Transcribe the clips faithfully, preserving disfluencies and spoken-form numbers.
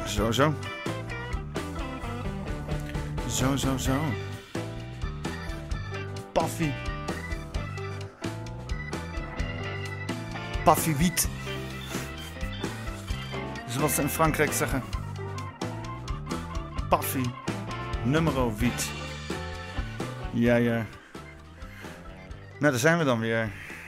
Zo, zo. Zo, zo, zo. Paffy. Paffy wiet. Zoals ze in Frankrijk zeggen. Paffy. Numero wiet. Ja, ja. Nou, daar zijn we dan weer.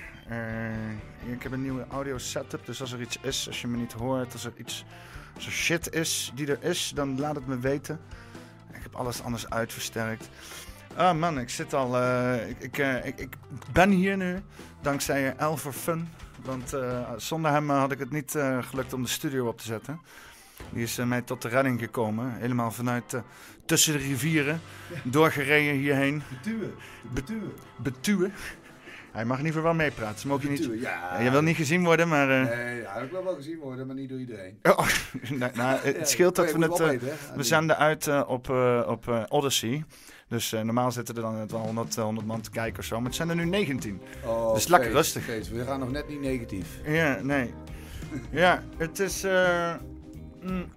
Uh, ik heb een nieuwe audio setup, dus als er iets is, als je me niet hoort, als er iets, als er shit is die er is, dan laat het me weten. Ik heb alles anders uitversterkt. Ah man, ik zit al, uh, ik, ik, uh, ik, ik ben hier nu, dankzij uh, L for Fun. Want uh, zonder hem uh, had ik het niet uh, gelukt om de studio op te zetten. Die is uh, mij tot de redding gekomen. Helemaal vanuit uh, tussen de rivieren. Ja. Doorgereden hierheen. Betuwen. Betuwen. Betuwen. Hij mag in ieder geval wel meepraten. Ze mogen je, niet... ja. je wil niet gezien worden, maar... Uh... Nee, ja, ik wil wel gezien worden, maar niet door iedereen. Oh, nou, nou, het ja, scheelt dat we het... Uh, opeten, we zenden uit uh, op, uh, op uh, Odyssey. Dus uh, normaal zitten er dan wel honderd, honderd man te kijken of zo. Maar het zijn er nu negentien. Oh, dus lekker rustig. Feest. We gaan nog net niet negatief. Ja, nee. Ja, het is... Uh, mm,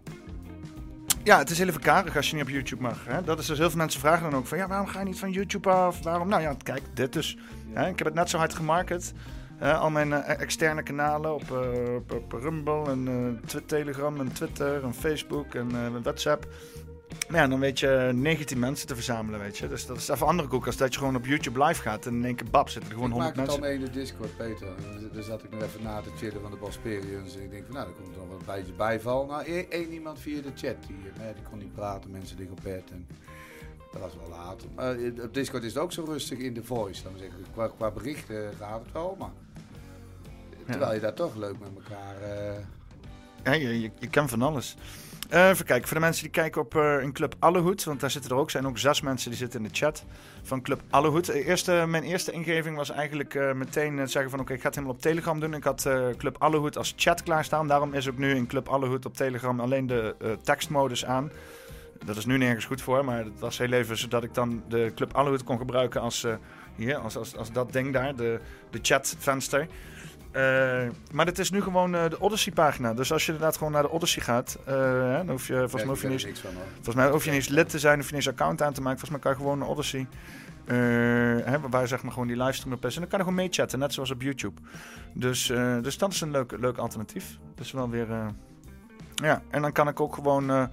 ja, het is heel even karig als je niet op YouTube mag. Hè? Dat is dus heel veel mensen vragen dan ook van... Ja, waarom ga je niet van YouTube af? Waarom? Nou ja, kijk, dit dus. Ja. Hè? Ik heb het net zo hard gemarket. Uh, al mijn uh, externe kanalen op, uh, op, op Rumble en uh, Telegram en Twitter en Facebook en uh, WhatsApp. Maar ja, dan weet je negentien mensen te verzamelen, weet je. Dus dat is even andere koek als dat je gewoon op YouTube live gaat en in één keer bab zitten er gewoon honderd mensen. Ik maak het al mee in de Discord, Peter. Daar zat ik nog even na te chillen van de Bosperians. En ik denk van, nou, er komt nog wel een beetje bijval. Nou, één iemand via de chat hier. Nee, die kon niet praten, mensen liggen op bed. En dat was wel laat. Maar op Discord is het ook zo rustig in de voice. Dan zeg ik, qua, qua berichten gaat het wel, maar... Terwijl je daar toch leuk met elkaar... Uh... Ja, je, je, je kan van alles. Uh, even kijken, voor de mensen die kijken op uh, in Club Allehoed, want daar zitten er ook, zijn ook zes mensen die zitten in de chat van Club Allehoed. Eerste, mijn eerste ingeving was eigenlijk uh, meteen uh, zeggen van oké, okay, ik ga het helemaal op Telegram doen. Ik had uh, Club Allehoed als chat klaarstaan, daarom is ook nu in Club Allehoed op Telegram alleen de uh, tekstmodus aan. Dat is nu nergens goed voor, maar dat was heel even zodat ik dan de Club Allehoed kon gebruiken als, uh, hier, als, als, als dat ding daar, de, de chatvenster. Uh, maar het is nu gewoon uh, de Odyssey-pagina. Dus als je inderdaad gewoon naar de Odyssey gaat, uh, hè, dan hoef je volgens mij hoef je niet eens, volgens mij hoef je niet eens lid te zijn, hoef je niet eens account aan te maken. Volgens mij kan je gewoon naar Odyssey, uh, hè, waar zeg maar gewoon die livestream op is. En dan kan je gewoon meechatten, net zoals op YouTube. Dus, uh, dus dat is een leuk, leuk alternatief. Dus wel weer, uh, ja. En dan kan ik ook gewoon uh,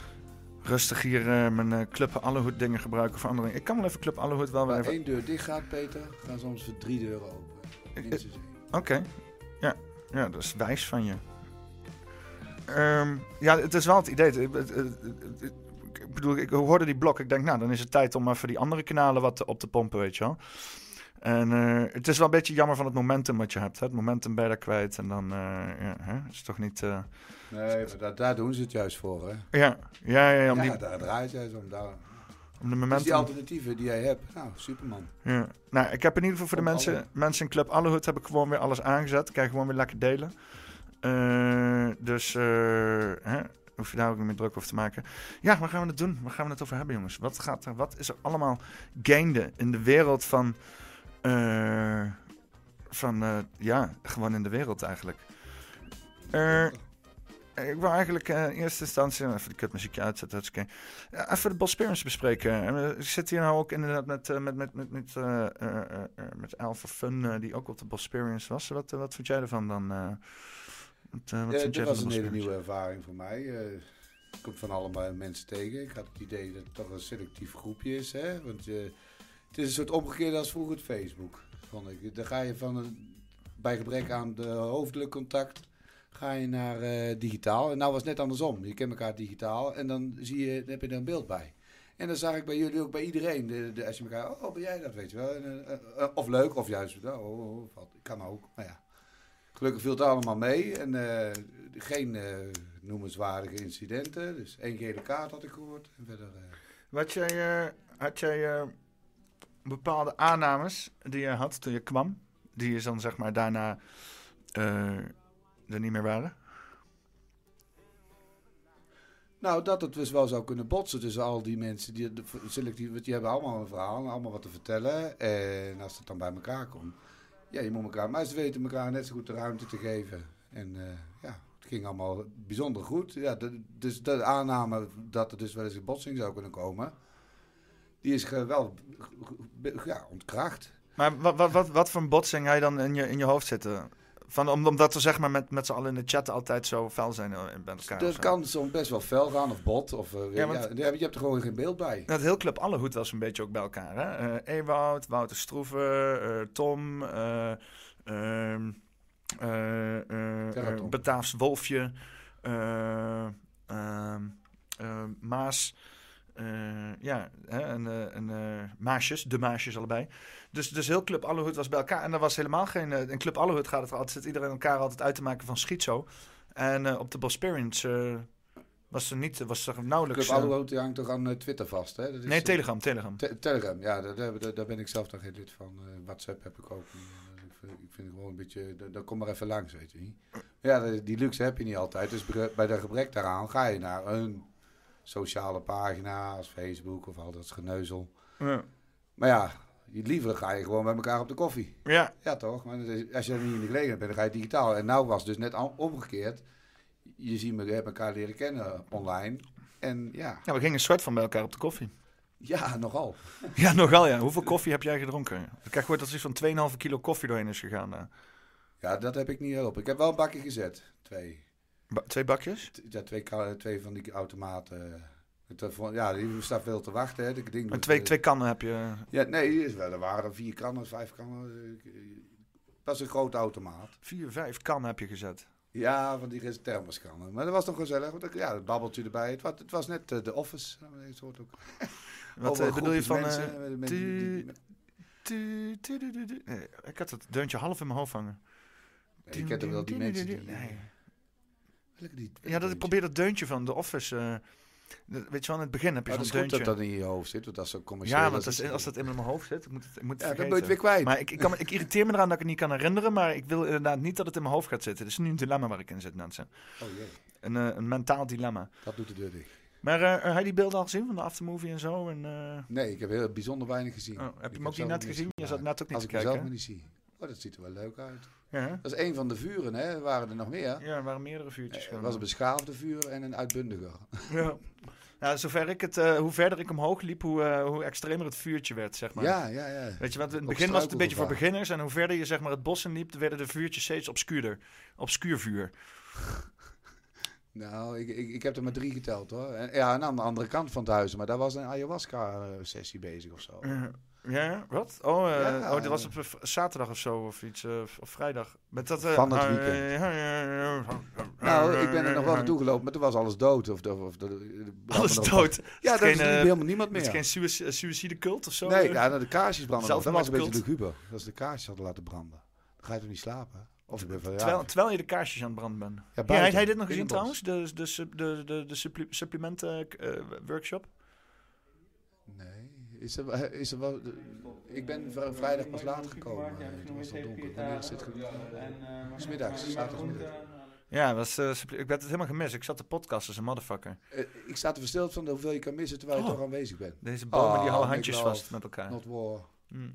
rustig hier uh, mijn uh, Club Allehoed dingen gebruiken voor andere dingen. Ik kan wel even Club Allehoed wel weer even... Waar één deur dicht gaat, Peter, gaan soms voor drie deuren open. Minstens één. Oké, okay. ja. ja, dat is wijs van je. Um, ja, het is wel het idee. Ik, ik, ik, ik bedoel, ik hoorde die blok. Ik denk, nou, dan is het tijd om even die andere kanalen wat op te pompen, weet je wel. En uh, het is wel een beetje jammer van het momentum wat je hebt. Hè? Het momentum ben je daar kwijt en dan uh, ja, hè? Is toch niet... Uh, nee, maar daar, daar doen ze het juist voor, hè? Ja, ja, ja. ja, om ja die... daar draait juist om. Daar... Om de momentum... Dus die alternatieven die jij hebt, nou, superman. Ja. Nou, ik heb in ieder geval voor de mensen, mensen in Club Allehoed heb ik gewoon weer alles aangezet. Kan je gewoon weer lekker delen. Uh, dus, uh, hè, hoef je daar ook niet meer druk over te maken. Ja, waar gaan we het doen? Waar gaan we het over hebben, jongens? Wat, gaat er, wat is er allemaal gaande in de wereld van... Uh, van, uh, ja, gewoon in de wereld eigenlijk. Uh, Ik wil eigenlijk uh, in eerste instantie... Even die kutmuziekje uitzetten, dat is oké. Okay. Ja, even de Bosperians bespreken. Uh, ik zit hier nou ook inderdaad met, uh, met, met, met, met, uh, uh, uh, met L for Fun, uh, die ook op de Bosperians was. Wat, uh, wat vond jij ervan dan? Uh, wat, uh, wat ja, vind dit jij was een hele nieuwe ervaring voor mij. Uh, ik kom van allemaal mensen tegen. Ik had het idee dat het toch een selectief groepje is. Hè? Want uh, het is een soort omgekeerd als vroeger het Facebook. Vond ik. Dan ga je van een, bij gebrek aan de hoofdelijk contact... ga je naar uh, digitaal. En nou was het net andersom. Je kent elkaar digitaal en dan zie je, dan heb je er een beeld bij. En dan zag ik bij jullie ook bij iedereen. De, de, als je elkaar, oh, ben jij dat, weet je wel. En, uh, uh, of leuk, of juist, oh, oh, oh wat, kan ook. Maar ja, gelukkig viel het allemaal mee. En uh, geen uh, noemenswaardige incidenten. Dus één gele kaart had ik gehoord. En verder... Uh... Wat jij, uh, had jij uh, bepaalde aannames die je had toen je kwam? Die je dan zeg maar daarna... Uh, er niet meer waren? Nou, dat het dus wel zou kunnen botsen tussen al die mensen die selectief, die hebben allemaal een verhaal, allemaal wat te vertellen. En als het dan bij elkaar komt, ja, je moet elkaar, maar ze weten elkaar net zo goed de ruimte te geven. En uh, ja, ging allemaal bijzonder goed. Ja, de, dus de aanname dat er dus wel eens een botsing zou kunnen komen, die is ge, wel ja, ontkracht. Maar wat, wat, wat, wat voor een botsing ga je dan in je, in je hoofd zitten? Van, om, omdat we zeg maar met, met z'n allen in de chat altijd zo fel zijn bij elkaar. Dat kan soms best wel fel gaan of bot. Of, uh, ja, want, ja, je hebt er gewoon geen beeld bij. Het heel Club Allehoed was een beetje ook bij elkaar. Hè? Uh, Ewout, Wouter Stroeven, uh, Tom, uh, uh, uh, uh, Bataafs Wolfje, uh, uh, uh, Maas. Uh, ja, hè, en, uh, en uh, Maasjes, de Maasjes allebei. Dus, dus heel Club Allehoed was bij elkaar. En er was helemaal geen... Uh, in Club Allehoed gaat het altijd, zit iedereen elkaar altijd uit te maken van schizo. En uh, op de Bosperians uh, was er niet, was er nauwelijks... Club Allehoed hangt toch aan uh, Twitter vast, hè? Dat is, nee, Telegram, Telegram. Te- Telegram, ja, daar, daar, daar ben ik zelf nog geen lid van. Uh, WhatsApp heb ik ook niet. Uh, ik, vind, ik vind het gewoon een beetje... Dan kom maar even langs, weet je niet. Ja, die luxe heb je niet altijd. Dus bij de gebrek daaraan ga je naar een sociale pagina als Facebook of al dat geneuzel. Ja. Maar ja... Liever ga je gewoon met elkaar op de koffie. Ja. Ja, toch? Maar als je er niet in de gelegenheid bent, dan ga je digitaal. En nou was het dus net omgekeerd. Je ziet me, elkaar leren kennen online. En ja. Ja, we gingen soort van bij elkaar op de koffie. Ja, nogal. Ja, nogal ja. Hoeveel koffie heb jij gedronken? Ik krijg gehoord dat er iets van twee komma vijf kilo koffie doorheen is gegaan. Uh. Ja, dat heb ik niet op. Ik heb wel een bakje gezet. Twee. Ba- twee bakjes? T- ja, twee, twee van die automaten. Ja, die staat veel te wachten. Hè. Ik denk en twee, dat, twee kannen heb je? Ja, nee, er waren er vier kannen, vijf kannen. Dat is een grote automaat. Vier, vijf kannen heb je gezet? Ja, van die thermoskannen. Maar dat was toch gezellig. Want ja, het babbeltje erbij. Het was, het was net uh, de office. Dat soort ook. Wat uh, bedoel je van... Mensen, uh, tu, tu, tu, tu, tu, tu. Nee, ik had het deuntje half in mijn hoofd hangen. Nee, ik ken toch wel die mensen die... Nee. die ja, dat, ik probeer dat deuntje van de office... Uh, weet je wel, in het begin heb je oh, zo'n deuntje. Het is goed dat deuntje. dat in je hoofd zit, want dat is zo commercieel. Ja, want als, als dat in mijn hoofd zit, ik moet het, ik moet het ja, vergeten. dan moet je het weer kwijt. Maar ik, ik, kan, ik irriteer me eraan dat ik het niet kan herinneren, maar ik wil inderdaad niet dat het in mijn hoofd gaat zitten. Het is nu een dilemma waar ik in zit, mensen. Oh jee. Een, uh, een mentaal dilemma. Dat doet de deur dicht. Maar uh, heb je die beelden al gezien van de aftermovie en zo? En, uh... Nee, ik heb heel bijzonder weinig gezien. Oh, heb je ik hem ook niet net gezien? Je zat net ook niet als te kijken. Als ik mezelf niet zie. Oh, dat ziet er wel leuk uit. Ja. Dat is één van de vuren, hè? Er waren er nog meer. Ja, er waren meerdere vuurtjes. Er was een beschaafde vuur en een uitbundiger. Ja. Nou, zover ik het, uh, hoe verder ik omhoog liep, hoe, uh, hoe extremer het vuurtje werd, zeg maar. Ja, ja, ja. Weet je, want in het begin was het een beetje voor beginners. En hoe verder je zeg maar het bos in liep, werden de vuurtjes steeds obscuurder. Obscuur vuur. Nou, ik, ik, ik heb er maar drie geteld, hoor. En, ja, en aan de andere kant van het huis. Maar daar was een ayahuasca-sessie bezig of zo. Uh, ja, wat? Oh, uh, ja, oh, dat was op uh, zaterdag of zo, of iets, uh, of vrijdag. Met dat, uh, van het weekend. Nou, ik ben er nog wel naartoe gelopen, maar toen was alles dood. Of, of, of, alles dood? Nog... Ja, dat is uh, helemaal niemand meer. Het is geen suïc- suïcide cult of zo? Nee, ja, de kaarsjes branden nog. Dat was een cult. beetje luguber. Dat ze de kaarsjes hadden laten branden. Dan ga je toch niet slapen? Of van, ja. terwijl, terwijl je de kaarsjes aan het branden bent. Ja, ja, heb jij dit nog gezien trouwens? De, de, de, de, de, de suppli- supplementen uh, workshop? Nee. Is er, is er wel... Ik ben v- vrijdag pas later gekomen. Het was al donker. Wanneer is dit gebeurd? Smiddags, zaterdagmiddag. Ja, was, uh, ik werd het helemaal gemist. Ik zat te podcasten als een motherfucker. Uh, ik sta te versteld van hoeveel je kan missen terwijl je oh. toch aanwezig bent. Deze bomen oh, die houden handjes vast met elkaar. Not war. Hmm.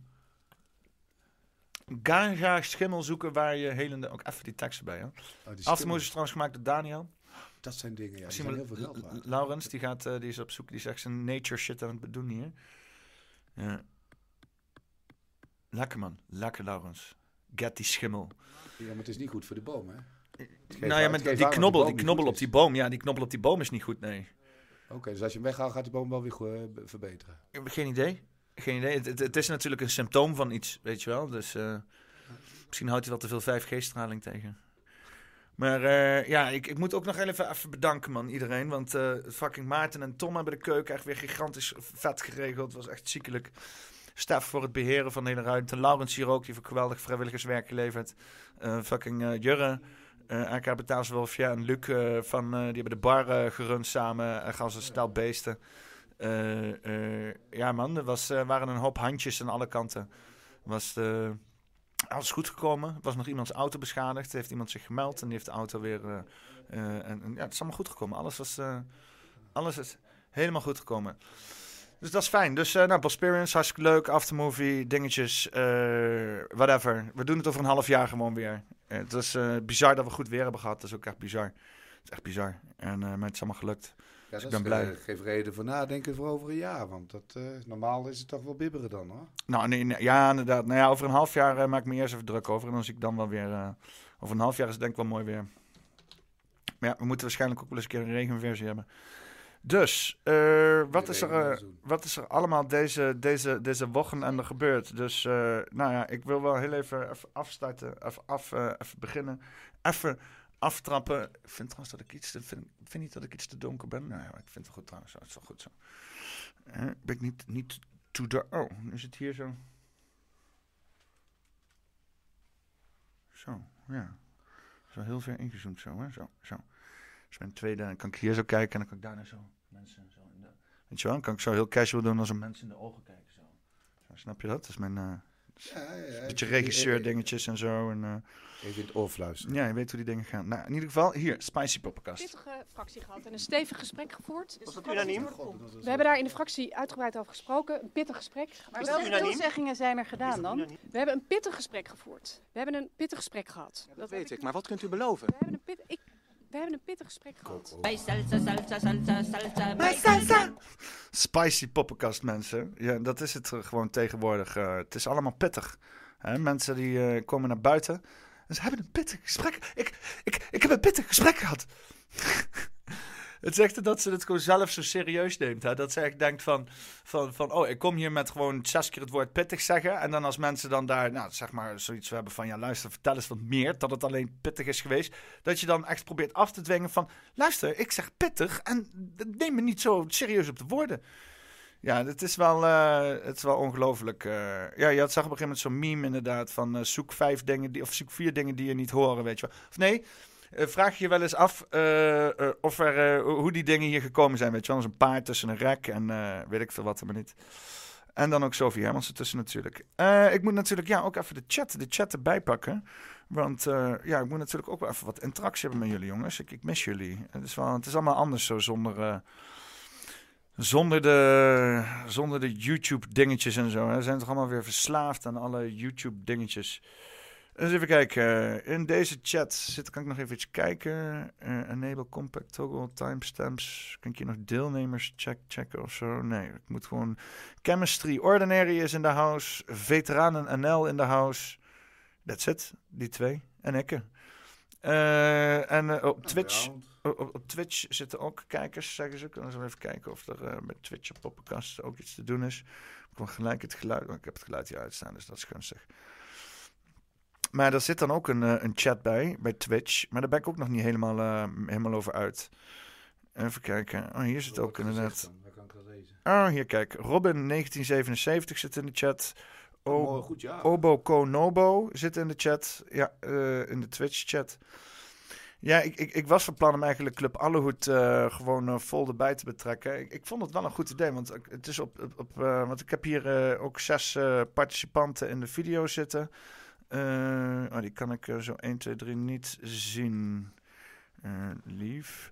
Ganja schimmel zoeken waar je helende... Ook even die teksten bij, hè. Oh, Aftermoes is trouwens gemaakt door Daniel. Dat zijn dingen, ja. Die zijn heel veel geld waard. Laurens, die, gaat, uh, die is op zoek. Die is echt zijn nature shit aan het doen hier. Ja. Lekker, man. Lekker, Laurens. Get die schimmel. Ja, maar het is niet goed voor de boom, hè? Nou ja, maar die knobbel, die knobbel op die boom. Ja, die knobbel op die boom is niet goed, nee. Oké, okay, dus als je hem weghaalt, gaat die boom wel weer uh, verbeteren? Ik heb geen idee. Geen idee. Het, het, het is natuurlijk een symptoom van iets, weet je wel. Dus uh, misschien houdt hij wel te veel vijf G-straling tegen. Maar uh, ja, ik, ik moet ook nog even, even bedanken, man, iedereen. Want uh, fucking Maarten en Tom hebben de keuken echt weer gigantisch vet geregeld. Het was echt ziekelijk. Stef voor het beheren van de hele ruimte. Laurens hier ook, die voor geweldig vrijwilligerswerk geleverd. Uh, fucking uh, Jurre. Uh, A K Betaalswolf, ja, en Luc uh, van, uh, die hebben de bar uh, gerund samen. Uh, gaan ze stel beesten. Uh, uh, ja man, er was, uh, waren een hoop handjes aan alle kanten. Was uh, alles goed gekomen. Er was nog iemands auto beschadigd. Heeft iemand zich gemeld en die heeft de auto weer... Uh, uh, en, en, ja, het is allemaal goed gekomen. Alles was uh, alles is helemaal goed gekomen. Dus dat is fijn. Dus uh, nou, Bosperians, hartstikke leuk. Aftermovie, dingetjes, uh, whatever. We doen het over een half jaar gewoon weer. Het is uh, bizar dat we goed weer hebben gehad. Dat is ook echt bizar. Het is echt bizar. En uh, het is allemaal gelukt. Ja, dus ik ben blij. Uh, geef reden voor nadenken voor over een jaar. Want dat, uh, normaal is het toch wel bibberen dan, hoor. Nou, nee, nee, ja, inderdaad. Nou ja, over een half jaar uh, maak ik me eerst even druk over. En dan zie ik dan wel weer... Uh, over een half jaar is het denk ik wel mooi weer. Maar ja, we moeten waarschijnlijk ook wel eens een keer een regenversie hebben. Dus, uh, wat, is er, uh, wat is er allemaal deze, deze, deze wochen gebeurd? Dus, uh, nou ja, ik wil wel heel even, even afstarten, even, af, uh, even beginnen, even aftrappen. Ik vind trouwens dat ik iets te, vind, vind niet dat ik iets te donker ben. Nou ja, ik vind het goed trouwens, het is wel goed zo. Uh, ben ik niet, niet to the... Oh, nu is het hier zo. Zo, ja. Zo heel ver ingezoomd zo, hè, zo, zo. Dus mijn tweede, dan kan ik hier zo kijken en dan kan ik daarna zo mensen zo in de... Weet je wel, dan kan ik zo heel casual doen als een mensen in de ogen kijken. Zo. Zo, snap je dat? Dat is mijn... Uh, ja, ja, een beetje regisseur dingetjes en zo. En, uh, even in het oor fluisteren. Ja, je weet hoe die dingen gaan. Nou, in ieder geval, hier, Spicy Poppenkast. We hebben een pittige fractie gehad en een stevig gesprek gevoerd. Was dat unaniem? We hebben daar in de fractie uitgebreid over gesproken. Een pittig gesprek. Maar welke toezeggingen zijn er gedaan dan? We hebben een pittig gesprek gevoerd. We hebben een pittig gesprek gehad. Ja, dat, dat weet ik, maar wat kunt u beloven? We hebben een, pit, ik, we hebben een pittig gesprek gehad. Bij salsa, salsa, salsa, salsa, bij salsa. Spicy Poppenkast, mensen. Ja, dat is het gewoon tegenwoordig. Uh, het is allemaal pittig. Hè? Mensen die uh, komen naar buiten en ze hebben een pittig gesprek. Ik, ik, ik heb een pittig gesprek gehad. Het zegt dat ze het gewoon zelf zo serieus neemt. Hè? Dat ze echt denkt van, van, van, oh, ik kom hier met gewoon zes keer het woord pittig zeggen. En dan als mensen dan daar, nou, zeg maar, zoiets hebben van, ja, luister, vertel eens wat meer. Dat het alleen pittig is geweest. Dat je dan echt probeert af te dwingen van, luister, ik zeg pittig en neem me niet zo serieus op de woorden. Ja, het is wel, uh, het is wel ongelooflijk. Uh, ja, je had zag op een gegeven moment zo'n meme inderdaad van uh, zoek vijf dingen, die, of zoek vier dingen die je niet horen, weet je wel. Of nee... Uh, vraag je je wel eens af uh, uh, of er, uh, hoe die dingen hier gekomen zijn. Weet je wel, als een paard tussen een rek en uh, weet ik veel wat, maar niet. En dan ook Sophie Hermans ertussen natuurlijk. Uh, ik moet natuurlijk ja, ook even de chat, de chat erbij pakken. Want uh, ja, ik moet natuurlijk ook wel even wat interactie hebben met jullie jongens. Ik, ik mis jullie. Het is, wel, het is allemaal anders zo zonder... Uh, Zonder de, zonder de YouTube dingetjes en zo. Hè. Ze zijn toch allemaal weer verslaafd aan alle YouTube dingetjes. Dus even kijken. In deze chat zit, kan ik nog even iets kijken. Uh, enable compact toggle timestamps. Kan ik hier nog deelnemers check, checken of zo? Nee, ik moet gewoon... Chemistry Ordinary is in de house. Veteranen N L in de house. That's it. Die twee. En ik. Uh, en uh, op Twitch... Op, op Twitch zitten ook kijkers, zeggen ze. Kunnen we even kijken of er uh, met Twitch op Poppenkast ook iets te doen is. Ik wil gelijk het geluid... Ik heb het geluid hier uitstaan, dus dat is gunstig. Maar er zit dan ook een, uh, een chat bij, bij Twitch. Maar daar ben ik ook nog niet helemaal, uh, helemaal over uit. Even kijken. Oh, hier zit ook inderdaad... Oh, hier kijk. Robin negentien zevenenzeventig zit in de chat. O- oh, goed, ja. Oboko Nobo zit in de chat. Ja, uh, in de Twitch chat. Ja, ik, ik, ik was van plan om eigenlijk Club Allehoed uh, gewoon uh, vol erbij te betrekken. Ik, ik vond het wel een goed idee, want het is op... op, op uh, want ik heb hier uh, ook zes uh, participanten in de video zitten. Uh, oh, die kan ik uh, zo één, twee, drie niet zien. Uh, lief.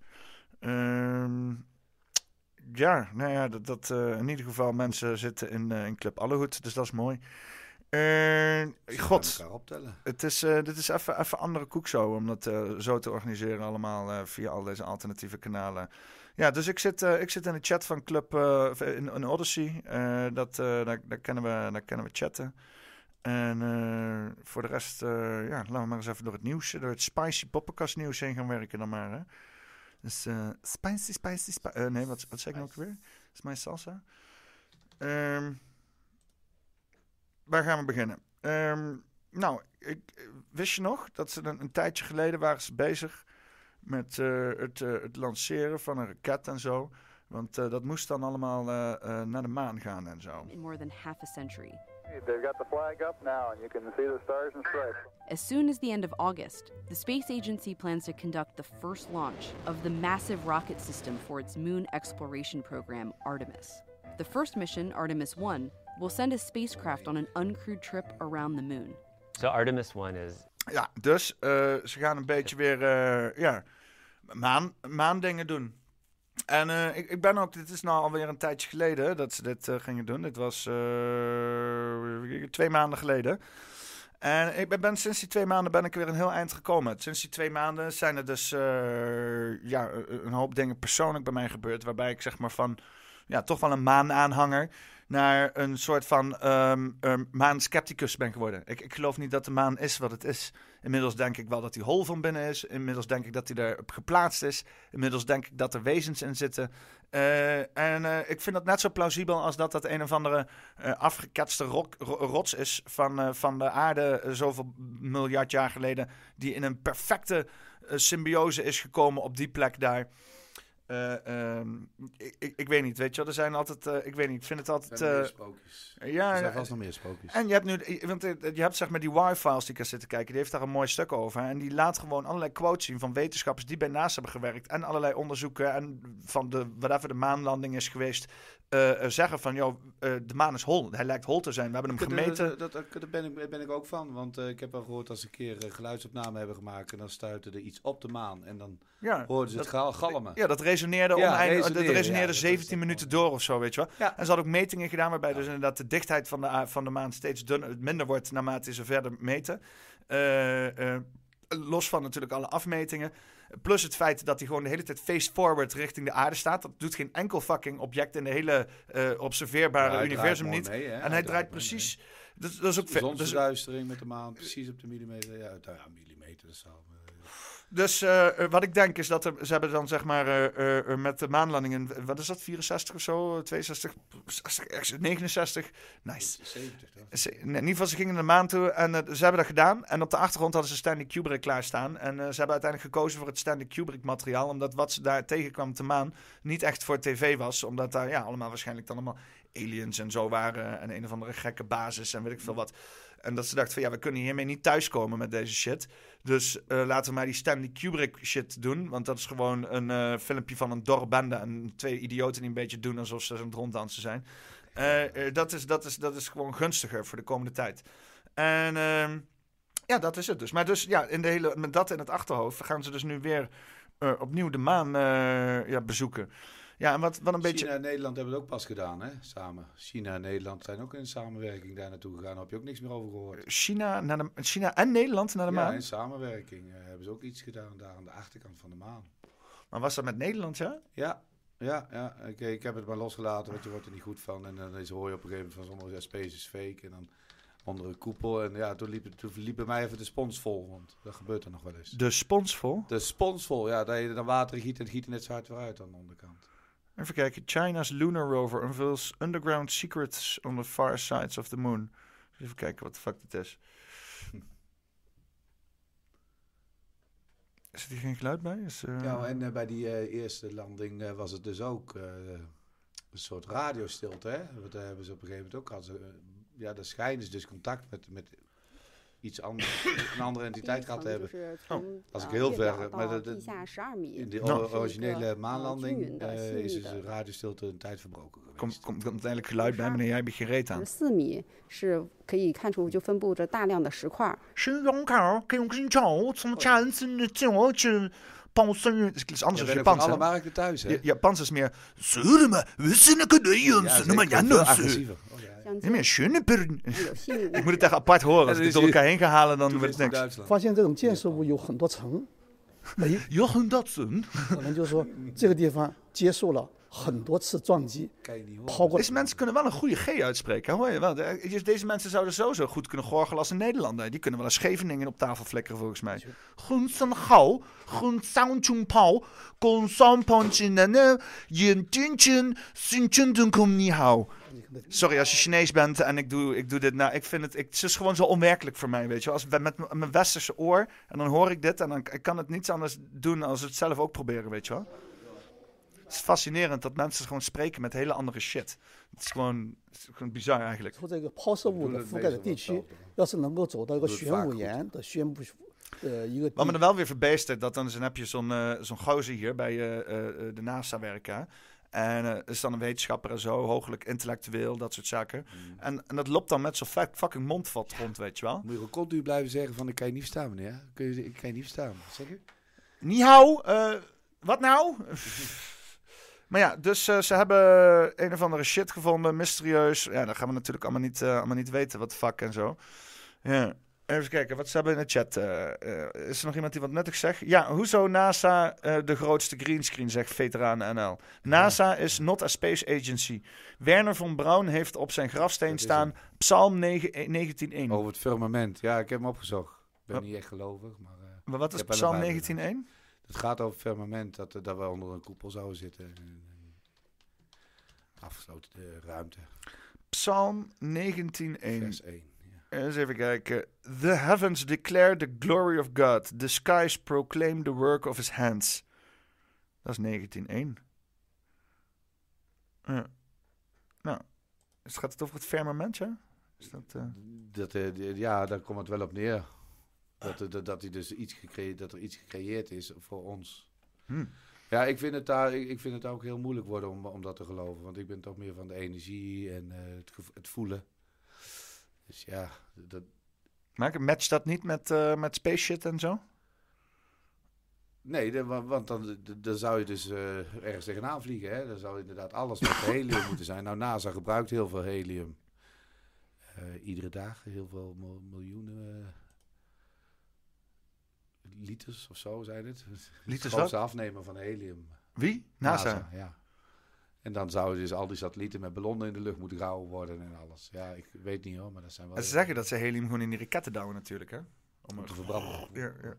Um, ja, nou ja, dat, dat uh, in ieder geval mensen zitten in, uh, in Club Allehoed, dus dat is mooi. Uh, God, het is, uh, dit is even, even andere koek zo, om dat uh, zo te organiseren allemaal uh, via al deze alternatieve kanalen. Ja, dus ik zit, uh, ik zit in de chat van Club uh, in, in Odyssey. Uh, dat, uh, daar, daar, kunnen we, daar kunnen we chatten. En uh, voor de rest, uh, ja, laten we maar eens even door het nieuws, door het Spicy Poppenkast nieuws heen gaan werken dan maar. Hè. Dus uh, spicy, spicy, spicy. Uh, nee, wat, wat zeg ik nou ook weer? Dat is mijn salsa. Um, waar gaan we beginnen? Um, nou, ik, wist je nog dat ze een, een tijdje geleden waren ze bezig met uh, het, uh, het lanceren van een raket en zo. Want uh, dat moest dan allemaal uh, uh, naar de maan gaan en zo. In more than half a century. They've got the flag up now and you can see the stars and stripes. As soon as the end of August, the space agency plans to conduct the first launch of the massive rocket system for its moon exploration program, Artemis. The first mission, Artemis one, will send a spacecraft on an uncrewed trip around the moon. So Artemis one is... Ja, dus uh, ze gaan een beetje weer uh, ja, maan, maandingen doen. En uh, ik, ik ben ook, dit is nou alweer een tijdje geleden dat ze dit uh, gingen doen. Dit was uh, twee maanden geleden. En ik ben sinds die twee maanden ben ik weer een heel eind gekomen. Sinds die twee maanden zijn er dus uh, ja, een hoop dingen persoonlijk bij mij gebeurd. Waarbij ik zeg maar van, ja, toch wel een maanaanhanger naar een soort van um, um, maan-scepticus ben geworden. Ik, ik geloof niet dat de maan is wat het is. Inmiddels denk ik wel dat hij hol van binnen is. Inmiddels denk ik dat hij erop geplaatst is. Inmiddels denk ik dat er wezens in zitten. Uh, en uh, ik vind dat net zo plausibel als dat dat een of andere uh, afgeketste rok, ro, rots is van, uh, van de aarde uh, zoveel miljard jaar geleden, die in een perfecte uh, symbiose is gekomen op die plek daar. Uh, um, ik, ik, ik weet niet, weet je wel, er zijn altijd, uh, ik weet niet, ik vind het altijd... Er zijn uh, meer spookjes. Ja, er zijn vast nog meer spookjes. En je hebt nu, want je hebt zeg maar die Y-files die ik er zitten kijken, die heeft daar een mooi stuk over. En die laat gewoon allerlei quotes zien van wetenschappers die bij NASA hebben gewerkt en allerlei onderzoeken en van de, whatever de maanlanding is geweest, uh, uh, zeggen van, joh, uh, de maan is hol, hij lijkt hol te zijn, we hebben hem gemeten. Dat, dat, dat ben, ik, ben ik ook van, want uh, ik heb al gehoord als ze een keer uh, geluidsopname hebben gemaakt en dan stuitte er iets op de maan en dan ja, hoorden ze het dat, galmen. Ja, dat resoneerde, ja, oneindig, resoneerde, dat resoneerde ja, zeventien dat minuten door of zo, weet je wel. Ja. En ze hadden ook metingen gedaan waarbij ja. dus inderdaad de dichtheid van de, van de maan steeds dunner, minder wordt naarmate ze verder meten. Uh, uh, los van natuurlijk alle afmetingen. Plus het feit dat hij gewoon de hele tijd face-forward richting de aarde staat. Dat doet geen enkel fucking object in de hele uh, observeerbare ja, universum niet. Mee, en hij, hij draait precies... Dat, dat is ook de zonsverduistering met de maan, precies op de millimeter. Ja, ja millimeter, dat zal... Dus uh, wat ik denk is dat er, ze hebben dan zeg maar uh, uh, met de maanlanding in, wat is dat, vierenzestig of zo, tweeënzestig, negenenzestig, nice. zeventig dan. In ieder geval, ze gingen naar de maan toe en uh, ze hebben dat gedaan. En op de achtergrond hadden ze Stanley Kubrick klaarstaan. En uh, ze hebben uiteindelijk gekozen voor het Stanley Kubrick materiaal, omdat wat ze daar tegenkwam op de maan niet echt voor tv was. Omdat daar ja, allemaal waarschijnlijk dan allemaal aliens en zo waren en een of andere gekke basis en weet ik veel wat. En dat ze dachten van ja, we kunnen hiermee niet thuiskomen met deze shit. Dus uh, laten we maar die Stanley Kubrick shit doen. Want dat is gewoon een uh, filmpje van een dorre bende en twee idioten die een beetje doen alsof ze aan het ronddansen zijn. Uh, uh, dat, is, dat, is, dat is gewoon gunstiger voor de komende tijd. En uh, ja, dat is het dus. Maar dus ja, in de hele, met dat in het achterhoofd gaan ze dus nu weer uh, opnieuw de maan uh, ja, bezoeken. Ja, en wat, wat een China beetje... en Nederland hebben het ook pas gedaan, hè? Samen. China en Nederland zijn ook in samenwerking daar naartoe gegaan. Daar heb je ook niks meer over gehoord. China, naar de, China en Nederland naar de maan? Ja, in samenwerking uh, hebben ze ook iets gedaan daar aan de achterkant van de maan. Maar was dat met Nederland, ja? Ja, ja, ja. Ik, ik heb het maar losgelaten, want je wordt er niet goed van. En dan is, hoor je op een gegeven moment van sommige space is fake. En dan onder een koepel. En ja, toen liep, toen liep bij mij even de spons vol. Want dat gebeurt er nog wel eens. De spons vol? De spons vol, ja. Dat je dan water giet en het giet er net zo hard weer uit aan de onderkant. Even kijken. China's lunar rover unveils underground secrets on the far sides of the moon. Even kijken wat de fuck dit is. Is er hier geen geluid bij? Is, uh... Ja, en uh, bij die uh, eerste landing uh, was het dus ook uh, een soort radiostilte, hè? Want daar hebben ze op een gegeven moment ook gehad. Uh, ja, de schijn is dus contact met, met iets anders, een andere entiteit gehad te hebben. Oh. Als ik heel ver, maar de, de, in de no. originele maanlanding uh, is dus de radiostilte een tijd verbroken geweest. Komt kom, kom uiteindelijk geluid bij, meneer, jij hebt je gereed aan. 四米是可以看出就分布着大量的石块。 Japans is anders dan Japans. Alle markten thuis, hè? Japans is meer... Ja, agressiever. Nee, meer schöne perun. Ik moet het echt apart horen. Als ik het door elkaar heen ga halen, dan wordt het niks. 发现这种建设物有很多层，每有很多层， 可能就是说这个地方接受了很多次撞击，抛过来。 Deze mensen kunnen wel een goede G uitspreken, hoor je wel. Deze mensen zouden sowieso goed kunnen gorgelen als een Nederlander. Die kunnen wel een Scheveningen op tafel flikkeren, volgens mij. Sorry, als je Chinees bent en ik doe, ik doe dit, nou, ik vind het, ik, het is gewoon zo onwerkelijk voor mij, weet je. Als met, met mijn westerse oor en dan hoor ik dit en dan ik kan het niets anders doen als het zelf ook proberen, weet je wel. Het is fascinerend dat mensen gewoon spreken met hele andere shit. Het is gewoon, het is gewoon bizar eigenlijk. 说这个抛射物的覆盖的地区，要是能够走到一个玄武岩的宣布，呃，一个。 Wat me dan wel weer verbeestert, dat dan, dan heb je zo'n uh, zo'n gozer hier bij uh, uh, de NASA werken. En uh, is dan een wetenschapper en zo, hoogelijk intellectueel, dat soort zaken. Mm. En, en dat loopt dan met zo'n fucking mondvat rond, weet je wel. Moet je continu blijven zeggen van, ik kan je niet verstaan, meneer. Kun je, ik kan je niet verstaan, zeg je? Ni hao, uh, wat nou? Maar ja, dus uh, ze hebben een of andere shit gevonden, mysterieus. Ja, dat gaan we natuurlijk allemaal niet, uh, allemaal niet weten, wat fuck en zo. Ja. Even kijken, wat ze hebben in de chat. Uh, uh, is er nog iemand die wat nuttig zegt? Ja, hoezo NASA uh, de grootste greenscreen, zegt Veteranen N L. NASA is not a space agency. Werner von Braun heeft op zijn grafsteen staan Psalm negentien één. Over het firmament. Ja, ik heb hem opgezocht. Ik ben wat? niet echt gelovig. Maar, uh, maar wat is Psalm negentien één? Het gaat over het firmament, dat, dat we onder een koepel zouden zitten. Afgesloten de ruimte. Psalm negentien één. Vers één. Eens even kijken. The heavens declare the glory of God. The skies proclaim the work of his hands. Dat is negentien één. Ja. Nou, dus gaat het over het firmament, ja? Is dat, uh... dat, uh, ja, daar komt het wel op neer. Dat, dat, dat, hij dus iets gecreëerd, dat er iets gecreëerd is voor ons. Hmm. Ja, ik vind het daar ik, ik vind het ook heel moeilijk worden om, om dat te geloven. Want ik ben toch meer van de energie en uh, het, het voelen. Dus ja, dat... Maar matcht dat niet met, uh, met space shit en zo? Nee, de, want dan, dan zou je dus uh, ergens tegenaan vliegen. Hè? Dan zou inderdaad alles met helium moeten zijn. Nou, NASA gebruikt heel veel helium. Uh, iedere dag heel veel miljoenen uh, liters of zo zijn het. Liters het grootste afnemer van helium. Wie? NASA? NASA, ja. En dan zouden dus al die satellieten met ballonnen in de lucht moeten gehouden worden en alles. Ja, ik weet niet hoor, maar dat zijn wel... En ze zeggen dat ze helium gewoon in die raketten douwen natuurlijk, hè? Om het te verbranden. Ja, ja.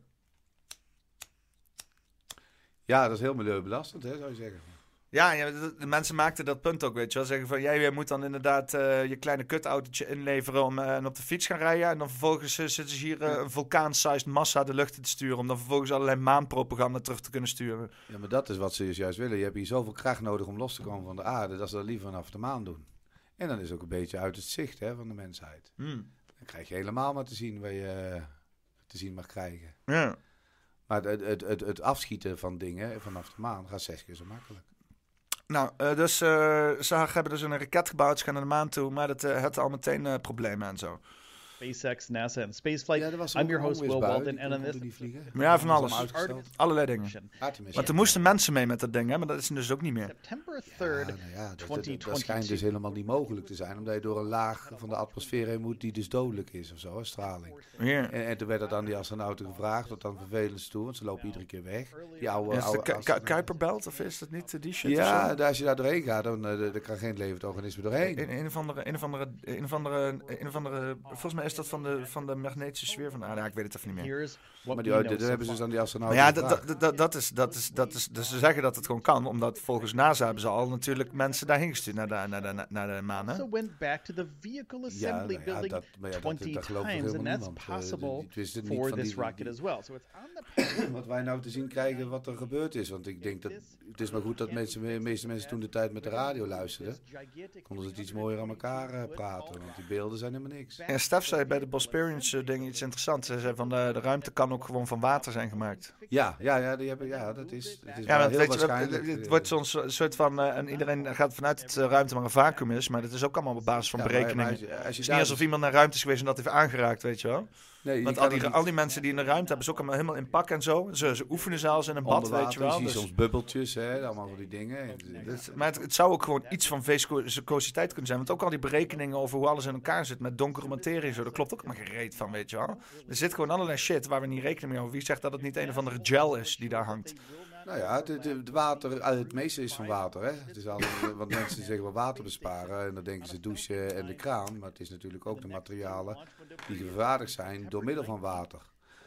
Ja, dat is heel milieubelastend, hè, zou je zeggen. Ja, ja, de, de mensen maakten dat punt ook, weet je wel. Zeggen van, jij, jij moet dan inderdaad uh, je kleine kutautootje inleveren om uh, en op de fiets gaan rijden. En dan vervolgens uh, zitten ze hier uh, een vulkaan-sized massa de lucht in te sturen. Om dan vervolgens allerlei maanpropaganda terug te kunnen sturen. Ja, maar dat is wat ze dus juist willen. Je hebt hier zoveel kracht nodig om los te komen van de aarde. Dat ze dat liever vanaf de maan doen. En dan is het ook een beetje uit het zicht, hè, van de mensheid. Hmm. Dan krijg je helemaal maar te zien wat je uh, te zien mag krijgen. Ja. Maar het, het, het, het afschieten van dingen vanaf de maan gaat zes keer zo makkelijk. Nou, uh, dus uh, ze hebben dus een raket gebouwd, ze gaan naar de maan toe, maar dat uh, had al meteen uh, problemen en zo. SpaceX, NASA en Spaceflight. Ja, I'm your host Will Walden. En dan is ja, van alles. Allerlei dingen. Artemis. Want er moesten mensen mee met dat ding, hè? Maar dat is dus ook niet meer. September third, ja, nou ja, dat, dat, dat, dat schijnt dus helemaal niet mogelijk te zijn, omdat je door een laag van de atmosfeer heen moet die dus dodelijk is of zo, hè, straling. Ja. En, en toen werd dat aan die astronauten gevraagd, tot dan vervelend toe, want ze lopen iedere keer weg. Die oude, is oude het de Kuiperbelt of is dat niet die shit? Ja, daar, als je daar doorheen gaat, dan uh, kan geen levend organisme doorheen. Een, een of andere, een of andere, een of andere, een of andere, volgens mij is dat van de, van de magnetische sfeer van de aarde. Ja, ik weet het even niet meer. Maar die, dat hebben ze dus aan die astronauten ja, dat, dat, dat, dat is, dat is, dat is, dus ze zeggen dat het gewoon kan, omdat volgens NASA hebben ze al natuurlijk mensen daarheen gestuurd naar de, naar de, naar de maan. Hè? So went back to the vehicle assembly ja, nou ja, dat, ja, twenty dat, dat times, and that's possible uh, for this die, rocket as well. So it's on the wat wij nou te zien krijgen wat er gebeurd is, want ik denk dat het is maar goed dat mensen, de meeste mensen toen de tijd met de radio luisterden, konden ze het iets mooier aan elkaar uh, praten, want die beelden zijn helemaal niks. En Stef zei bij de Bosperians uh, ding iets interessants. Ze zei van de, de ruimte kan ook gewoon van water zijn gemaakt. Ja, ja, ja, die hebben, ja dat is, het is ja, heel weet waarschijnlijk. Je, het wordt soms een soort van, uh, en iedereen gaat vanuit dat de ruimte maar een vacuüm is, maar dat is ook allemaal op basis van ja, berekeningen. Maar, maar als je, als je het is niet alsof iemand naar ruimte is geweest en dat heeft aangeraakt, weet je wel. Nee, want al die, al die mensen die in de ruimte hebben, ze ook allemaal helemaal in pak en zo. Ze, ze oefenen zelfs in een bad, weet je wel. Je ziet dus soms bubbeltjes, hè, allemaal van die dingen. Dus, maar het, het zou ook gewoon iets van viscositeit kunnen zijn. Want ook al die berekeningen over hoe alles in elkaar zit met donkere materie en zo, daar klopt ook maar gereed van, weet je wel. Er zit gewoon allerlei shit waar we niet rekening mee houden. Wie zegt dat het niet een of andere gel is die daar hangt? Nou ja, het, het, het water, het meeste is van water, hè. Het is al, want mensen zeggen wel water besparen en dan denken ze douchen en de kraan. Maar het is natuurlijk ook de materialen die vervaardigd zijn door middel van water.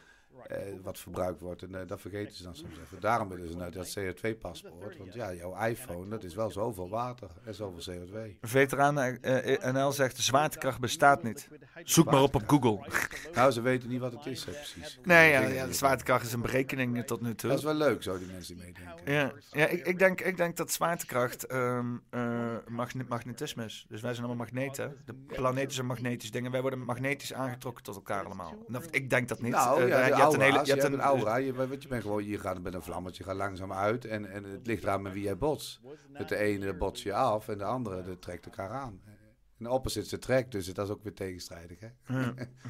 Eh, wat verbruikt wordt en uh, dat vergeten ze dan soms even. Daarom willen ze nou dat C O twee paspoort. Want ja, jouw iPhone, dat is wel zoveel water en zoveel C O twee. Veteranen uh, N L zegt, de zwaartekracht bestaat niet. Zoek maar op op Google. Nou, ze weten niet wat het is, hè, precies. Nee, ja, ja, de zwaartekracht is een berekening tot nu toe. Dat is wel leuk, zo, die mensen die meedenken. Ja, ja ik, ik, denk, ik denk dat zwaartekracht um, uh, magne- magnetisme is. Dus wij zijn allemaal magneten. De planeten zijn magnetisch dingen. Wij worden magnetisch aangetrokken tot elkaar allemaal. Ik denk dat niet. Nou, uh, ja, je hebt een hele, je hebt een aura. Je, je bent gewoon, je gaat met een vlammetje, je gaat langzaam uit. En, en het ligt eraan met wie jij botst. Met de ene bots je af en de andere de trekt elkaar aan. En de opposite ze trekt, dus dat is ook weer tegenstrijdig. Hè? Ja.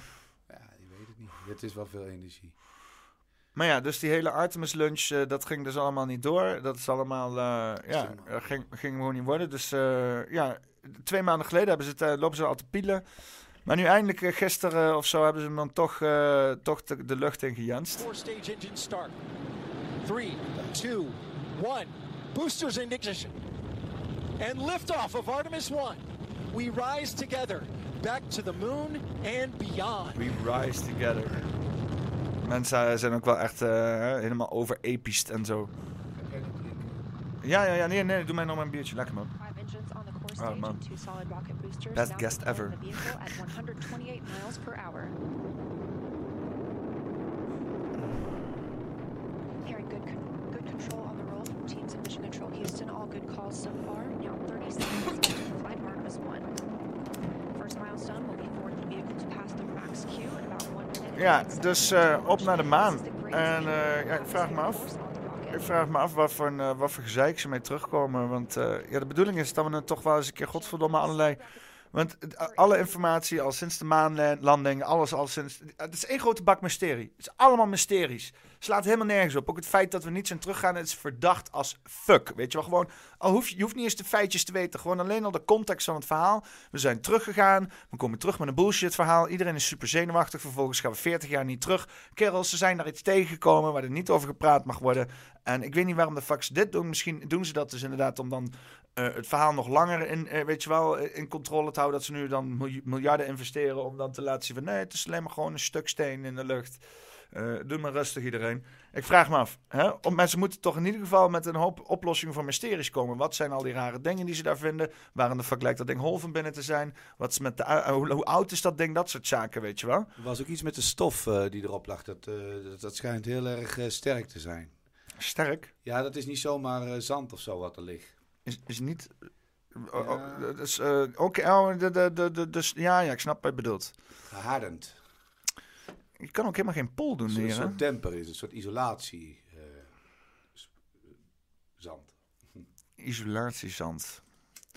Ja, je weet het niet. Het is wel veel energie. Maar ja, dus die hele Artemis lunch, uh, dat ging dus allemaal niet door. Dat is allemaal, uh, ja, ging, ging gewoon niet worden. Dus uh, ja, twee maanden geleden hebben ze het, uh, lopen ze al te pielen Maar nu eindelijk uh, gisteren of zo hebben ze hem dan toch, uh, toch de, de lucht in gejanst. Four stage engine start. Three, two, one. Boosters in ignition. And liftoff of Artemis one. We rise together. Back to the moon and beyond. We rise together. Mensen zijn ook wel echt uh, helemaal overepised en zo. Ja, ja, ja, nee, nee, doe mij nog maar een biertje. Lekker, man. Oh, man. Best guest ever. Hearing good, good control on the roll from teams in Mission Control Houston. All good calls so far. Now thirty seconds to flight Artemis one. First milestone will be for the vehicle to pass the max Q in about one minute. Ja, dus uh, op naar de maan. En uh, ja, ik vraag me af. Ik vraag me af wat voor, uh, wat voor gezeik ze mee terugkomen. Want uh, ja, de bedoeling is dat we het toch wel eens een keer godverdomme allerlei... Want alle informatie al sinds de maanlanding, alles al sinds... Het is één grote bak mysterie. Het is allemaal mysteries. Het slaat helemaal nergens op. Ook het feit dat we niet zijn teruggaan, het is verdacht als fuck. Weet je wel, gewoon... Al hoef je, je hoeft niet eens de feitjes te weten. Gewoon alleen al de context van het verhaal. We zijn teruggegaan. We komen terug met een bullshit verhaal. Iedereen is super zenuwachtig. Vervolgens gaan we veertig jaar niet terug. Kerels, ze zijn daar iets tegengekomen waar er niet over gepraat mag worden. En ik weet niet waarom de fuck ze dit doen. Misschien doen ze dat dus inderdaad om dan... Uh, het verhaal nog langer in, uh, weet je wel, in controle te houden. Dat ze nu dan miljarden investeren om dan te laten zien van... nee, het is alleen maar gewoon een stuk steen in de lucht. Uh, doe maar rustig iedereen. Ik vraag me af. Hè? Om, mensen moeten toch in ieder geval met een hoop oplossingen voor mysteries komen. Wat zijn al die rare dingen die ze daar vinden? Waar in de fuck lijkt dat ding hol van binnen te zijn? Wat is met de, uh, hoe, hoe oud is dat ding? Dat soort zaken, weet je wel. Er was ook iets met de stof uh, die erop lag. Dat, uh, dat, dat schijnt heel erg uh, sterk te zijn. Sterk? Ja, dat is niet zomaar uh, zand of zo wat er ligt. Is, is niet... Ja. Oh, oh, dus, uh, Oké, okay, oh, de, de, de, de, de, ja, ja, ik snap wat je bedoelt. Gehardend. Je kan ook helemaal geen pol doen hier, Een soort temper is, een soort isolatie. Uh, zand. Isolatiezand.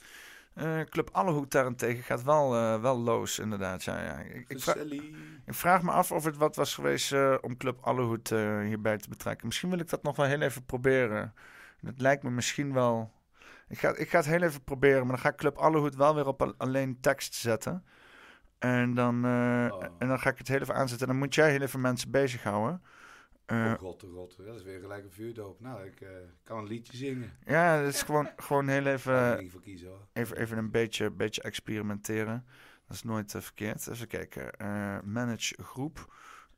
Uh, Club Allehoed daarentegen gaat wel, uh, wel los, inderdaad. Ja, ja. Ik, ik, vraag, ik vraag me af of het wat was geweest uh, om Club Allehoed uh, hierbij te betrekken. Misschien wil ik dat nog wel heel even proberen. Het lijkt me misschien wel... Ik ga, ik ga het heel even proberen, maar dan ga ik Club Allehoed wel weer op alleen tekst zetten. En dan, uh, oh. en dan ga ik het heel even aanzetten. En dan moet jij heel even mensen bezighouden. Uh, oh god, oh god. Dat is weer gelijk een vuurdoop. Nou, ik uh, kan een liedje zingen. Ja, dat is gewoon, gewoon heel even, uh, kiezen, hoor. even, even een beetje, beetje experimenteren. Dat is nooit uh, verkeerd. Even kijken. Uh, manage groep. Uh,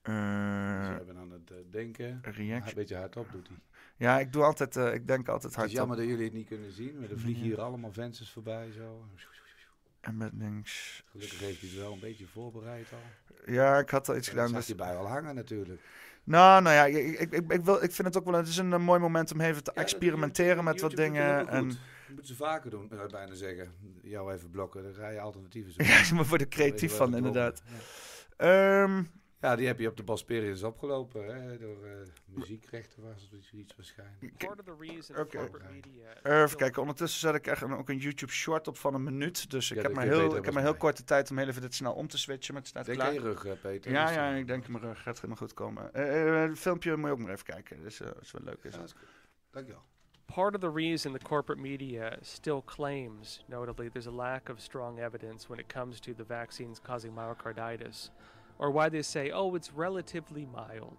dus we hebben aan het uh, denken. Reaction. Een beetje hardop doet hij. Ja, ik doe altijd, uh, ik denk altijd hardop. Het is jammer dat jullie het niet kunnen zien, maar er vliegen hier allemaal vensters voorbij zo. En met links. Gelukkig heeft hij het wel een beetje voorbereid al. Ja, ik had al iets ja, gedaan. Dat dus... zag je bij wel hangen natuurlijk. Nou, nou ja, ik, ik, ik, ik, wil, ik vind het ook wel, het is een, een mooi moment om even te ja, experimenteren met wat dingen. En... Dat moeten ze vaker doen, zou ik bijna zeggen. Jou even blokken, dan ga je alternatieven zoeken. Ja, is maar voor de creatief van, inderdaad. Ja. Um, Ja, die heb je op de Bosperius opgelopen, hè, door uh, muziekrechten was het iets waarschijnlijk. Oké. Okay. Uh, even kijken, ondertussen zet ik echt een, ook een YouTube short op van een minuut. Dus ik ja, heb maar heel, ik heb maar heel korte tijd om heel even dit snel om te switchen. Maar het staat denk klaar. je rug, Peter? Ja, ja, ik denk mijn rug gaat helemaal goed komen. Uh, uh, het filmpje moet je ook maar even kijken. Dus uh, dat is wel leuk. Is ja, dat is goed. Dank je wel. Part of the reason the corporate media still claims, notably, there's a lack of strong evidence when it comes to the vaccines causing myocarditis, or why they say, oh, it's relatively mild,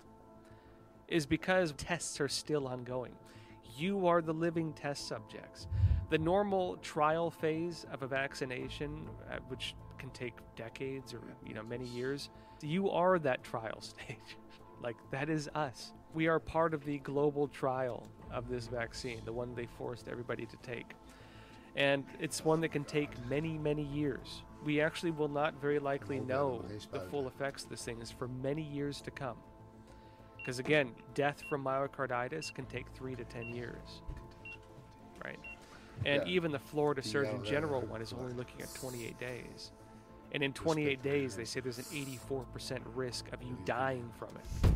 is because tests are still ongoing. You are the living test subjects. The normal trial phase of a vaccination, uh, which can take decades or you know many years, you are that trial stage. Like, that is us. We are part of the global trial of this vaccine, the one they forced everybody to take. And it's one that can take many, many years. We actually will not very likely know the full effects of this thing is for many years to come. Because again, death from myocarditis can take three to ten years, right? And yeah. even the Florida Surgeon General one is only looking at twenty-eight days. And in twenty-eight days, they say there's an eighty-four percent risk of you dying from it.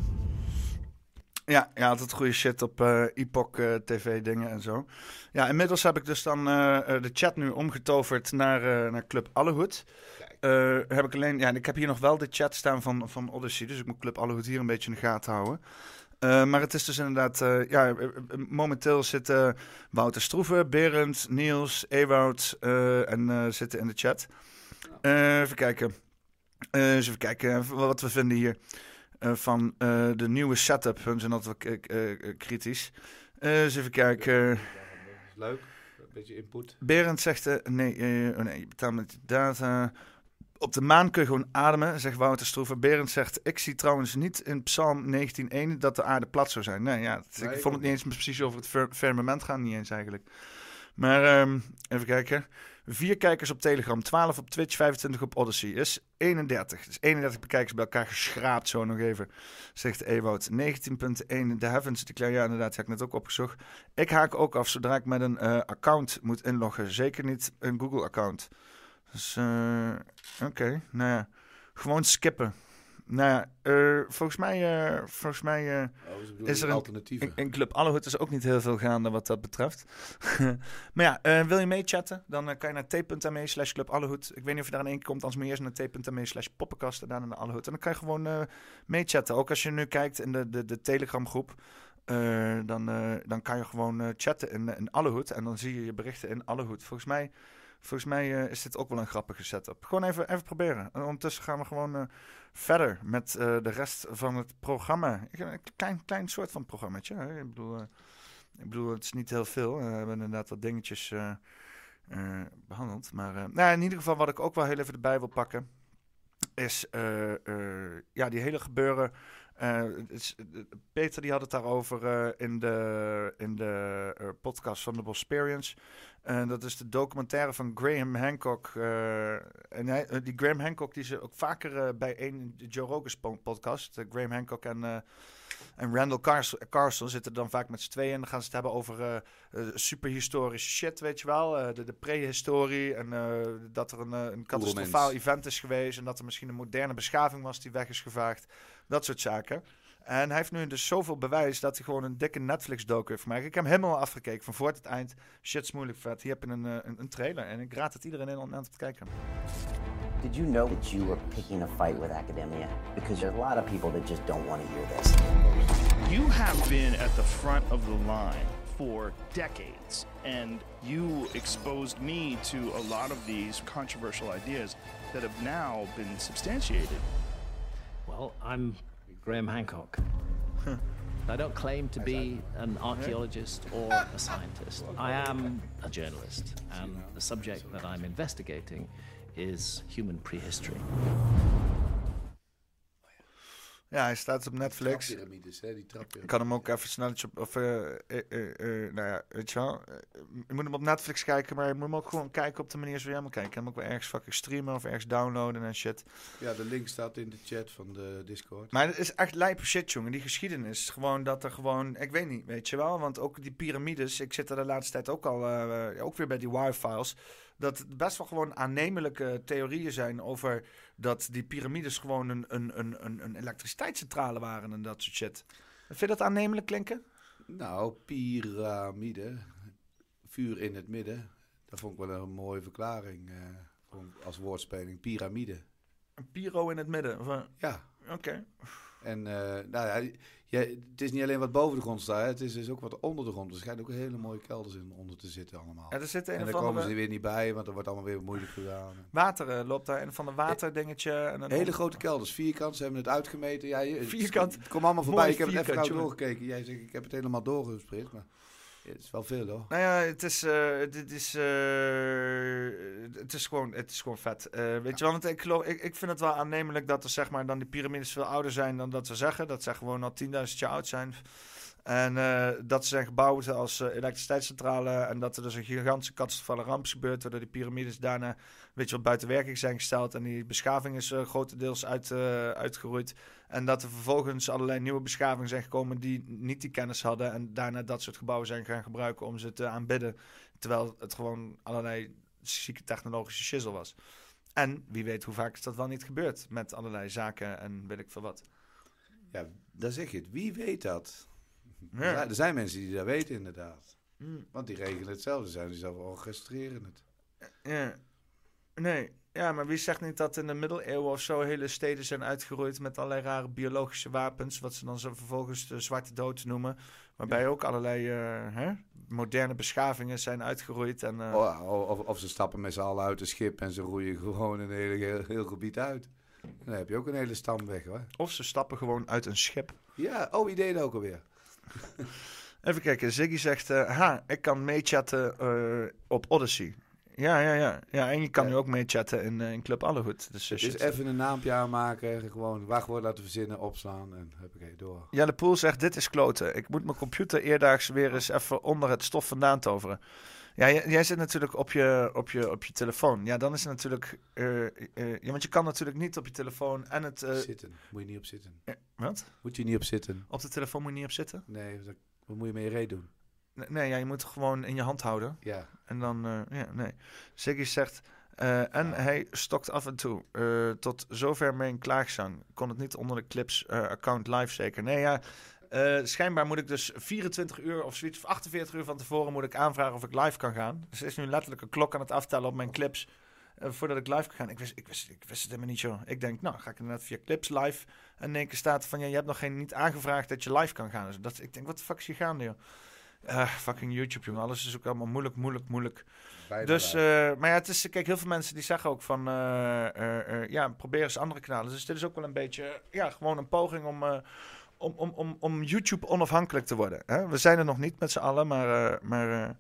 Ja, ja, altijd goede shit op uh, Epoch uh, T V dingen en zo. Ja, inmiddels heb ik dus dan uh, de chat nu omgetoverd naar, uh, naar Club Allehoed. Uh, heb ik alleen, ja, ik heb hier nog wel de chat staan van, van Odyssey, dus ik moet Club Allehoed hier een beetje in de gaten houden. Uh, maar het is dus inderdaad, uh, ja, momenteel zitten Wouter Stroeven, Berend, Niels, Ewout uh, en uh, zitten in de chat. Uh, even kijken. Uh, eens even kijken wat we vinden hier uh, van uh, de nieuwe setup. Hun zijn altijd wel uh, uh, kritisch. Uh, eens even kijken. Leuk, een beetje input. Berend zegt, uh, nee, uh, oh nee, je betaalt met data. Op de maan kun je gewoon ademen, zegt Wouter Stroeven. Berend zegt, ik zie trouwens niet in Psalm negentien één dat de aarde plat zou zijn. Nee, ja, dat, nee, ik vond het niet eens precies over het fir- firmament gaan, niet eens eigenlijk. Maar um, even kijken. Vier kijkers op Telegram, twaalf op Twitch, vijfentwintig op Odyssey. Is eenendertig. Dus eenendertig bekijkers bij elkaar geschraapt, zo nog even. Zegt Ewout. negentien punt één, de Heavens Declare. Ja, inderdaad, heb ik net ook opgezocht. Ik haak ook af zodra ik met een uh, account moet inloggen. Zeker niet een Google-account. Dus, uh, oké, okay. Nou ja. Gewoon skippen. Nou ja, uh, volgens mij, uh, volgens mij uh, oh, is er een, in, in Club Allehoed is ook niet heel veel gaande wat dat betreft. Maar ja, uh, wil je meechatten, dan uh, kan je naar t.me slash Club Allehoed. Ik weet niet of je daar in één keer komt, anders moet je eerst naar t.me slash poppenkast en daarna naar Allehoed. En dan kan je gewoon uh, meechatten. Ook als je nu kijkt in de, de, de Telegram groep, uh, dan, uh, dan kan je gewoon uh, chatten in, in Allehoed. En dan zie je je berichten in Allehoed. Volgens mij... Volgens mij uh, is dit ook wel een grappige setup. Gewoon even, even proberen. En ondertussen gaan we gewoon uh, verder met uh, de rest van het programma. Een klein, klein soort van programmaatje. Hè? Ik bedoel, uh, ik bedoel, het is niet heel veel. Uh, we hebben inderdaad wat dingetjes uh, uh, behandeld. Maar uh, nou, in ieder geval wat ik ook wel heel even erbij wil pakken, is uh, uh, ja, die hele gebeuren. Uh, is, uh, Peter die had het daarover uh, in de, in de uh, podcast van de Bosperians. En uh, dat is de documentaire van Graham Hancock. Uh, en hij, uh, die Graham Hancock die is ook vaker uh, bij een Joe Rogan podcast. Uh, Graham Hancock en, uh, en Randall Carson, Carson zitten dan vaak met z'n tweeën. En dan gaan ze het hebben over uh, uh, superhistorische shit, weet je wel. Uh, de, de prehistorie en uh, dat er een, uh, een catastrofaal event is geweest. En dat er misschien een moderne beschaving was die weg is gevaagd. Dat soort zaken. En hij heeft nu dus zoveel bewijs dat hij gewoon een dikke Netflix-docu heeft gemaakt. Ik heb hem helemaal afgekeken, van voor tot het eind. Shit is moeilijk vet. Hier heb je een, een, een trailer en ik raad het iedereen in om aan te kijken. Did you know that you were picking a fight with academia? Because there's a lot of people that just don't want to hear this. You have been at the front of the line for decades, and you exposed me to a lot of these controversial ideas that have now been substantiated. Well, I'm Graham Hancock. I don't claim to be an archaeologist or a scientist. I am a journalist, and the subject that I'm investigating is human prehistory. Ja, hij staat op Netflix. Trappyramides, hè? Die trappyramides. Ik kan hem ook even snel... Of, uh, uh, uh, uh, nou ja, weet je wel. Uh, je moet hem op Netflix kijken, maar je moet hem ook gewoon kijken op de manier zoals jij hem kijkt. Je kan hem ook wel ergens fucking streamen of ergens downloaden en shit. Ja, de link staat in de chat van de Discord. Maar het is echt lijpe shit, jongen. Die geschiedenis. Gewoon dat er gewoon... Ik weet niet, weet je wel. Want ook die piramides... Ik zit er de laatste tijd ook al... Uh, ook weer bij die Wire-files... Dat het best wel gewoon aannemelijke theorieën zijn over dat die piramides gewoon een, een, een, een, een elektriciteitscentrale waren en dat soort shit. Vind je dat aannemelijk klinken? Nou, piramide, vuur in het midden, dat vond ik wel een mooie verklaring uh, als woordspeling. Piramide. Een piro in het midden? Of, ja. Oké. Okay. En uh, nou ja, ja, het is niet alleen wat boven de grond staat, het is dus ook wat onder de grond. Er schijnen ook hele mooie kelders in onder te zitten allemaal. Ja, er zit een en daar andere... komen ze weer niet bij, want er wordt allemaal weer moeilijk gedaan. Water uh, loopt daar, een van de waterdingetje. En een hele on... grote kelders, vierkant, ze hebben het uitgemeten. Ja, je, vierkant? Het komt allemaal voorbij, Mooi ik heb het even jongen. doorgekeken. Jij zegt, ik heb het helemaal doorgespreid, maar... Ja, het is wel veel, hoor. Nou ja, het is, uh, dit is, uh, het is gewoon, het is gewoon vet. Uh, weet ja. je wel, want ik geloof, ik, ik vind het wel aannemelijk dat er zeg maar dan die piramides veel ouder zijn dan dat ze zeggen. Dat ze gewoon al tienduizend jaar oud zijn. En uh, dat ze zijn gebouwd als uh, elektriciteitscentrale en dat er dus een gigantische katastrofale ramp is gebeurd, waardoor die piramides daarna, weet je wel, buiten werking zijn gesteld en die beschaving is uh, grotendeels uit, uh, uitgeroeid. En dat er vervolgens allerlei nieuwe beschavingen zijn gekomen die niet die kennis hadden en daarna dat soort gebouwen zijn gaan gebruiken om ze te aanbidden, terwijl het gewoon allerlei zieke technologische shizzle was. En wie weet hoe vaak is dat wel niet gebeurd met allerlei zaken en weet ik veel wat. Ja, daar zeg je het. Wie weet dat? Ja. Er zijn mensen die dat weten, inderdaad. Mm. Want die regelen hetzelfde, zijn die zelf orchestreren het. Ja. Nee, ja, maar wie zegt niet dat in de middeleeuwen of zo hele steden zijn uitgeroeid met allerlei rare biologische wapens, wat ze dan zo vervolgens de zwarte dood noemen, waarbij ja. ook allerlei uh, hè, moderne beschavingen zijn uitgeroeid. En, uh... of, of, of ze stappen met z'n allen uit het schip en ze roeien gewoon een hele, heel, heel gebied uit. Dan heb je ook een hele stam weg, hoor. Of ze stappen gewoon uit een schip. Ja, oh, idee ook alweer. Even kijken, Ziggy zegt... Uh, ha, ik kan meechatten uh, op Odyssey. Ja, ja, ja. ja en je kan ja. nu ook meechatten in, uh, in Club Allegoed. Dus, dus even een naampje aanmaken. Gewoon wachtwoord laten verzinnen, opslaan en huppakee, door. Ja, de Poel zegt, dit is kloten. Ik moet mijn computer eerdaags weer eens even onder het stof vandaan toveren. Ja, j- jij zit natuurlijk op je, op, je, op je telefoon. Ja, dan is het natuurlijk... Uh, uh, ja, want je kan natuurlijk niet op je telefoon en het... Uh, zitten. Moet je niet op zitten. Uh, wat? Moet je niet op zitten. Op de telefoon moet je niet op zitten? Nee, dat, wat moet je met je reet doen? Nee, nee ja, je moet het gewoon in je hand houden. Ja. En dan... Uh, ja, nee. Ziggy zegt... Uh, en ja. hij stokt af en toe. Uh, tot zover mijn klaagzang. Kon het niet onder de Clips uh, account live zeker. Nee, ja... Uh, schijnbaar moet ik dus vierentwintig uur of zoiets, of achtenveertig uur van tevoren moet ik aanvragen of ik live kan gaan. Dus er is nu letterlijk een klok aan het aftellen op mijn Clips uh, voordat ik live kan gaan. Ik wist, ik, wist, ik wist het helemaal niet, joh. Ik denk, nou, ga ik inderdaad via Clips live. En in één keer staat van, ja, je hebt nog geen, niet aangevraagd dat je live kan gaan. Dus dat, ik denk, wat de fuck is hier gaande, joh? Uh, fucking YouTube, jongen. Alles is ook allemaal moeilijk, moeilijk, moeilijk. Bijna dus, uh, maar ja, het is, kijk, heel veel mensen die zeggen ook van, uh, uh, uh, ja, probeer eens andere kanalen. Dus dit is ook wel een beetje, ja, gewoon een poging om... Uh, Om, om, om, om YouTube onafhankelijk te worden. Hè? We zijn er nog niet met z'n allen, maar, uh, maar uh,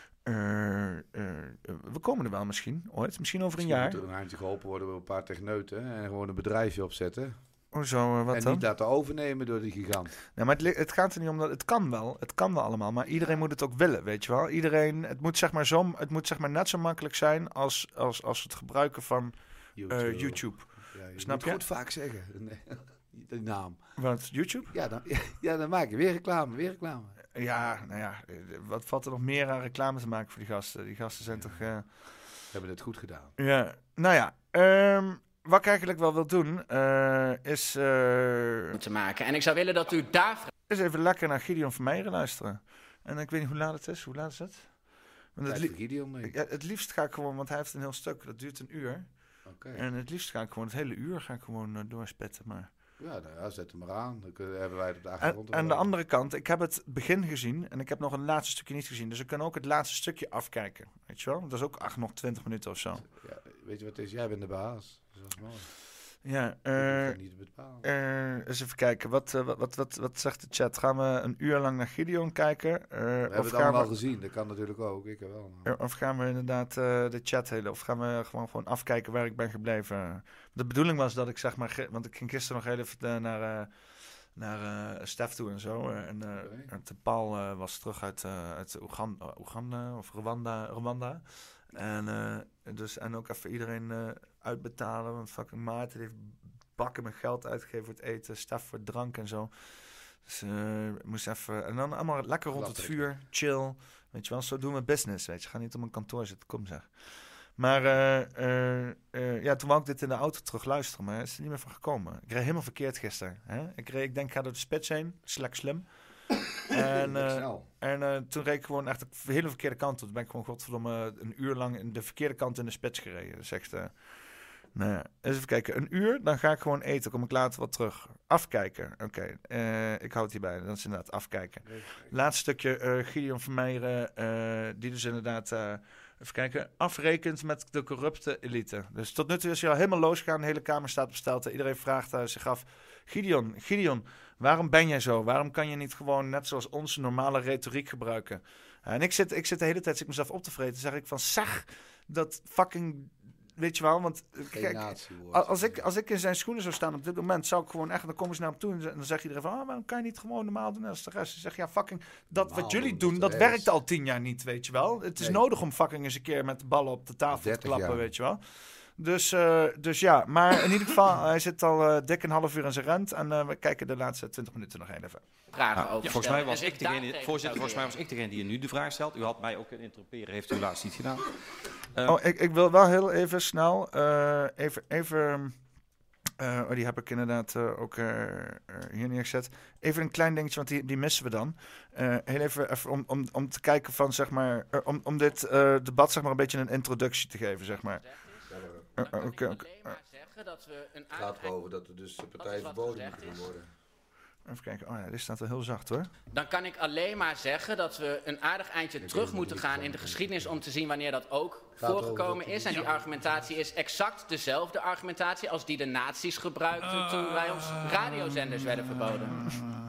uh, uh, we komen er wel misschien ooit. Misschien over misschien een jaar. Moet er een handje geholpen worden door een paar techneuten en gewoon een bedrijfje opzetten. Hoezo, uh, wat en dan? niet laten overnemen door die gigant. Nee, maar het, het gaat er niet om dat... Het kan wel, het kan wel allemaal, maar iedereen moet het ook willen, weet je wel. Iedereen, het moet zeg maar, zo, het moet, zeg maar net zo makkelijk zijn als, als, als het gebruiken van YouTube. Uh, YouTube. Ja, je Snap moet je? goed vaak zeggen. Nee. De naam. Wat, YouTube? Ja dan, ja, dan maak je weer reclame, weer reclame. Ja, nou ja, wat valt er nog meer aan reclame te maken voor die gasten? Die gasten zijn toch... Uh... Hebben het goed gedaan. Ja, nou ja. Um, wat ik eigenlijk wel wil doen, uh, is... Uh... te maken. En ik zou willen dat u daar... Is even lekker naar Gideon Vermeijeren luisteren. En ik weet niet hoe laat het is. Hoe laat is het? Want het, li- Gideon mee. Ja, het liefst ga ik gewoon, want hij heeft een heel stuk. Dat duurt een uur. Okay. En het liefst ga ik gewoon het hele uur ga ik gewoon uh, doorspitten, maar... Ja, nou ja, zet hem maar aan. Dan kunnen, hebben wij het op de achtergrond. En aan de andere kant, ik heb het begin gezien en ik heb nog een laatste stukje niet gezien. Dus we kunnen ook het laatste stukje afkijken. Weet je wel? Dat is ook ach, nog twintig minuten of zo. Ja, weet je wat het is? Jij bent de baas. Dat is mooi. Ja, uh, niet bepalen. Uh, eens even kijken. Wat, uh, wat, wat, wat, wat zegt de chat? Gaan we een uur lang naar Gideon kijken? Uh, we hebben of het gaan allemaal we... gezien. Dat kan natuurlijk ook. Ik wel. Maar... Of gaan we inderdaad uh, de chat hele... Of gaan we gewoon, gewoon afkijken waar ik ben gebleven? De bedoeling was dat ik zeg maar... Want ik ging gisteren nog heel even naar... Uh, naar uh, Stef toe en zo. Uh, en uh, okay. de Paul uh, was terug uit, uh, uit Oeganda, Oeganda of Rwanda. Rwanda. En, uh, dus, en ook even iedereen uh, uitbetalen. Want fucking Maarten heeft bakken met geld uitgegeven voor het eten. Stef voor drank en zo. Dus uh, moest even... En dan allemaal lekker rond het vuur. Chill. Weet je wel, zo doen we business. Weet je, ga niet op een kantoor zitten. Kom zeg. Maar uh, uh, uh, ja, toen wou ik dit in de auto terug luisteren, maar het is er niet meer van gekomen. Ik reed helemaal verkeerd gisteren. Hè? Ik, reed, ik denk, ik ga door de spits heen. Slecht slim. en uh, en uh, toen reed ik gewoon echt de hele verkeerde kant op. Toen ben ik gewoon godverdomme een uur lang in de verkeerde kant in de spits gereden. Dus echt... Uh, nou ja, eens even kijken. Een uur, dan ga ik gewoon eten. Kom ik later wat terug. Afkijken. Oké, okay. uh, ik houd hierbij. Dat is inderdaad afkijken. Laatste stukje uh, Gideon Vermeijeren, uh, die dus inderdaad... Uh, Even kijken, afrekent met de corrupte elite. Dus tot nu toe is hij al helemaal losgegaan. De hele kamer staat op stelte. Iedereen vraagt uh, zich af, Gideon, Gideon, waarom ben jij zo? Waarom kan je niet gewoon net zoals onze normale retoriek gebruiken? Uh, en ik zit, ik zit de hele tijd zit mezelf op te vreten. zeg ik van, zeg dat fucking... Weet je wel, want kijk, als, ik, als ik in zijn schoenen zou staan op dit moment, zou ik gewoon echt, dan komen ze naar hem toe en dan zegt iedereen van, oh, waarom kan je niet gewoon normaal doen als de rest? Ze zeg ja, fucking, dat normaal wat jullie doen, dat werkt al tien jaar niet, weet je wel. Het is nee. nodig om fucking eens een keer met de ballen op de tafel te klappen, jaar. weet je wel. Dus, uh, dus ja, maar in ieder geval, hij zit al uh, dik een half uur in zijn rent en uh, we kijken de laatste twintig minuten nog even. Vragen over. Ja, volgens mij was ik degene, voorzitter, volgens mij was ik degene die nu de vraag stelt. U had mij ook kunnen interroperen, heeft u laatst niet gedaan. Uh, oh, ik, ik wil wel heel even snel, uh, even, even uh, oh, die heb ik inderdaad uh, ook uh, uh, hier neergezet. Even een klein dingetje, want die, die missen we dan. Uh, heel even, even om, om, om te kijken van, zeg maar, uh, om, om dit uh, debat, zeg maar, een beetje een introductie te geven, zeg maar. Uh, uh, okay, okay. Uh, het gaat erover dat we dus de partijen verboden moeten worden. Even kijken. Oh ja, dit staat wel heel zacht hoor. Dan kan ik alleen maar zeggen dat we een aardig eindje terug moeten gaan in de geschiedenis om te zien wanneer dat ook voorgekomen is. En die argumentatie is exact dezelfde argumentatie als die de nazi's gebruikten toen wij ons radiozenders werden verboden.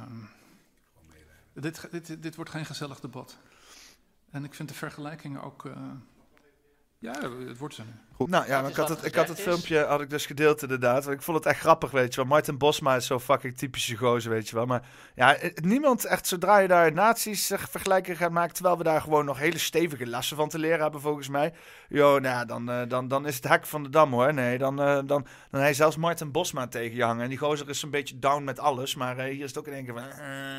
Dit, dit, dit wordt geen gezellig debat. En ik vind de vergelijkingen ook... Uh, ja, het wordt zo nu. Goed. Nou ja, maar ik had het, ik had het filmpje had ik dus gedeeld inderdaad. Want ik vond het echt grappig, weet je wel. Martin Bosma is zo'n fucking typische gozer, weet je wel. Maar ja, niemand echt, zodra je daar nazi's vergelijking gaat maken, terwijl we daar gewoon nog hele stevige lessen van te leren hebben, volgens mij. Jo, nou ja, dan, uh, dan, dan is het hek van de dam, hoor. Nee, dan, uh, dan, dan hij zelfs Martin Bosma tegen je hangen. En die gozer is een beetje down met alles. Maar uh, hier is het ook in één keer van...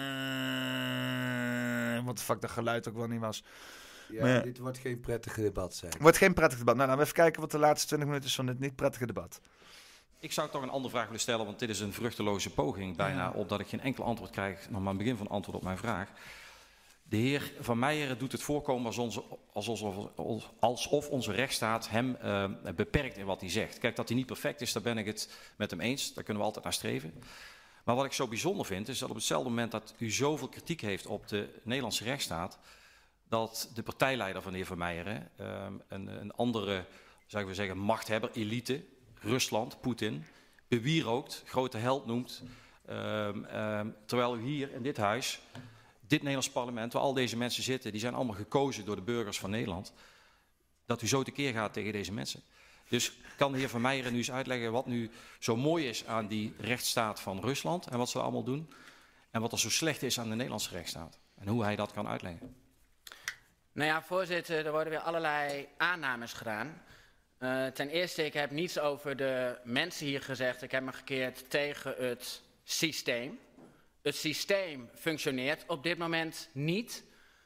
Uh, wat de fuck dat geluid ook wel niet was. Ja, ja, dit wordt geen prettig debat zijn. Wordt geen prettig debat. Nou, dan even kijken wat de laatste twintig minuten is van dit niet prettige debat. Ik zou toch een andere vraag willen stellen, want dit is een vruchteloze poging bijna, ja. Opdat ik geen enkel antwoord krijg, nog maar een begin van antwoord op mijn vraag. De heer Van Meijeren doet het voorkomen als onze, alsof, alsof onze rechtsstaat hem uh, beperkt in wat hij zegt. Kijk, dat hij niet perfect is, daar ben ik het met hem eens. Daar kunnen we altijd naar streven. Maar wat ik zo bijzonder vind, is dat op hetzelfde moment dat u zoveel kritiek heeft op de Nederlandse rechtsstaat, dat de partijleider van de heer Van Meijeren, um, een, een andere, zouden we zeggen, machthebber, elite, Rusland, Poetin, bewierookt, grote held noemt. Um, um, terwijl u hier in dit huis, dit Nederlands parlement, waar al deze mensen zitten, die zijn allemaal gekozen door de burgers van Nederland, dat u zo tekeer gaat tegen deze mensen. Dus kan de heer Van Meijeren nu eens uitleggen wat nu zo mooi is aan die rechtsstaat van Rusland en wat ze allemaal doen, en wat er zo slecht is aan de Nederlandse rechtsstaat en hoe hij dat kan uitleggen. Nou ja, voorzitter, er worden weer allerlei aannames gedaan. Uh, ten eerste, ik heb niets over de mensen hier gezegd. Ik heb me gekeerd tegen het systeem. Het systeem functioneert op dit moment niet.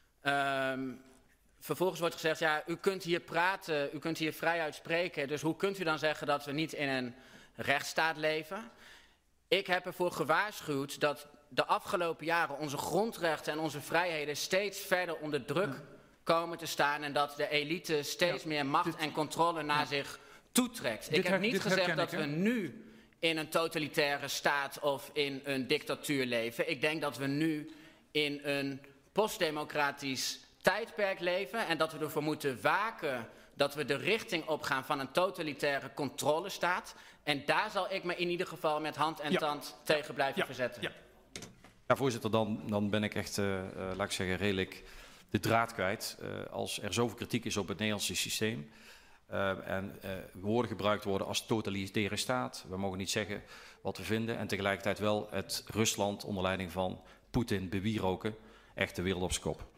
Um, vervolgens wordt gezegd, ja, u kunt hier praten, u kunt hier vrij uitspreken. Dus hoe kunt u dan zeggen dat we niet in een rechtsstaat leven? Ik heb ervoor gewaarschuwd dat de afgelopen jaren onze grondrechten en onze vrijheden steeds verder onder druk komen te staan en dat de elite steeds ja, meer macht dit, en controle naar ja. zich toetrekt. Ik heb niet gezegd dat ik, we nu in een totalitaire staat of in een dictatuur leven. Ik denk dat we nu in een postdemocratisch tijdperk leven en dat we ervoor moeten waken dat we de richting opgaan van een totalitaire controlestaat. En daar zal ik me in ieder geval met hand en ja. tand tegen blijven ja. verzetten. Ja. Ja, voorzitter, dan, dan ben ik echt, uh, uh, laat ik zeggen, redelijk de draad kwijt. Uh, als er zoveel kritiek is op het Nederlandse systeem uh, en uh, woorden gebruikt worden als totalitaire staat. We mogen niet zeggen wat we vinden en tegelijkertijd wel het Rusland onder leiding van Poetin bewieroken. Echt de wereld op z'n kop.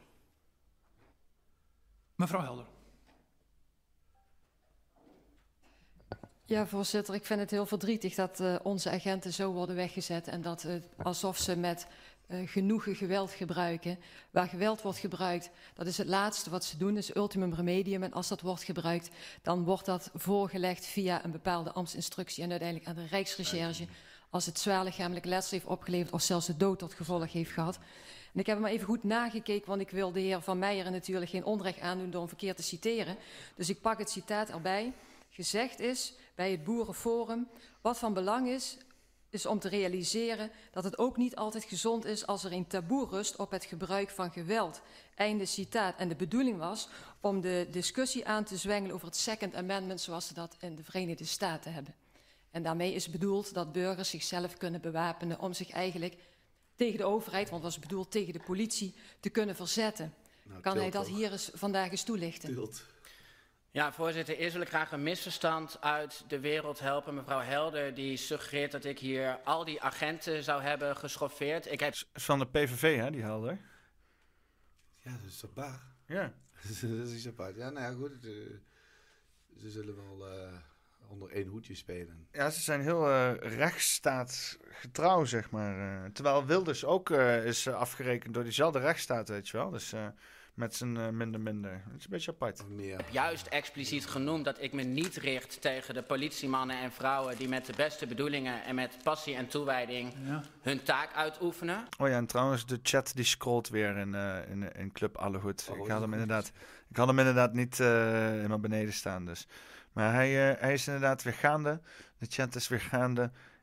Mevrouw Helder. Ja, voorzitter, ik vind het heel verdrietig dat uh, onze agenten zo worden weggezet en dat uh, alsof ze met uh, genoegen geweld gebruiken. Waar geweld wordt gebruikt, dat is het laatste wat ze doen, is ultimum remedium. En als dat wordt gebruikt, dan wordt dat voorgelegd via een bepaalde ambtsinstructie en uiteindelijk aan de Rijksrecherche als het zwaar lichamelijk letsel heeft opgeleverd of zelfs de dood tot gevolg heeft gehad. En ik heb hem maar even goed nagekeken, want ik wil de heer Van Meijeren natuurlijk geen onrecht aandoen door hem verkeerd te citeren. Dus ik pak het citaat erbij. Gezegd is bij het Boerenforum, wat van belang is, is om te realiseren dat het ook niet altijd gezond is als er een taboe rust op het gebruik van geweld. Einde citaat. En de bedoeling was om de discussie aan te zwengelen over het Second Amendment zoals ze dat in de Verenigde Staten hebben. En daarmee is bedoeld dat burgers zichzelf kunnen bewapenen om zich eigenlijk tegen de overheid, want dat was bedoeld tegen de politie, te kunnen verzetten. Nou, kan hij dat ook hier eens vandaag eens toelichten? Tilt. Ja, voorzitter, eerst wil ik graag een misverstand uit de wereld helpen. Mevrouw Helder die suggereert dat ik hier al die agenten zou hebben geschoffeerd. Ik heb... Van de P V V, hè, die Helder? Ja, dat is toch waar? Ja. Dat is iets apart. Ja, nou ja, goed. Uh, ze zullen wel uh, onder één hoedje spelen. Ja, ze zijn heel uh, rechtsstaatsgetrouw, zeg maar. Uh, terwijl Wilders ook uh, is uh, afgerekend door diezelfde rechtsstaat, weet je wel. Dus... Uh, Met zijn uh, minder minder. Dat is een beetje apart. Ik heb juist expliciet genoemd dat ik me niet richt tegen de politiemannen en vrouwen die met de beste bedoelingen en met passie en toewijding ja. hun taak uitoefenen. Oh ja, en trouwens, de chat die scrolt weer in, uh, in, in Club Allegoed. Oh, ik had hem inderdaad, ik had hem inderdaad niet uh, helemaal beneden staan. Dus. Maar hij, uh, hij is inderdaad weer gaande. De chat is weer gaande.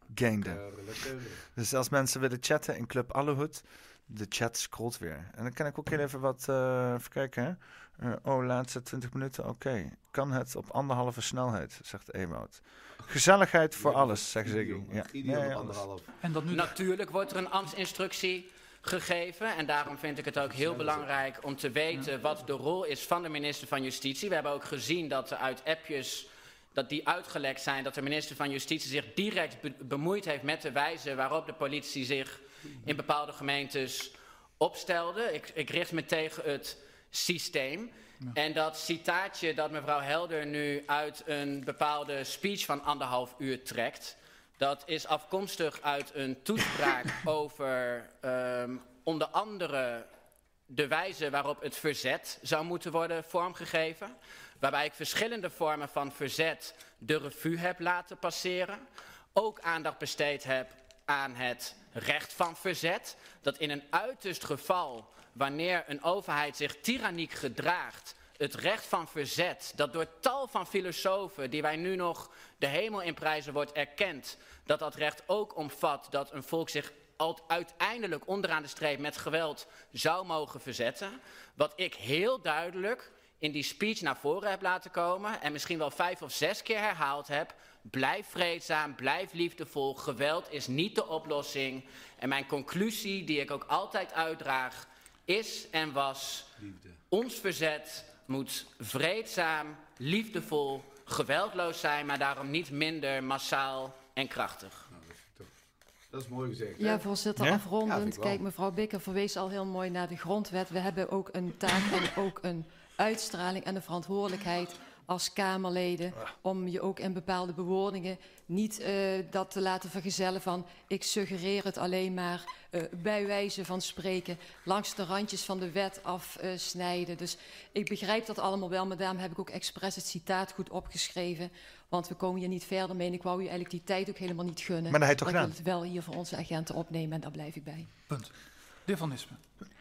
gainde. Dus als mensen willen chatten in Club Allehoed, de chat scrolt weer. En dan kan ik ook heel even wat, uh, even kijken hè. Uh, oh, laatste twintig minuten, oké. Okay. Kan het op anderhalve snelheid, zegt Ewout. Gezelligheid voor ja, alles, zegt Ziggy. Ja. Nee, nee, anderhalf. En dat nu... Natuurlijk wordt er een ambtsinstructie gegeven. En daarom vind ik het ook heel belangrijk om te weten wat de rol is van de minister van Justitie. We hebben ook gezien dat er uit appjes, dat die uitgelekt zijn, dat de minister van Justitie zich direct be- bemoeid heeft met de wijze waarop de politie zich in bepaalde gemeentes opstelde. Ik, ik richt me tegen het systeem. Ja. En dat citaatje dat mevrouw Helder nu uit een bepaalde speech van anderhalf uur trekt, dat is afkomstig uit een toespraak over um, onder andere de wijze waarop het verzet zou moeten worden vormgegeven. Waarbij ik verschillende vormen van verzet de revue heb laten passeren. Ook aandacht besteed heb aan het recht van verzet. Dat in een uiterst geval, wanneer een overheid zich tyranniek gedraagt, het recht van verzet, dat door tal van filosofen die wij nu nog de hemel in prijzen wordt erkend, dat dat recht ook omvat dat een volk zich uiteindelijk onderaan de streep met geweld zou mogen verzetten. Wat ik heel duidelijk in die speech naar voren heb laten komen en misschien wel vijf of zes keer herhaald heb. Blijf vreedzaam, blijf liefdevol, geweld is niet de oplossing. En mijn conclusie, die ik ook altijd uitdraag, is en was, liefde. Ons verzet moet vreedzaam, liefdevol, geweldloos zijn, maar daarom niet minder massaal en krachtig. Nou, dat, is toch, dat is mooi gezegd. Ja, hè? voorzitter, Ja? afrondend. Ja, Kijk, mevrouw Bikker verwees al heel mooi naar de grondwet. We hebben ook een taak en ook een uitstraling en de verantwoordelijkheid als Kamerleden om je ook in bepaalde bewoordingen niet uh, dat te laten vergezellen van ik suggereer het alleen maar uh, bij wijze van spreken langs de randjes van de wet afsnijden. Uh, dus ik begrijp dat allemaal wel, maar daarom heb ik ook expres het citaat goed opgeschreven. Want we komen hier niet verder mee en ik wou u eigenlijk die tijd ook helemaal niet gunnen. Maar dat heb je toch gedaan? Ik wil het wel hier voor onze agenten opnemen en daar blijf ik bij. Punt. De heer Van Nispen.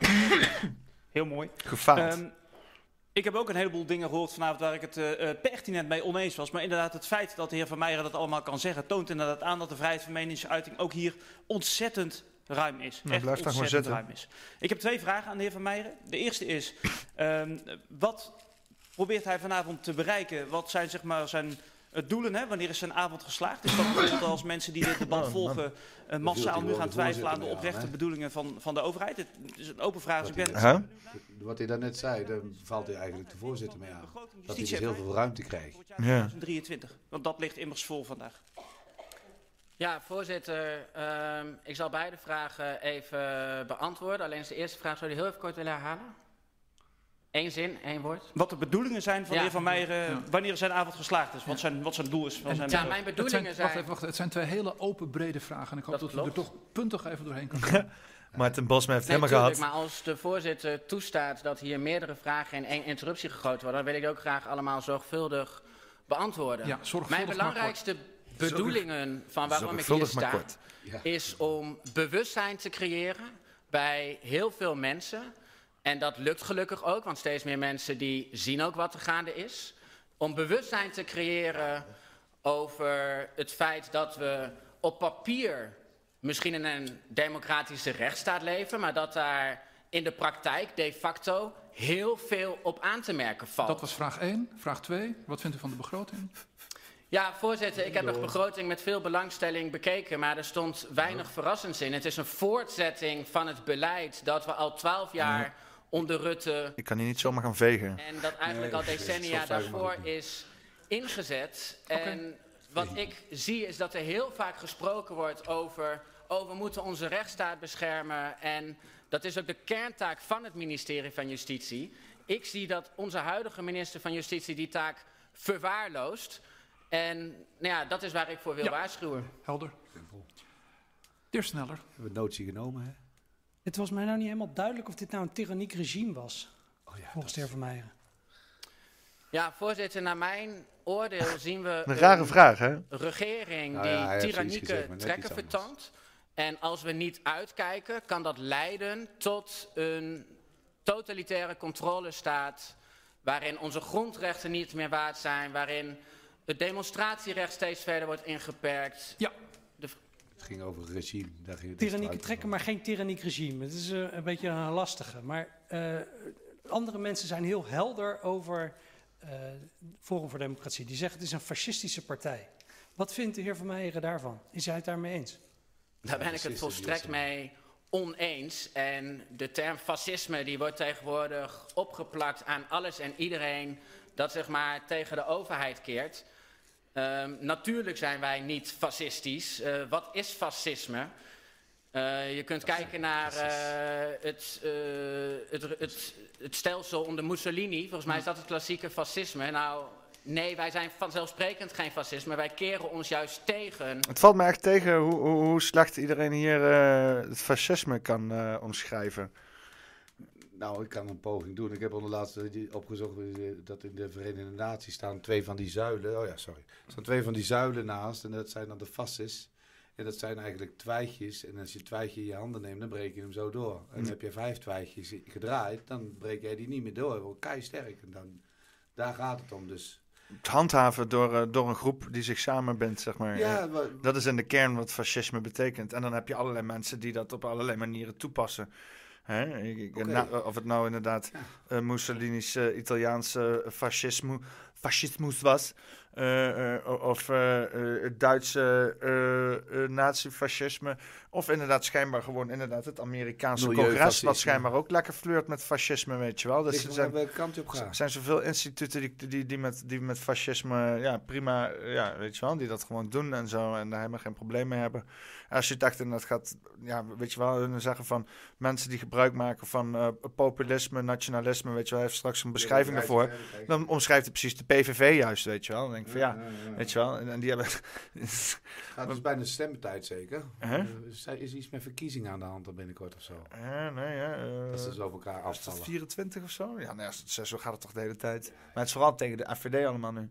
Heel mooi. Gefaald. Um, Ik heb ook een heleboel dingen gehoord vanavond waar ik het uh, pertinent mee oneens was. Maar inderdaad, het feit dat de heer Van Meijeren dat allemaal kan zeggen, toont inderdaad aan dat de vrijheid van meningsuiting ook hier ontzettend ruim is. Nou, blijf daar gewoon zitten. Ruim is. Ik heb twee vragen aan de heer Van Meijeren. De eerste is, um, wat probeert hij vanavond te bereiken? Wat zijn zeg maar zijn uh, doelen? Hè? Wanneer is zijn avond geslaagd? Is dat bijvoorbeeld als mensen die dit debat volgen uh, massaal nu gaan twijfelen aan de oprechte aan, bedoelingen van, van de overheid? Het is een open vraag. Dus ik ben huh? Wat hij daarnet zei, daar valt hij eigenlijk de voorzitter mee aan. Dat hij dus heel veel ruimte krijgt. Ja. tweeduizend drieëntwintig, want dat ligt immers vol vandaag. Ja, voorzitter. Uh, ik zal beide vragen even beantwoorden. Alleen is de eerste vraag, zou je heel even kort willen herhalen? Eén zin, één woord. Wat de bedoelingen zijn van ja. de heer Van Meijeren, ja. wanneer zijn avond geslaagd is, wat zijn, wat zijn doel is. Van zijn ja, mijn bedoelingen zijn, zijn... Wacht even, wacht, het zijn twee hele open, brede vragen. En ik hoop dat, dat u er toch puntig even doorheen kan komen. Maarten Bosma heeft het nee, helemaal tuurlijk, gehad. Maar als de voorzitter toestaat dat hier meerdere vragen in één interruptie gegoten worden, dan wil ik die ook graag allemaal zorgvuldig beantwoorden. Ja, zorgvuldig. Mijn belangrijkste bedoelingen van waarom ik hier sta, ja. is om bewustzijn te creëren bij heel veel mensen. En dat lukt gelukkig ook, want steeds meer mensen die zien ook wat er gaande is. Om bewustzijn te creëren over het feit dat we op papier misschien in een democratische rechtsstaat leven, maar dat daar in de praktijk de facto heel veel op aan te merken valt. Dat was vraag één. Vraag twee, wat vindt u van de begroting? Ja, voorzitter, ik heb de begroting met veel belangstelling bekeken, maar er stond weinig verrassends in. Het is een voortzetting van het beleid dat we al twaalf jaar onder Rutte... Ik kan hier niet zomaar gaan vegen. En dat eigenlijk nee, al decennia daarvoor is ingezet. Okay. En wat ik zie is dat er heel vaak gesproken wordt over... oh, we moeten onze rechtsstaat beschermen. En dat is ook de kerntaak van het ministerie van Justitie. Ik zie dat onze huidige minister van Justitie die taak verwaarloost. En nou ja, dat is waar ik voor wil ja. waarschuwen. Helder. De heer Sneller. We hebben notie genomen, hè? Het was mij nou niet helemaal duidelijk of dit nou een tyranniek regime was. Oh ja, volgens de heer Van Meijeren. Ja, voorzitter, naar mijn oordeel zien we een rare vraag, hè? regering nou die ja, tyrannieke gezegd, trekken vertoont. En als we niet uitkijken, kan dat leiden tot een totalitaire controlestaat waarin onze grondrechten niet meer waard zijn, waarin het demonstratierecht steeds verder wordt ingeperkt. Ja. De... Het ging over het regime. Daar ging het Tyrannieke trekken, maar geen tyranniek regime. Het is uh, een beetje een lastige. Maar uh, andere mensen zijn heel helder over uh, Forum voor Democratie. Die zeggen het is een fascistische partij. Wat vindt de heer Van Meijeren daarvan? Is hij het daarmee eens? Daar ben ik het volstrekt mee oneens. En de term fascisme die wordt tegenwoordig opgeplakt aan alles en iedereen dat zeg maar tegen de overheid keert. Um, natuurlijk zijn wij niet fascistisch. Uh, wat is fascisme? Uh, je kunt kijken naar uh, het, uh, het, het, het stelsel onder Mussolini. Volgens mij is dat het klassieke fascisme. Nou, nee, wij zijn vanzelfsprekend geen fascisme. Wij keren ons juist tegen. Het valt me echt tegen hoe, hoe, hoe slecht iedereen hier uh, het fascisme kan uh, omschrijven. Nou, ik kan een poging doen. Ik heb onderlaatst opgezocht dat in de Verenigde Naties staan twee van die zuilen. Oh ja, sorry. Er staan twee van die zuilen naast en dat zijn dan de fasces. En dat zijn eigenlijk twijgjes. En als je een twijgje in je handen neemt, dan breek je hem zo door. En dan heb je vijf twijgjes gedraaid, dan breek jij die niet meer door. Wordt keisterk. En dan, daar gaat het om dus. Het handhaven door, uh, door een groep die zich samenbindt, zeg maar. Ja, maar. Dat is in de kern wat fascisme betekent. En dan heb je allerlei mensen die dat op allerlei manieren toepassen. Hè? Ik, okay. na, of het nou inderdaad ja. uh, Mussolini's uh, Italiaanse fascisme, fascismus was. Uh, uh, of uh, uh, het Duitse uh, uh, nazi-fascisme. Of inderdaad schijnbaar gewoon inderdaad het Amerikaanse congres. Wat schijnbaar ook lekker flirt met fascisme, weet je wel. Dus er zijn, welke kant op gaan. zijn zoveel instituten die, die, die, met, die met fascisme, ja prima, ja, weet je wel. Die dat gewoon doen en zo. En daar helemaal geen probleem mee hebben. Als je het echt inderdaad gaat, ja, weet je wel, hun zeggen van mensen die gebruik maken van uh, populisme, nationalisme, weet je wel. Hij heeft straks een beschrijving ja, daarvoor. Dan omschrijft hij precies de P V V juist, weet je wel. Dan denk ik van ja, ja, ja, ja. weet je wel. En, en die hebben... Het is bijna stemmentijd zeker. Huh? Is er iets met verkiezingen aan de hand dan binnenkort of zo? Ja, nee, ja. Uh, dat ze zo over elkaar afvallen. Is het vierentwintig of zo? Ja, nee, zo gaat het toch de hele tijd. Maar het is vooral tegen de A V D allemaal nu.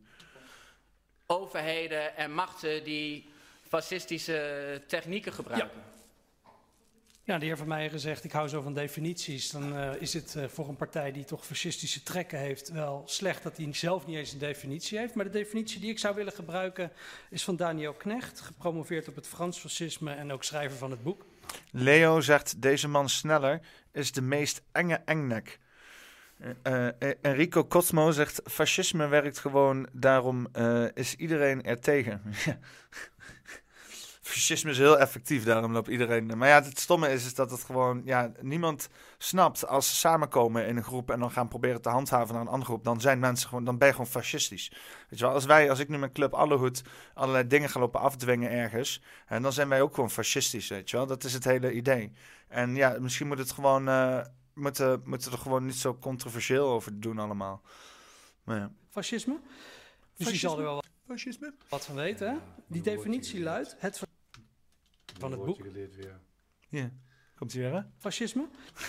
Overheden en machten die fascistische technieken gebruiken. Ja. Ja, de heer Van Meijeren zegt, ik hou zo van definities. Dan uh, is het uh, voor een partij die toch fascistische trekken heeft wel slecht dat hij zelf niet eens een definitie heeft. Maar de definitie die ik zou willen gebruiken is van Daniel Knecht, gepromoveerd op het Frans fascisme en ook schrijver van het boek. Leo zegt, deze man sneller is de meest enge engnek. Uh, uh, Enrico Cosmo zegt, fascisme werkt gewoon, daarom uh, is iedereen er tegen. Fascisme is heel effectief, daarom loopt iedereen... Maar ja, het stomme is, is dat het gewoon... Ja, niemand snapt als ze samenkomen in een groep en dan gaan proberen te handhaven naar een andere groep, dan zijn mensen gewoon... Dan ben je gewoon fascistisch. Weet je wel, als wij, als ik nu met Club Allehoed allerlei dingen ga lopen afdwingen ergens, en dan zijn wij ook gewoon fascistisch, weet je wel. Dat is het hele idee. En ja, misschien moet het gewoon... Uh, moeten, moeten er gewoon niet zo controversieel over doen allemaal. Maar ja. Fascisme? Dus je zal er wel wat, Fascisme? wat van weten, hè? Die definitie luidt... Het van het boek. Ja, komt ie weer, hè? Fascisme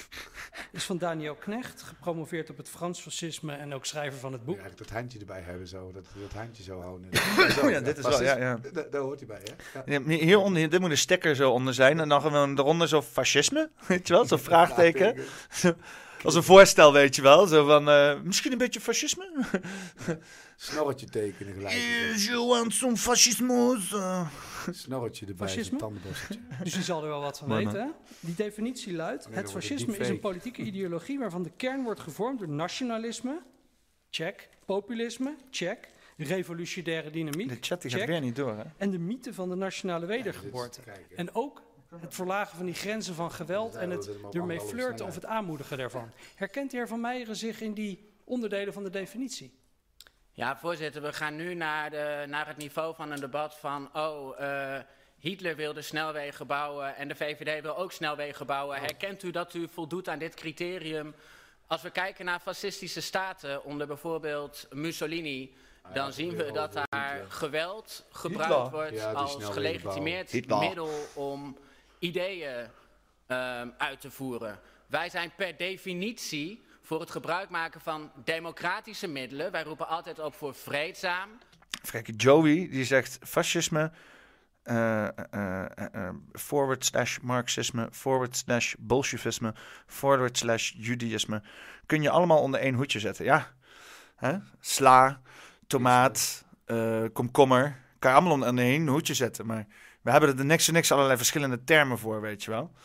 is van Daniel Knecht, gepromoveerd op het Frans fascisme en ook schrijver van het boek. Ja, dat handje erbij hebben zo, dat, dat handje zo houden. Oh ja, dit is wel, ja, ja. Daar, daar hoort hij bij, hè? Ja. Ja, hieronder, dit moet een sticker zo onder zijn en dan gewoon eronder zo fascisme, weet je wel, zo'n vraagteken. Als een voorstel, weet je wel, zo van, uh, misschien een beetje fascisme? Snorretje tekenen gelijk. Je want some fascismus. Snorretje erbij, fascisme? Tandenborsteltje. Dus je zal er wel wat van Mama. weten, hè? Die definitie luidt, het fascisme is een politieke ideologie waarvan de kern wordt gevormd door nationalisme, check, populisme, check, revolutionaire dynamiek, de chat die check, gaat weer niet door, hè? En de mythe van de nationale wedergeboorte. Ja, en ook het verlagen van die grenzen van geweld en het ermee flirten of het aanmoedigen daarvan. Herkent de heer Van Meijeren zich in die onderdelen van de definitie? Ja, voorzitter, we gaan nu naar, de, naar het niveau van een debat van... oh, uh, Hitler wilde snelwegen bouwen en de V V D wil ook snelwegen bouwen. Herkent u dat u voldoet aan dit criterium? Als we kijken naar fascistische staten onder bijvoorbeeld Mussolini... dan zien we dat daar geweld gebruikt wordt ja, als gelegitimeerd middel om ideeën um, uit te voeren. Wij zijn per definitie voor het gebruik maken van democratische middelen. Wij roepen altijd op voor vreedzaam. Kijk, Joey die zegt fascisme, uh, uh, uh, forward slash marxisme, forward slash bolsjevisme, forward slash judaïsme. Kun je allemaal onder één hoedje zetten, ja. Hè? Sla, tomaat, uh, komkommer. Kan je allemaal onder één hoedje zetten, maar we hebben er niks en niks allerlei verschillende termen voor, weet je wel.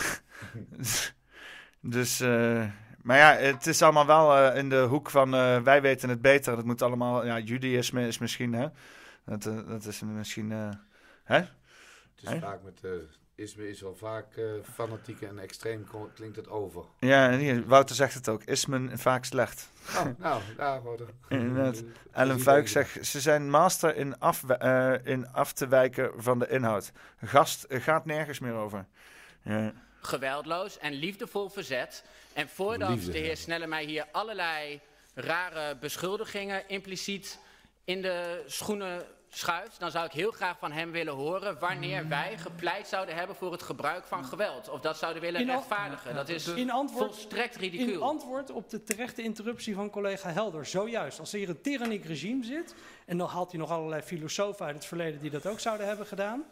dus, uh, maar ja, het is allemaal wel uh, in de hoek van uh, wij weten het beter. Dat moet allemaal, ja, judaïsme is misschien, hè. Dat, uh, dat is misschien, uh, hè? Het is hè? vaak met... Uh... Isme is wel vaak uh, fanatiek en extreem klinkt het over. Ja, en Wouter zegt het ook. Ismen vaak slecht. Oh, nou, daar worden. Inderdaad. Ellen Vuik zegt, ze zijn master in af, uh, in af te wijken van de inhoud. Gast uh, gaat nergens meer over. Ja. Geweldloos en liefdevol verzet. En voordat Liefde, de heer Snelle mij hier allerlei rare beschuldigingen impliciet in de schoenen schuift, dan zou ik heel graag van hem willen horen wanneer wij gepleit zouden hebben voor het gebruik van geweld. Of dat zouden willen rechtvaardigen. Dat is in antwoord, volstrekt ridicuul. In antwoord op de terechte interruptie van collega Helder, zojuist. Als er hier een tyranniek regime zit, en dan haalt hij nog allerlei filosofen uit het verleden die dat ook zouden hebben gedaan,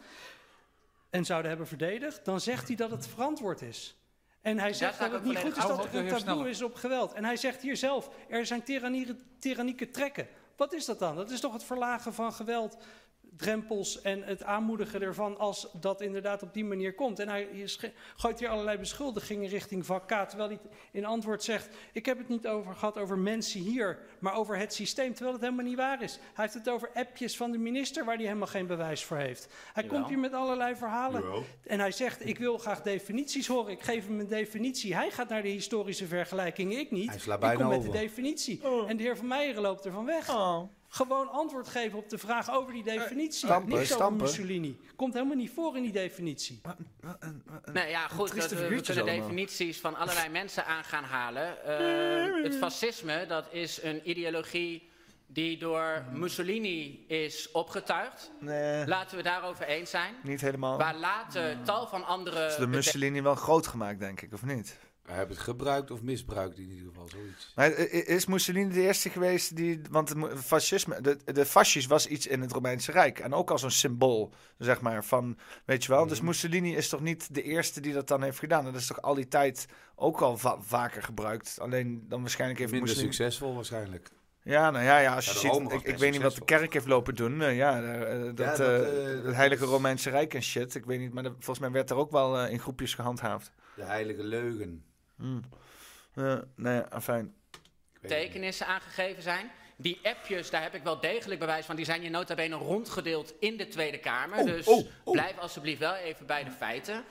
en zouden hebben verdedigd, dan zegt hij dat het verantwoord is. En hij zegt dat het niet goed is dat er een taboe is op geweld. En hij zegt hier zelf, er zijn tyrannieke trekken. Wat is dat dan? Dat is toch het verlagen van geweld, drempels en het aanmoedigen ervan als dat inderdaad op die manier komt. En hij gooit hier allerlei beschuldigingen richting vak K, terwijl hij in antwoord zegt, ik heb het niet over gehad over mensen hier, maar over het systeem, terwijl het helemaal niet waar is. Hij heeft het over appjes van de minister waar hij helemaal geen bewijs voor heeft. Hij Jawel. komt hier met allerlei verhalen Jawel. en hij zegt, ik wil graag definities horen, ik geef hem een definitie. Hij gaat naar de historische vergelijkingen, ik niet. Hij ik kom met over. de definitie. Oh. En de heer Van Meijeren loopt er van weg. Oh. Gewoon antwoord geven op de vraag over die definitie. Stampen, Niks over stampen. Mussolini. Komt helemaal niet voor in die definitie. Nee, ja, goed, dat, we, we kunnen allemaal. definities van allerlei mensen aan gaan halen. Uh, het fascisme, dat is een ideologie die door Mussolini is opgetuigd. Nee. Laten we daarover eens zijn. Niet helemaal. Waar later tal van andere... Is de Mussolini wel groot gemaakt, denk ik, of niet? Hij heeft het gebruikt of misbruikt in ieder geval, zoiets. Maar is Mussolini de eerste geweest die... Want het fascisme, de, de fascis was iets in het Romeinse Rijk. En ook als een symbool, zeg maar, van... Weet je wel, mm. dus Mussolini is toch niet de eerste die dat dan heeft gedaan? Dat is toch al die tijd ook al va- vaker gebruikt? Alleen dan waarschijnlijk even Minder Mussolini... succesvol waarschijnlijk. Ja, nou ja, ja als je ja, ziet... Ik, ik weet niet wat de kerk heeft lopen doen. Uh, ja, uh, dat, ja, dat, uh, uh, het Heilige is... Romeinse Rijk en shit. Ik weet niet, maar de, volgens mij werd er ook wel uh, in groepjes gehandhaafd. De heilige leugen. Mm. Uh, nee, afijn. Tekenissen aangegeven zijn. Die appjes, daar heb ik wel degelijk bewijs van. Die zijn hier nota bene rondgedeeld in de Tweede Kamer. Oh, dus oh, oh. blijf alsjeblieft wel even bij de feiten.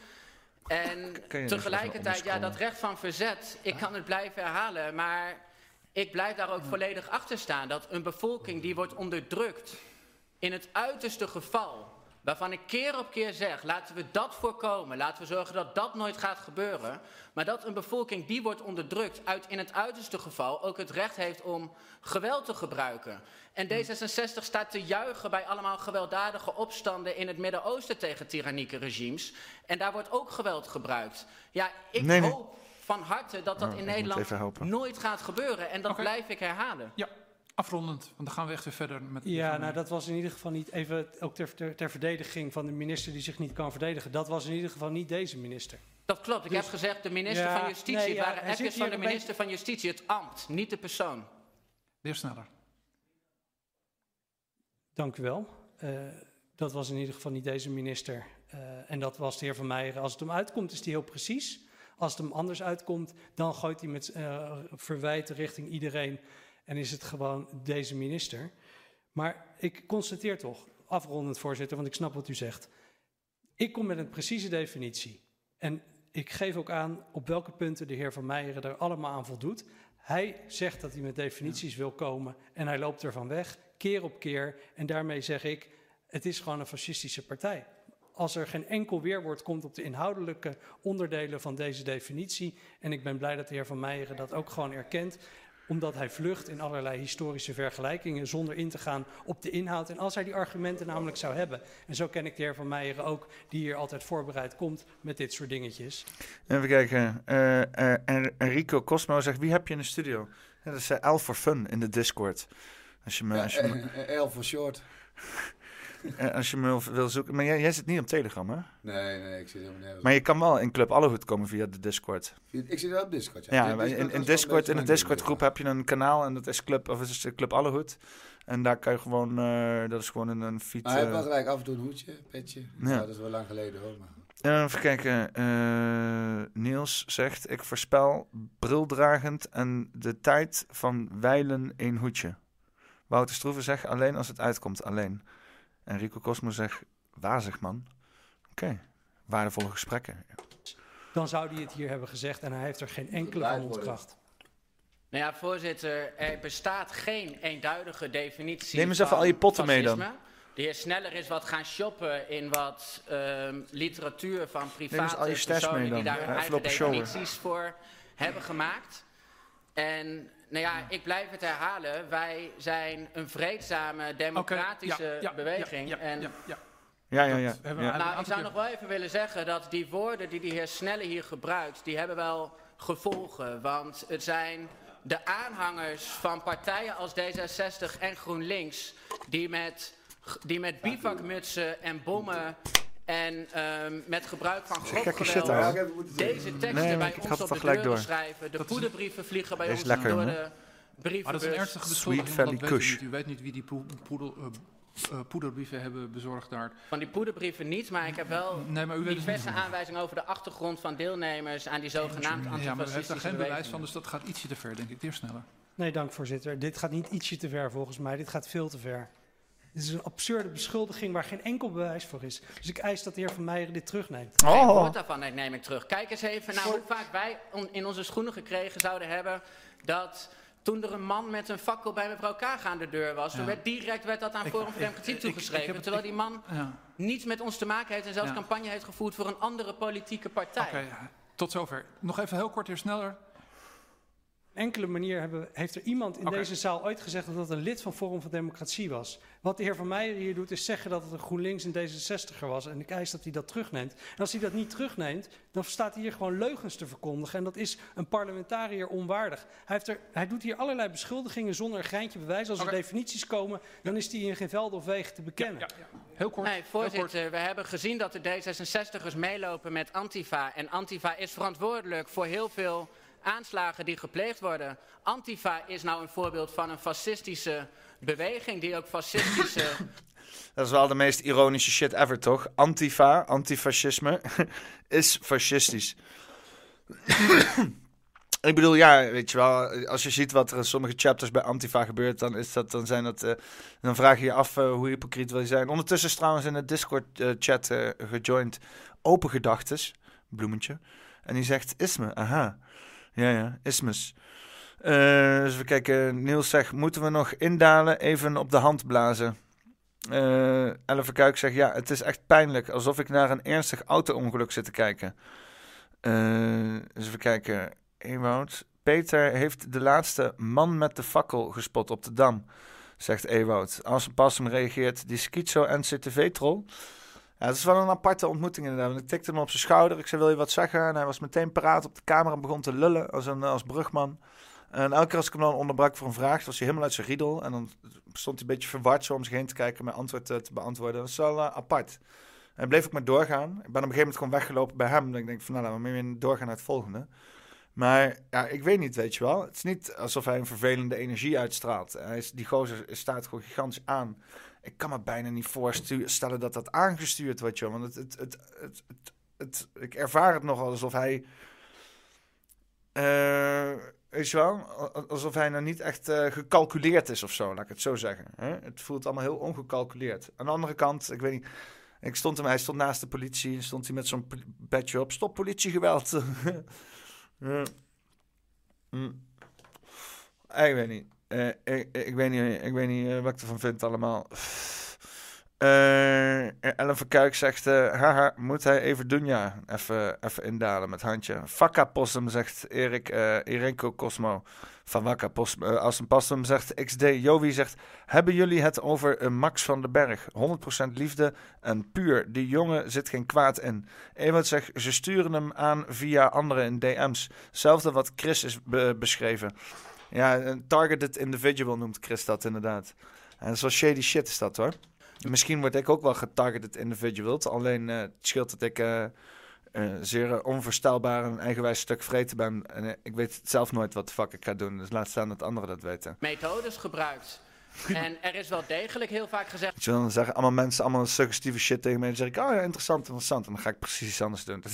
En tegelijkertijd, ja, dat recht van verzet, ik kan het blijven herhalen, maar ik blijf daar ook volledig achter staan. Dat een bevolking die wordt onderdrukt, in het uiterste geval, waarvan ik keer op keer zeg, laten we dat voorkomen. Laten we zorgen dat dat nooit gaat gebeuren. Maar dat een bevolking die wordt onderdrukt uit in het uiterste geval ook het recht heeft om geweld te gebruiken. En D zesenzestig staat te juichen bij allemaal gewelddadige opstanden in het Midden-Oosten tegen tyrannieke regimes. En daar wordt ook geweld gebruikt. Ja, ik nee, nee. hoop van harte dat dat oh, in Nederland nooit gaat gebeuren. En dat okay. blijf ik herhalen. Ja. Afrondend, want dan gaan we echt weer verder met... Ja, nou dat was in ieder geval niet, even ook ter, ter, ter verdediging van de minister die zich niet kan verdedigen. Dat was in ieder geval niet deze minister. Dat klopt, ik dus, heb gezegd de minister ja, van Justitie. Nee, ja, het waren appjes van de minister beetje... van Justitie, het ambt, niet de persoon. De heer Sneller. Dank u wel. Uh, dat was in ieder geval niet deze minister. Uh, en dat was de heer Van Meijeren. Als het hem uitkomt is hij heel precies. Als het hem anders uitkomt, dan gooit hij met uh, verwijten richting iedereen... En is het gewoon deze minister. Maar ik constateer toch, afrondend voorzitter, want ik snap wat u zegt. Ik kom met een precieze definitie. En ik geef ook aan op welke punten de heer Van Meijeren er allemaal aan voldoet. Hij zegt dat hij met definities wil komen en hij loopt ervan weg, keer op keer. En daarmee zeg ik, het is gewoon een fascistische partij. Als er geen enkel weerwoord komt op de inhoudelijke onderdelen van deze definitie. En ik ben blij dat de heer Van Meijeren dat ook gewoon erkent... Omdat hij vlucht in allerlei historische vergelijkingen zonder in te gaan op de inhoud. En als hij die argumenten namelijk zou hebben. En zo ken ik de heer Van Meijeren ook, die hier altijd voorbereid komt met dit soort dingetjes. Even kijken. Uh, uh, Enrico Cosmo zegt, wie heb je in de studio? Ja, dat is uh, L for Fun in de Discord. Als je me, als je me... Ja, L for Short. Uh, als je me wil, wil zoeken. Maar jij, jij zit niet op Telegram, hè? Nee, nee, ik zit helemaal nergens. Maar je kan wel in Club Allehoed komen via de Discord. Ik zit wel op Discord, ja. Ja, in, Discord in, in, Discord, in de Discord groep heb je een kanaal en dat is Club, of is Club Allehoed. En daar kan je gewoon, uh, dat is gewoon een, een fiets. Maar hij heeft wel gelijk af en toe een hoedje, petje. Ja. Ja, dat is wel lang geleden hoor. Maar. Uh, even kijken. Uh, Niels zegt, ik voorspel brildragend en de tijd van wijlen een hoedje. Wouter Stroeven zegt, alleen als het uitkomt, alleen. En Rico Cosmo zegt, wazig man. Oké, okay. Waardevolle gesprekken. Dan zou hij het hier hebben gezegd en hij heeft er geen enkele van ontkracht. Nou ja, voorzitter, er bestaat geen eenduidige definitie. Neem eens even al je potten mee dan. De heer Sneller is wat gaan shoppen in wat uh, literatuur van private personen die daar hun eigen definities voor hebben gemaakt. En nou ja, ik blijf het herhalen. Wij zijn een vreedzame, democratische okay, ja, ja, beweging. Ja, ja, en ja, ja. Ja, ja, ja. ja. ja. Nou, ik zou nog wel even willen zeggen dat die woorden die de heer Sneller hier gebruikt, die hebben wel gevolgen. Want het zijn de aanhangers van partijen als D zesenzestig en GroenLinks die met, die met bivakmutsen en bommen en um, met gebruik van grof geweld deze teksten nee, bij ons op de deuren schrijven. De poederbrieven vliegen bij ons lekker, door de brievenbus. Maar dat is een ernstige beschuldiging, want dat weet u niet. U weet niet wie die poedel... Uh, Uh, poederbrieven hebben bezorgd daar. Van die poederbrieven niet, maar ik heb wel nee, maar u weet diverse aanwijzingen over de achtergrond van deelnemers aan die zogenaamd antifascistische Ja, maar u heeft daar geen bewijs bewegingen. van, dus dat gaat ietsje te ver, denk ik. De heer Sneller. Nee, dank voorzitter. Dit gaat niet ietsje te ver volgens mij, dit gaat veel te ver. Dit is een absurde beschuldiging waar geen enkel bewijs voor is. Dus ik eis dat de heer Van Meijeren dit terugneemt. Oh. Geen woord daarvan neem ik terug. Kijk eens even naar hoe vaak wij on, in onze schoenen gekregen zouden hebben dat... Toen er een man met een fakkel bij mevrouw Kaag aan de deur was, ja. toen werd direct werd dat aan ik, Forum voor Democratie ik, toegeschreven. Ik, ik, ik, terwijl die man ja. niets met ons te maken heeft en zelfs ja. campagne heeft gevoerd voor een andere politieke partij. Oké, okay, tot zover. Nog even heel kort, heer Sneller. Op enkele manier hebben, heeft er iemand in okay. deze zaal ooit gezegd dat dat een lid van Forum voor Democratie was. Wat de heer Van Meijeren hier doet is zeggen dat het een GroenLinks en D zesenzestig'er was. En ik eis dat hij dat terugneemt. En als hij dat niet terugneemt, dan staat hij hier gewoon leugens te verkondigen. En dat is een parlementariër onwaardig. Hij, heeft er, hij doet hier allerlei beschuldigingen zonder een greintje bewijs. Als okay. er definities komen, dan is die in geen veld of wegen te bekennen. Ja, ja, ja. Heel kort. Nee, voorzitter, heel kort. We hebben gezien dat de D zesenzestig'ers meelopen met Antifa. En Antifa is verantwoordelijk voor heel veel aanslagen die gepleegd worden. Antifa is nou een voorbeeld van een fascistische beweging die ook fascistische... Dat is wel de meest ironische shit ever, toch? Antifa, antifascisme, is fascistisch. Ik bedoel, ja, weet je wel, als je ziet wat er in sommige chapters bij Antifa gebeurt, dan, is dat, dan, zijn dat, uh, dan vraag je je af uh, hoe hypocriet wil je zijn. Ondertussen is trouwens in de Discord-chat uh, uh, gejoind Open Gedachtes, bloemetje, en die zegt isme, aha. Ja, ja, ismes. Uh, dus we kijken, Niels zegt, moeten we nog indalen, even op de hand blazen? Uh, Elve Kuik zegt, ja, het is echt pijnlijk, alsof ik naar een ernstig auto-ongeluk zit te kijken. Uh, dus even kijken, Ewout. Peter heeft de laatste man met de fakkel gespot op de Dam, zegt Ewout. Als een Passum reageert, die schizo-N C T V-troll. Ja, het is wel een aparte ontmoeting inderdaad. Want ik tikte hem op zijn schouder. Ik zei, wil je wat zeggen? En hij was meteen paraat op de camera en begon te lullen als een als brugman. En elke keer als ik hem dan onderbrak voor een vraag, was hij helemaal uit zijn riedel. En dan stond hij een beetje verward zo om zich heen te kijken en mijn antwoord uh, te beantwoorden. Dat is wel uh, apart. En dan bleef ik maar doorgaan. Ik ben op een gegeven moment gewoon weggelopen bij hem. Dan denk ik van, nou, dan moet je weer doorgaan naar het volgende. Maar ja, ik weet niet, weet je wel. Het is niet alsof hij een vervelende energie uitstraalt. Hij is, die gozer staat gewoon gigantisch aan. Ik kan me bijna niet voorstellen dat dat aangestuurd wordt, joh. Want het, het, het, het, het, het, ik ervaar het nogal alsof hij... Uh, weet je wel? Alsof hij nou niet echt uh, gecalculeerd is of zo, laat ik het zo zeggen. Hè? Het voelt allemaal heel ongecalculeerd. Aan de andere kant, ik weet niet... Ik stond hem, hij stond naast de politie en stond hij met zo'n badge op. Stop politiegeweld. Ja. Mm. Ik weet niet. Uh, ik, ik weet niet, ik weet niet uh, wat ik ervan vind allemaal. Uh, Ellen Kuik zegt, uh, haha, moet hij even doen, ja. Even, even indalen met handje. Vakka Possum, zegt Erik, uh, Erenko Cosmo. Van Wakka Possum, uh, als een Possum zegt X D. Jowie zegt, hebben jullie het over uh, Max van den Berg? honderd procent liefde en puur. Die jongen zit geen kwaad in. Ewart zegt, ze sturen hem aan via anderen in D M's. Hetzelfde wat Chris is be- beschreven. Ja, een targeted individual noemt Chris dat inderdaad. En zo shady shit is dat, hoor. Misschien word ik ook wel getargeted individual. Alleen uh, het scheelt dat ik uh, uh, zeer uh, onvoorstelbaar en eigenwijs stuk vreten ben. En uh, ik weet zelf nooit wat de fuck ik ga doen. Dus laat staan dat anderen dat weten. Methodes gebruikt. En er is wel degelijk heel vaak gezegd... Ik wil dan zeggen, allemaal mensen, allemaal suggestieve shit tegen mij. En dan zeg ik, oh ja, interessant, interessant. En dan ga ik precies iets anders doen.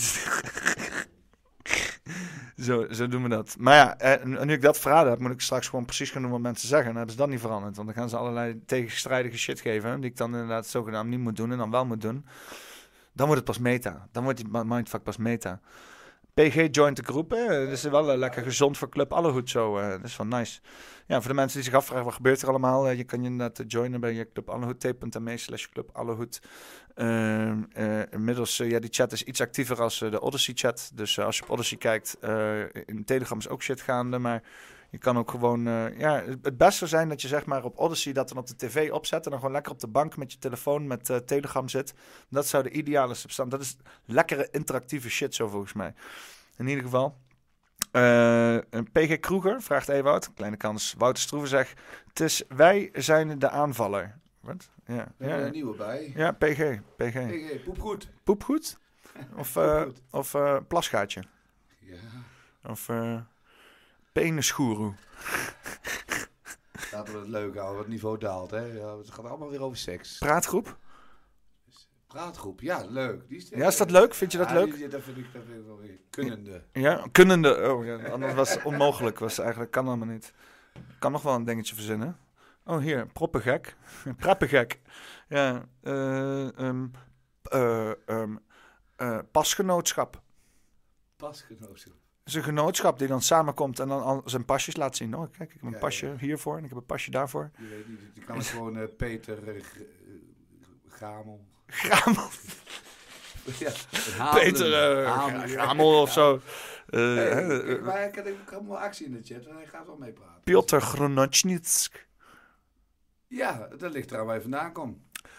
zo, zo doen we dat. Maar ja, en nu ik dat verraden heb, moet ik straks gewoon precies gaan doen wat mensen zeggen. En dan hebben ze dat niet veranderd. Want dan gaan ze allerlei tegenstrijdige shit geven, die ik dan inderdaad zogenaamd niet moet doen en dan wel moet doen. Dan wordt het pas meta. Dan wordt die mindfuck pas meta. P G joint de groep, hè. Dat is wel uh, lekker gezond voor Club Allehoed zo. Uh, dat is wel nice. Ja, voor de mensen die zich afvragen, wat gebeurt er allemaal? Uh, je kan je inderdaad uh, joinen bij je Club Allehoed, t.me slash Club Allehoed. Uh, uh, inmiddels, uh, ja, die chat is iets actiever als uh, de Odyssey chat. Dus uh, als je op Odyssey kijkt, uh, in Telegram is ook shit gaande, maar... Je kan ook gewoon... Uh, ja, het beste zou zijn dat je zeg maar op Odyssey dat dan op de tv opzet... en dan gewoon lekker op de bank met je telefoon met uh, Telegram zit. Dat zou de ideale substantie... Dat is lekkere interactieve shit zo volgens mij. In ieder geval. Uh, P G Kroeger vraagt Ewout. Kleine kans. Wouter Stroeven zegt... Het is wij zijn de aanvaller. Wat? Ja. We ja. hebben een nieuwe bij. Ja, P G. P G. P G, poepgoed. Poepgoed? Of, uh, poepgoed. of uh, plasgaatje. Ja. Of... Uh, Penisgoeroe. Laten we het leuk houden, het niveau daalt. Hè? Ja, het gaat allemaal weer over seks. Praatgroep? Praatgroep, ja, leuk. Die is, ja, is dat leuk? Vind je dat ja, leuk? Die, dat vind ik, dat vind ik wel weer kunnende. Ja, kunnende. Oh ja, anders was het onmogelijk. Was eigenlijk, kan allemaal niet. Ik kan nog wel een dingetje verzinnen. Oh, hier, proppengek. Preppengek. Ja, uh, um, uh, um, uh, pasgenootschap. Pasgenootschap. Het is een genootschap die dan samenkomt en dan al zijn pasjes laat zien. Oh, kijk, ik heb een ja, pasje ja. hiervoor en ik heb een pasje daarvoor. Je weet niet, je kan het gewoon uh, Peter uh, Gamel. Gamel? ja, Peter uh, Hamelen. Gamel of zo. Uh, hey, uh, uh, maar ik heb allemaal actie in de chat en hij gaat wel meepraten. Piotr Gronochnitsk. Ja, dat ligt er aan waar hij vandaan komt.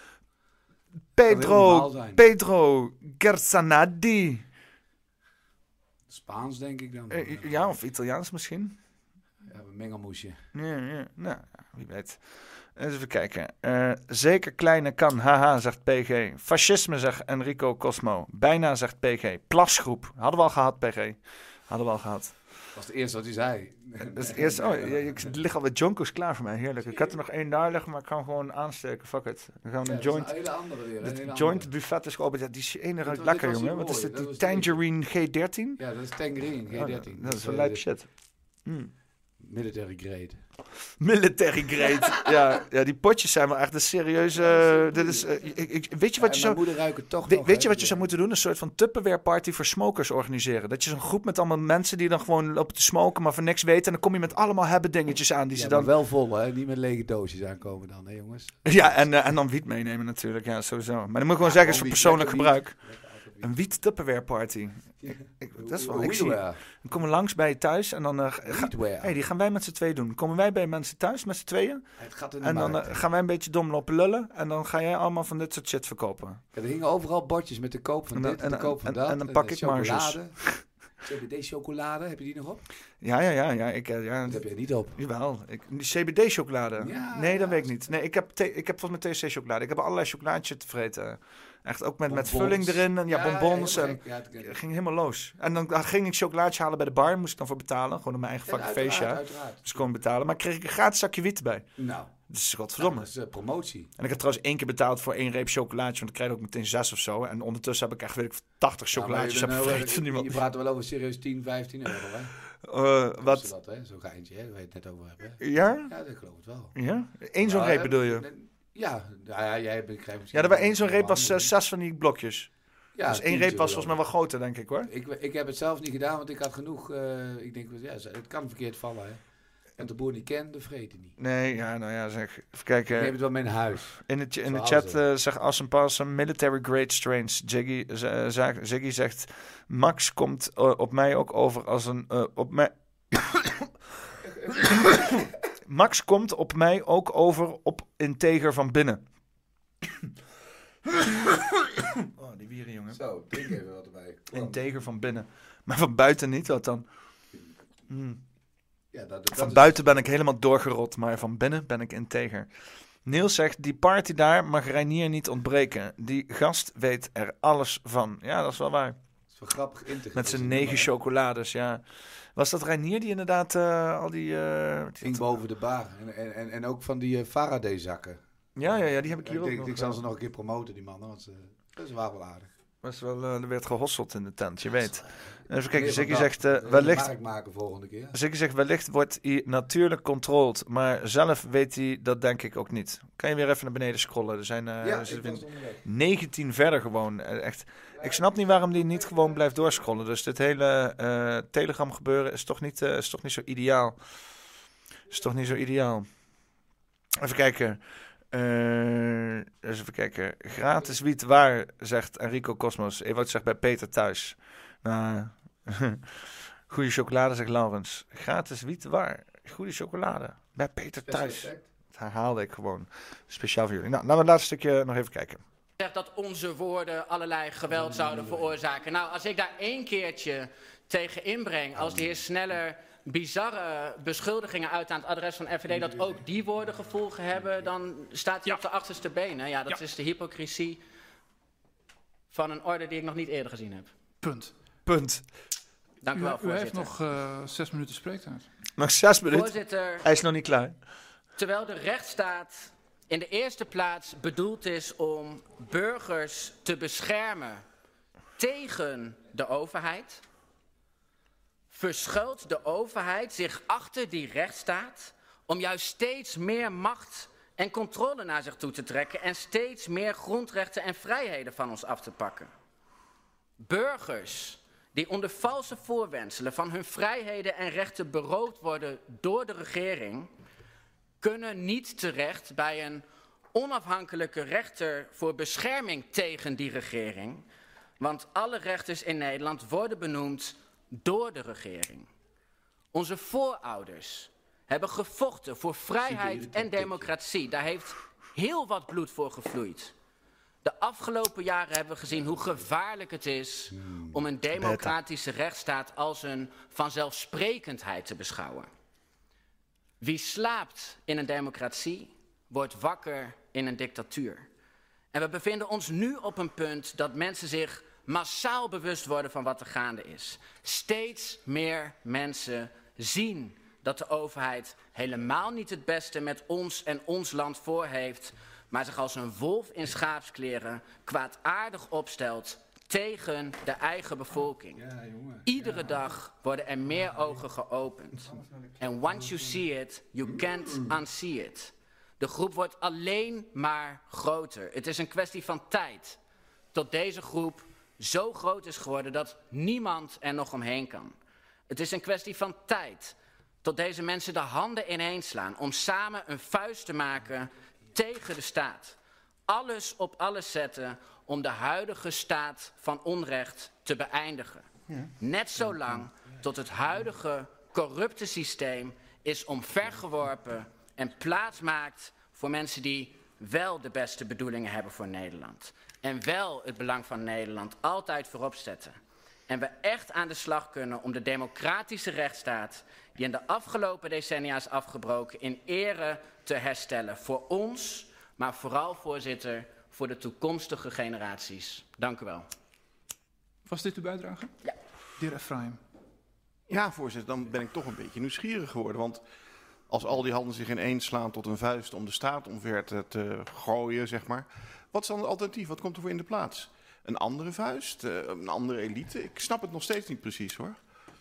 Pedro, Pedro Gersanadi. Spaans, denk ik dan. Uh, ja, of Italiaans misschien. Ja, een mengelmoesje. Ja, ja, nou, wie weet. Even kijken. Uh, zeker kleine kan, haha, zegt P G. Fascisme, zegt Enrico Cosmo. Bijna, zegt P G. Plasgroep. Hadden we al gehad, P G. Hadden we al gehad. Dat was het eerste wat hij zei. Dat is het eerste. Oh, ja, ik lig al met jonkos klaar voor mij. Heerlijk. Ik had er nog één daar liggen, maar ik kan gewoon aansteken. Fuck it. Dan gaan we ja, een joint. Een hele andere weer. Het joint andere. Buffet is geopend. Ja, die is ene ruikt lekker, jongen. Wat is dit? Die Tangerine G dertien? Ja, dat is Tangerine G dertien. Oh, dat is wel lijp shit. Mm. Military grade. Military grade. ja, ja, die potjes zijn wel echt een serieuze... Uh, dit is, uh, ik, ik, weet je wat ja, je zou... ruiken toch we, nog, weet je wat hè? je zou moeten doen? Een soort van Tupperware party voor smokers organiseren. Dat je zo'n groep met allemaal mensen die dan gewoon lopen te smoken, maar van niks weten. En dan kom je met allemaal hebben dingetjes aan die ja, ze dan... wel vol, hè? Niet met lege doosjes aankomen dan, hè jongens? Ja, en, uh, en dan wiet meenemen natuurlijk. Ja, sowieso. Maar dan moet ik gewoon ja, zeggen, is voor persoonlijk gebruik. Een wiet Tupperware party. Ik, ik, dat is wel... Ik zie, dan komen we langs bij je thuis en dan... Uh, ga, hey, die gaan wij met z'n tweeën doen. Komen wij bij mensen thuis met z'n tweeën. Het gaat in de en dan markt, uh, gaan wij een beetje dom lopen lullen. En dan ga jij allemaal van dit soort shit verkopen. Ja, er hingen overal bordjes met de koop van en dan, dit en de koop van en, dat. En dan pak ik marges. C B D-chocolade, heb je die nog op? Ja, ja, ja. ja, ik, ja dat heb je niet op. Jawel. Ik, die C B D-chocolade. Ja, nee, dat ja, weet ik niet. Nee, ik heb, te, ik heb volgens mij T C C-chocolade. Ik heb allerlei chocolaatjes te vreten. Echt ook met, met vulling erin en ja, ja bonbons. Ja, en ja, het ging helemaal los. En dan, dan ging ik chocolaatje halen bij de bar. Moest ik dan voor betalen. Gewoon op mijn eigen fucking ja, feestje. Uiteraard. Dus gewoon betalen. Maar kreeg ik een gratis zakje wiet erbij. Nou. Dus godverdomme. Ja, dat is uh, promotie. En ik heb trouwens één keer betaald voor één reep chocolaatje. Want ik krijg ook meteen zes of zo. En ondertussen heb ik echt, weet ik, tachtig chocolaatjes ja, gevreten. Je, je praat wel over serieus tien, vijftien euro, hè? Uh, wat? Dat, hè? Zo'n geintje, hè? Waar je het net over hebt, hè? Ja? Ja, dat geloof ik wel. Ja? Eén zo'n ja, reep bedoel je? Ja, ja, jij begrijpt Ja, er was één zo'n reep was uh, zes van die blokjes. Ja, dus één reep was volgens mij wel groter, denk ik, hoor. Ik, ik heb het zelf niet gedaan, want ik had genoeg... Uh, ik denk, ja, het kan verkeerd vallen, hè. En de boer niet kent, de vreet hij niet. Nee, ja, nou ja, zeg. Even kijken. Ik neem het wel mee naar huis. In de, in de chat uh, zegt Awesome Possum, military grade strains. Jiggy, uh, Ziggy zegt, Max komt uh, op mij ook over als een... Uh, op mij... Max komt op mij ook over op integer van binnen. Oh, die wieren, jongen. Zo, drink even wat erbij. Integer van binnen. Maar van buiten niet, wat dan? Mm. Ja, dat, dat van is... buiten ben ik helemaal doorgerot, maar van binnen ben ik integer. Niels zegt, die party daar mag Reinier niet ontbreken. Die gast weet er alles van. Ja, dat is wel waar. Dat is wel grappig in te Met zijn negen chocolades, ja. Was dat Reinier die inderdaad uh, al die... Uh, Ging boven de bar. En, en, en ook van die uh, Faraday zakken. Ja, ja, ja, die heb ik hier ik ook denk, nog. Ik zal ze nog een keer promoten, die mannen. Want ze, dat is wel wel aardig. Was wel, uh, er werd gehosseld in de tent, je weet. Even kijken, Nee, Ziggy zegt, uh, wellicht... markt maken volgende keer. Ziggy zegt, wellicht wordt hij natuurlijk controlled, maar zelf weet hij dat denk ik ook niet. Kan je weer even naar beneden scrollen? Er zijn uh, ja, er zitten negentien verder gewoon. Echt. Ik snap niet waarom die niet gewoon blijft doorscrollen. Dus dit hele uh, Telegram gebeuren is toch niet, uh, is toch niet zo ideaal. Is toch niet zo ideaal. Even kijken. Uh, dus even kijken. Gratis wiet waar, zegt Enrico Cosmos. Ewout zegt bij Peter thuis. Nou, goede chocolade, zegt Laurens. Gratis wiet waar. Goede chocolade. Bij Peter thuis. Dat herhaalde ik gewoon. Speciaal voor jullie. Nou, laten we het laatste stukje nog even kijken. Zegt dat onze woorden allerlei geweld zouden veroorzaken. Nou, als ik daar één keertje tegen inbreng, als de heer Sneller bizarre beschuldigingen uit aan het adres van F V D, dat ook die woorden gevolgen hebben, dan staat hij ja. op de achterste benen. Ja, dat ja. is de hypocrisie van een orde die ik nog niet eerder gezien heb. Punt. Punt. Dank u wel, voorzitter. U heeft nog uh, zes minuten spreektijd. Nog zes minuten? Voorzitter, hij is nog niet klaar. Terwijl de rechtsstaat in de eerste plaats bedoeld is om burgers te beschermen tegen de overheid, verschuilt de overheid zich achter die rechtsstaat om juist steeds meer macht en controle naar zich toe te trekken en steeds meer grondrechten en vrijheden van ons af te pakken. Burgers die onder valse voorwendselen van hun vrijheden en rechten beroofd worden door de regering, kunnen niet terecht bij een onafhankelijke rechter voor bescherming tegen die regering, want alle rechters in Nederland worden benoemd door de regering. Onze voorouders hebben gevochten voor vrijheid en democratie. Daar heeft heel wat bloed voor gevloeid. De afgelopen jaren hebben we gezien hoe gevaarlijk het is om een democratische rechtsstaat als een vanzelfsprekendheid te beschouwen. Wie slaapt in een democratie, wordt wakker in een dictatuur. En we bevinden ons nu op een punt dat mensen zich massaal bewust worden van wat er gaande is. Steeds meer mensen zien dat de overheid helemaal niet het beste met ons en ons land voor heeft, maar zich als een wolf in schaapskleren kwaadaardig opstelt tegen de eigen bevolking. Iedere dag worden er meer ogen geopend. And once you see it, you can't unsee it. De groep wordt alleen maar groter. Het is een kwestie van tijd tot deze groep zo groot is geworden dat niemand er nog omheen kan. Het is een kwestie van tijd tot deze mensen de handen ineens slaan om samen een vuist te maken tegen de staat. Alles op alles zetten om de huidige staat van onrecht te beëindigen. Ja. Net zo lang tot het huidige corrupte systeem is omvergeworpen en plaats maakt voor mensen die wel de beste bedoelingen hebben voor Nederland. En wel het belang van Nederland altijd voorop zetten. En we echt aan de slag kunnen om de democratische rechtsstaat, die in de afgelopen decennia is afgebroken, in ere te herstellen. Voor ons, maar vooral, voorzitter, voor de toekomstige generaties. Dank u wel. Was dit uw bijdrage? Ja. De heer Efraim. Ja, voorzitter, dan ben ik toch een beetje nieuwsgierig geworden. Want als al die handen zich ineens slaan tot een vuist om de staat omver te, te gooien, zeg maar. Wat is dan het alternatief? Wat komt er voor in de plaats? Een andere vuist? Een andere elite? Ik snap het nog steeds niet precies, hoor.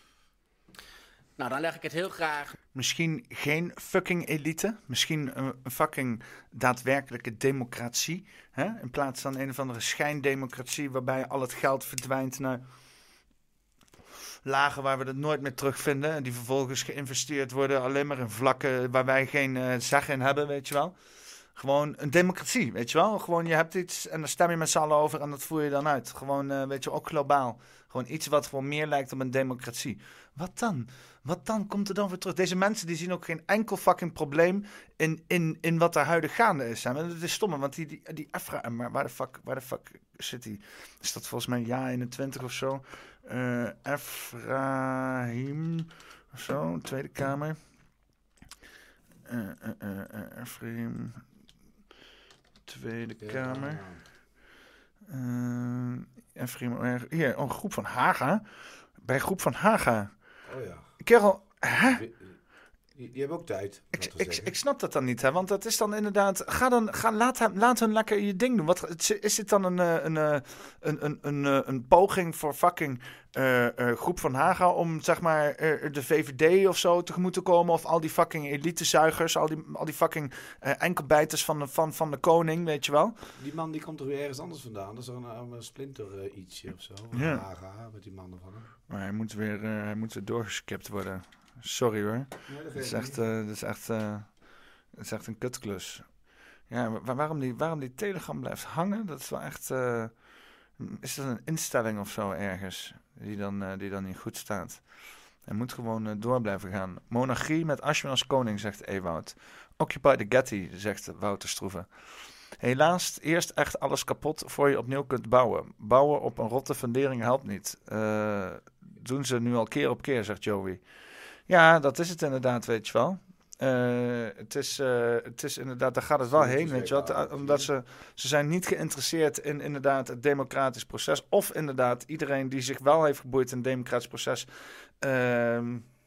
Nou, dan leg ik het heel graag. Misschien geen fucking elite. Misschien een, een fucking daadwerkelijke democratie. Hè? In plaats van een of andere schijndemocratie waarbij al het geld verdwijnt naar lagen waar we het nooit meer terugvinden. En die vervolgens geïnvesteerd worden alleen maar in vlakken waar wij geen uh, zeg in hebben, weet je wel. Gewoon een democratie, weet je wel. Gewoon je hebt iets en daar stem je met z'n allen over en dat voer je dan uit. Gewoon, uh, weet je, ook globaal. Gewoon iets wat gewoon meer lijkt op een democratie. Wat dan? Wat dan komt er dan weer terug? Deze mensen die zien ook geen enkel fucking probleem in, in, in wat er huidig gaande is. En dat is stom, want die, die, die Efraim, maar waar de fuck, waar de fuck zit die? Is dat volgens mij ja eenentwintig of zo? Uh, Efraim of zo, Tweede Kamer. Uh, uh, uh, uh, Efraim. Tweede ja. Kamer. Uh, en hier, een groep van Haga. Bij groep van Haga. Oh ja. Kerel, hè? Die, die hebben ook tijd. Ik, ik, ik snap dat dan niet, hè? Want dat is dan inderdaad. Ga dan, ga, laat, hem, laat hun lekker je ding doen. Wat, is dit dan een, een, een, een, een, een poging voor fucking uh, uh, groep van Haga om zeg maar uh, de V V D of zo tegemoet te komen? Of al die fucking elitezuigers, al die, al die fucking uh, enkelbijters van de, van, van de koning, weet je wel? Die man die komt toch weer ergens anders vandaan? Dat is een, een splinter uh, ietsje of zo. Ja. Haga met die mannen van hem. Maar hij moet weer, uh, hij moet weer doorgeskipt worden. Sorry hoor. Nee, dat, is echt, uh, dat, is echt, uh, dat is echt een kutklus. Ja, waar, waarom, die, waarom die Telegram blijft hangen, dat is wel echt... Uh, is dat een instelling of zo ergens die dan, uh, die dan niet goed staat? Hij moet gewoon uh, door blijven gaan. Monarchie met Ashwin als koning, zegt Ewout. Occupy the Getty, zegt Wouter Stroeven. Helaas, eerst echt alles kapot voor je opnieuw kunt bouwen. Bouwen op een rotte fundering helpt niet. Uh, doen ze nu al keer op keer, zegt Joey. Ja, dat is het inderdaad, weet je wel. Uh, het, is, uh, het is inderdaad, daar gaat het wel heen, weet je wel. Omdat ze, ze zijn niet geïnteresseerd in inderdaad het democratisch proces. Of inderdaad, iedereen die zich wel heeft geboeid in het democratisch proces... Uh,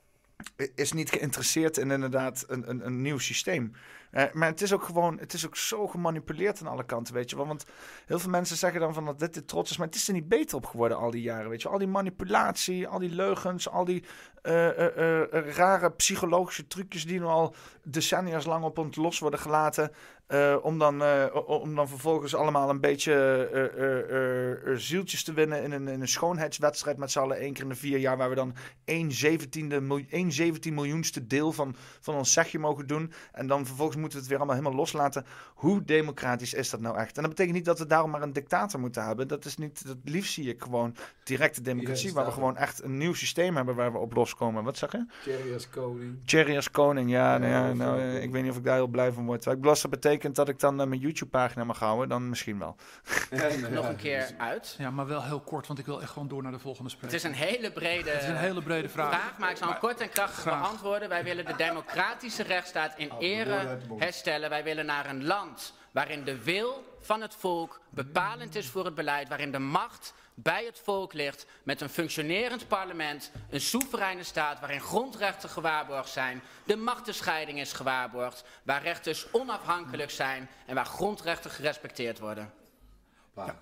is niet geïnteresseerd in inderdaad een, een, een nieuw systeem. Uh, maar het is ook gewoon, het is ook zo gemanipuleerd aan alle kanten, weet je wel. Want heel veel mensen zeggen dan van dat dit de trots is, maar het is er niet beter op geworden al die jaren, weet je wel. Al die manipulatie, al die leugens, al die uh, uh, uh, uh, rare psychologische trucjes die nu al decennia's lang op ons los worden gelaten. Uh, om, dan, uh, om dan vervolgens allemaal een beetje uh, uh, uh, uh, zieltjes te winnen in een, in een schoonheidswedstrijd met z'n allen één keer in de vier jaar, waar we dan één zeventien miljoenste deel van, van ons zegje mogen doen. En dan vervolgens moeten we het weer allemaal helemaal loslaten. Hoe democratisch is dat nou echt? En dat betekent niet dat we daarom maar een dictator moeten hebben. Dat is niet, dat liefst zie ik gewoon directe democratie, waar we gewoon echt een nieuw systeem hebben waar we op loskomen. Wat zeg je? Thierry als koning. Thierry als koning, ja. ja, nou, ja nou, uh, ik weet niet of ik daar heel blij van word. Ik belas dat betekent dat ik dan uh, mijn YouTube-pagina mag houden, dan misschien wel. Ja, nou, nog een keer uit. Ja, maar wel heel kort, want ik wil echt gewoon door naar de volgende spreker. Het is een hele brede, het is een hele brede vraag. vraag, maar ik zal hem kort en krachtig graag. beantwoorden. Wij willen de democratische rechtsstaat in oh, ere herstellen. Wij willen naar een land waarin de wil van het volk bepalend is voor het beleid, waarin de macht bij het volk ligt, met een functionerend parlement, een soevereine staat waarin grondrechten gewaarborgd zijn, de machtenscheiding is gewaarborgd, waar rechters onafhankelijk zijn en waar grondrechten gerespecteerd worden. Ja,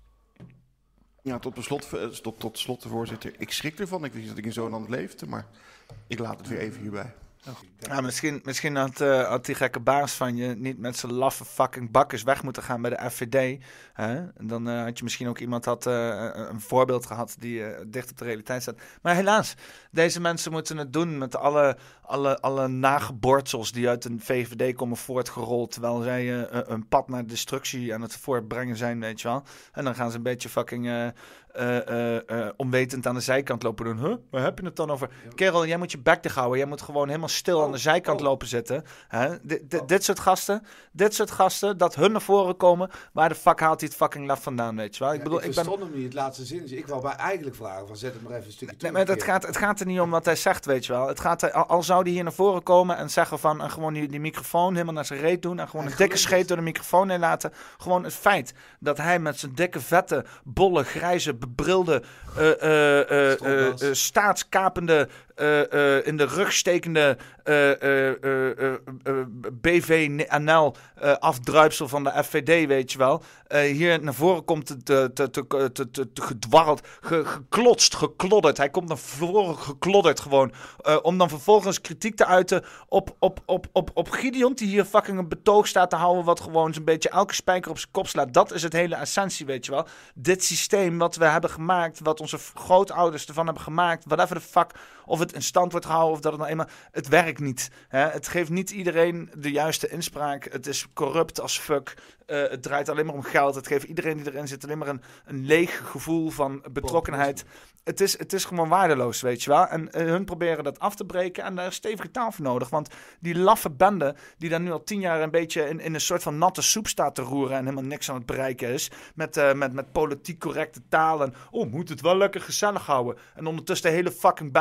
ja tot, beslot, tot, tot slot, voorzitter. Ik schrik ervan. Ik wist dat ik in zo'n land leefde, maar ik laat het weer even hierbij. Ja, misschien, misschien had, uh, had die gekke baas van je niet met zijn laffe fucking bakkers weg moeten gaan bij de F V D. Hè? En dan uh, had je misschien ook iemand had, uh, een voorbeeld gehad die uh, dicht op de realiteit staat. Maar helaas, deze mensen moeten het doen met alle, alle, alle nageboordsels die uit een V V D komen voortgerold, terwijl zij uh, een pad naar destructie aan het voortbrengen zijn, weet je wel. En dan gaan ze een beetje fucking... Uh, Uh, uh, uh, onwetend aan de zijkant lopen doen. Huh? Waar heb je het dan over? Ja. Kerel, jij moet je bek dicht houden. Jij moet gewoon helemaal stil oh, aan de zijkant oh. lopen zitten. Huh? D- d- oh. Dit soort gasten, dit soort gasten, dat hun naar voren komen. Waar de fuck haalt hij het fucking laf vandaan, weet je wel? Ik ja, bedoel, ik ik verstond ben... hem niet, het laatste zin. Ik wou bij eigenlijk vragen van zet het maar even een stukje nee, maar het gaat, het gaat er niet om wat hij zegt, weet je wel. Het gaat er, al, al zou hij hier naar voren komen en zeggen van... en gewoon die, die microfoon helemaal naar zijn reet doen... en gewoon en een dikke scheet door de microfoon heen laten. Gewoon het feit dat hij met zijn dikke, vette, bolle, grijze, bebrilde... Uh, uh, uh, uh, uh, staatskapende, uh, uh, in de rug stekende uh, uh, uh, uh, uh, B V N L uh, afdruipsel van de F V D, weet je wel. Uh, hier naar voren komt te, te, te, te, te, te, te gedwarreld, ge, geklotst, geklodderd. Hij komt naar voren geklodderd gewoon. Uh, om dan vervolgens kritiek te uiten op, op, op, op, op Gideon, die hier fucking een betoog staat te houden, wat gewoon zo'n beetje elke spijker op zijn kop slaat. Dat is het hele essentie, weet je wel. Dit systeem wat we hebben gemaakt, wat onze grootouders ervan hebben gemaakt, whatever the fuck, of het in stand wordt gehouden of dat het nou eenmaal, het werkt niet. Hè? Het geeft niet iedereen de juiste inspraak. Het is corrupt als fuck. Uh, het draait alleen maar om geld. Het geeft iedereen die erin zit alleen maar een, een leeg gevoel van betrokkenheid. Het is, het is gewoon waardeloos, weet je wel. En uh, hun proberen dat af te breken en daar is stevige taal voor nodig. Want die laffe bende, die dan nu al tien jaar een beetje in, in een soort van natte soep staat te roeren en helemaal niks aan het bereiken is. Met, uh, met, met politiek correcte taal en, oh, moet het wel lekker gezellig houden. En ondertussen de hele fucking bende zit op te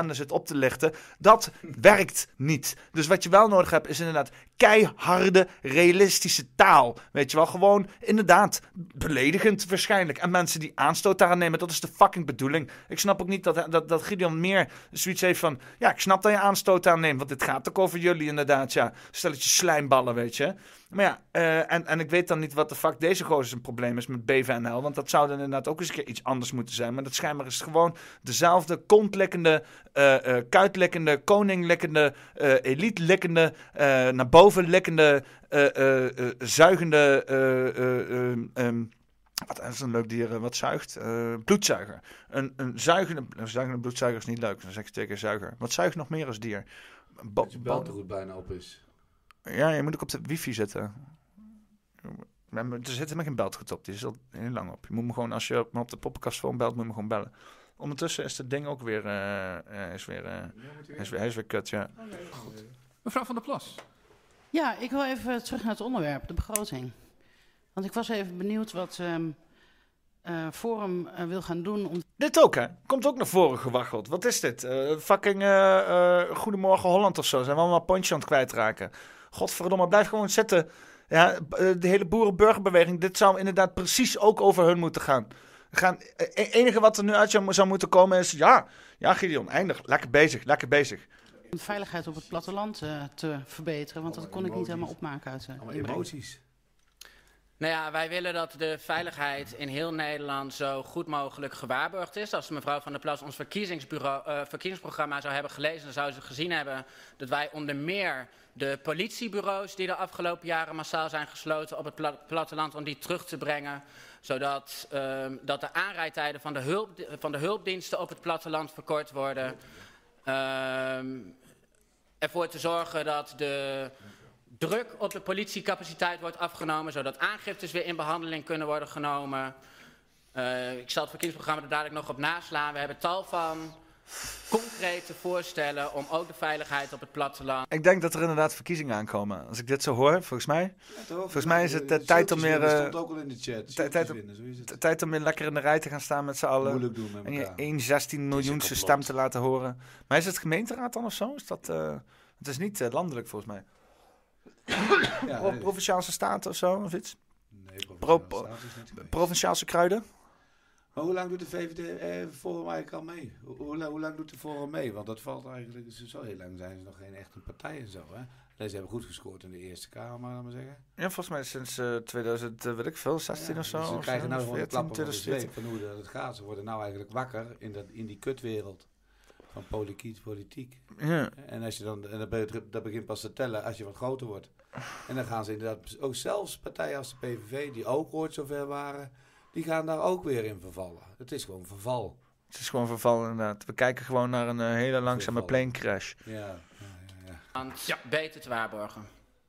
te lichten. Dat werkt niet. Dus wat je wel nodig hebt is inderdaad keiharde, realistische taal. Weet je wel, gewoon inderdaad beledigend waarschijnlijk. En mensen die aanstoot daaraan nemen, dat is de fucking bedoeling. Ik snap ook niet dat, dat, dat Gideon meer zoiets heeft van, ja, ik snap dat je aanstoot aan neemt, want dit gaat ook over jullie inderdaad, ja. Stelletje slijmballen, weet je. Maar ja, uh, en, en ik weet dan niet wat de fuck deze gozer zijn probleem is met B V N L, want dat zou dan inderdaad ook eens een keer iets anders moeten zijn. Maar dat schijnbaar is gewoon dezelfde kontlekkende, uh, uh, kuitlekkende, koninglekkende, uh, elite-lekkende, uh, naar boven lekkende, uh, uh, uh, zuigende, uh, uh, uh, um, wat is een leuk dier, wat zuigt? Uh, bloedzuiger. Een, een zuigende, een zuigende bloedzuiger is niet leuk, dan zeg je twee keer zuiger. Wat zuigt nog meer als dier? Bo- dat je belt er goed bijna op is. Ja, je moet ook op de wifi zitten. Er zit helemaal geen beltgoed op, die is al heel lang op. Je moet me gewoon, als je me op de poppenkastfoon belt, moet je me gewoon bellen. Ondertussen is het ding ook weer, uh, uh, is weer, uh, hij, is weer hij is weer kut, ja. Okay, goed. Mevrouw van der Plas. Ja, ik wil even terug naar het onderwerp, de begroting. Want ik was even benieuwd wat um, uh, Forum uh, wil gaan doen om... Dit ook, hè? Komt ook naar voren gewaggeld. Wat is dit? Uh, fucking uh, uh, Goedemorgen Holland of zo. Zijn we allemaal pontje aan het kwijtraken. Godverdomme, blijf gewoon zitten. Ja, de hele boerenburgerbeweging, dit zou inderdaad precies ook over hun moeten gaan. Het e- enige wat er nu uit zou moeten komen is, ja, ja Gideon, eindig, lekker bezig, lekker bezig. Om de veiligheid op het platteland uh, te verbeteren, want dat kon ik niet helemaal opmaken uit de uh, emoties. Nou ja, wij willen dat de veiligheid in heel Nederland zo goed mogelijk gewaarborgd is. Als mevrouw Van der Plas ons verkiezingsbureau, uh, verkiezingsprogramma zou hebben gelezen, dan zou ze gezien hebben dat wij onder meer de politiebureaus die de afgelopen jaren massaal zijn gesloten op het pla- platteland, om die terug te brengen. Zodat uh, dat de aanrijdtijden van de, hulp, van de hulpdiensten op het platteland verkort worden. Uh, ervoor te zorgen dat de druk op de politiecapaciteit wordt afgenomen, zodat aangiftes weer in behandeling kunnen worden genomen. Uh, ik zal het verkiezingsprogramma er dadelijk nog op naslaan. We hebben tal van concrete voorstellen om ook de veiligheid op het platteland. Ik denk dat er inderdaad verkiezingen aankomen. Als ik dit zo hoor, volgens mij. Ja, volgens mij is het uh, tijd om meer. Uh, stond ook al in de chat. Tijd, tijd, om, tijd om weer lekker in de rij te gaan staan met z'n allen. Moeilijk doen met en je één zestien miljoenste stem te laten horen. Maar is het gemeenteraad dan of zo? Is dat? Uh, het is niet uh, landelijk volgens mij. Ja, Pro- Provinciaalse staten of zo of iets? Nee, Pro- pro- Provinciaalse kruiden? Maar hoe lang doet de V V D eh, Forum eigenlijk al mee? Hoe, hoe, hoe lang doet de Forum mee? Want dat valt eigenlijk, ze zo heel lang zijn ze nog geen echte partij en zo, hè? Deze hebben goed gescoord in de Eerste Kamer, laat maar zeggen. Ja, volgens mij sinds uh, tweeduizend, uh, weet ik veel, zestien ja, of zo. Dus ze of krijgen zo, nou gewoon de klappen van de veertien zweep van hoe dat het gaat. Ze worden nou eigenlijk wakker in, dat, in die kutwereld van politiek. politiek. Ja. En, als je dan, en dat begint pas te tellen als je wat groter wordt. En dan gaan ze inderdaad, ook zelfs partijen als de P V V, die ook ooit zover waren, die gaan daar ook weer in vervallen. Het is gewoon verval. Het is gewoon verval inderdaad. We kijken gewoon naar een uh, hele langzame plane crash. Ja, ja, ja. ja. ja. Beter te waarborgen.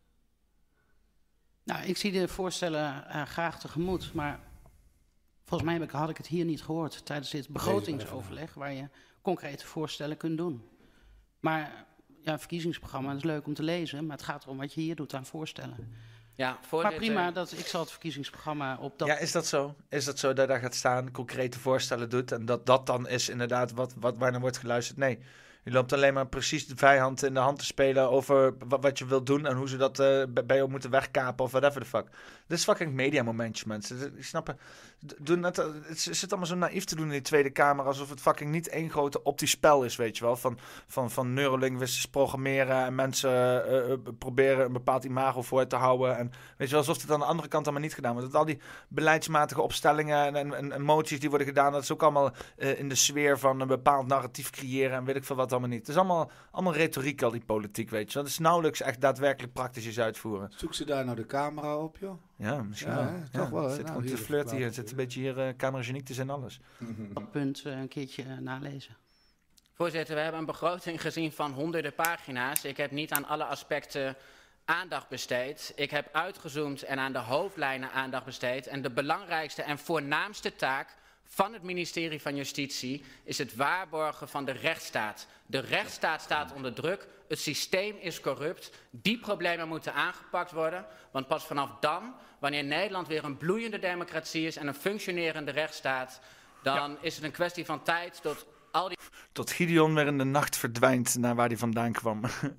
Nou, ik zie de voorstellen uh, graag tegemoet, maar volgens mij heb ik, had ik het hier niet gehoord tijdens dit begrotingsoverleg, waar je concrete voorstellen kunt doen. Maar ja, een verkiezingsprogramma is leuk om te lezen, maar het gaat erom wat je hier doet aan voorstellen. Ja, maar prima, dat, ik zal het verkiezingsprogramma op dat... Ja, is dat zo? Is dat zo dat daar gaat staan, concrete voorstellen doet en dat dat dan is inderdaad wat, wat waar naar wordt geluisterd? Nee, je loopt alleen maar precies de vijand in de hand te spelen over wat, wat je wilt doen en hoe ze dat uh, bij jou moeten wegkapen of whatever the fuck. Dit is fucking media momentjes, mensen. Ik snap het. Doe net, het zit allemaal zo naïef te doen in die Tweede Kamer, alsof het fucking niet één grote optisch spel is, weet je wel. Van, van, van neurolinguistisch programmeren en mensen uh, proberen een bepaald imago voor te houden. En weet je wel, alsof het aan de andere kant allemaal niet gedaan wordt. Dat al die beleidsmatige opstellingen en, en, en, en moties die worden gedaan, dat is ook allemaal uh, in de sfeer van een bepaald narratief creëren en weet ik veel wat allemaal niet. Het is allemaal, allemaal retoriek al die politiek, weet je wel. Het is nauwelijks echt daadwerkelijk praktisch iets uitvoeren. Zoek ze daar nou de camera op, joh? Ja, misschien ja, wel. Hè, ja, toch wel. Zit nou, gewoon te flirten hier. Het zit een beetje hier uh, camerageniek te zijn alles. Dat punt uh, een keertje uh, nalezen. Voorzitter, we hebben een begroting gezien van honderden pagina's. Ik heb niet aan alle aspecten aandacht besteed. Ik heb uitgezoomd en aan de hoofdlijnen aandacht besteed. En de belangrijkste en voornaamste taak van het ministerie van Justitie is het waarborgen van de rechtsstaat. De rechtsstaat staat onder druk, het systeem is corrupt, die problemen moeten aangepakt worden. Want pas vanaf dan, wanneer Nederland weer een bloeiende democratie is en een functionerende rechtsstaat, dan ja. is het een kwestie van tijd tot al die... Tot Gideon weer in de nacht verdwijnt naar waar hij vandaan kwam.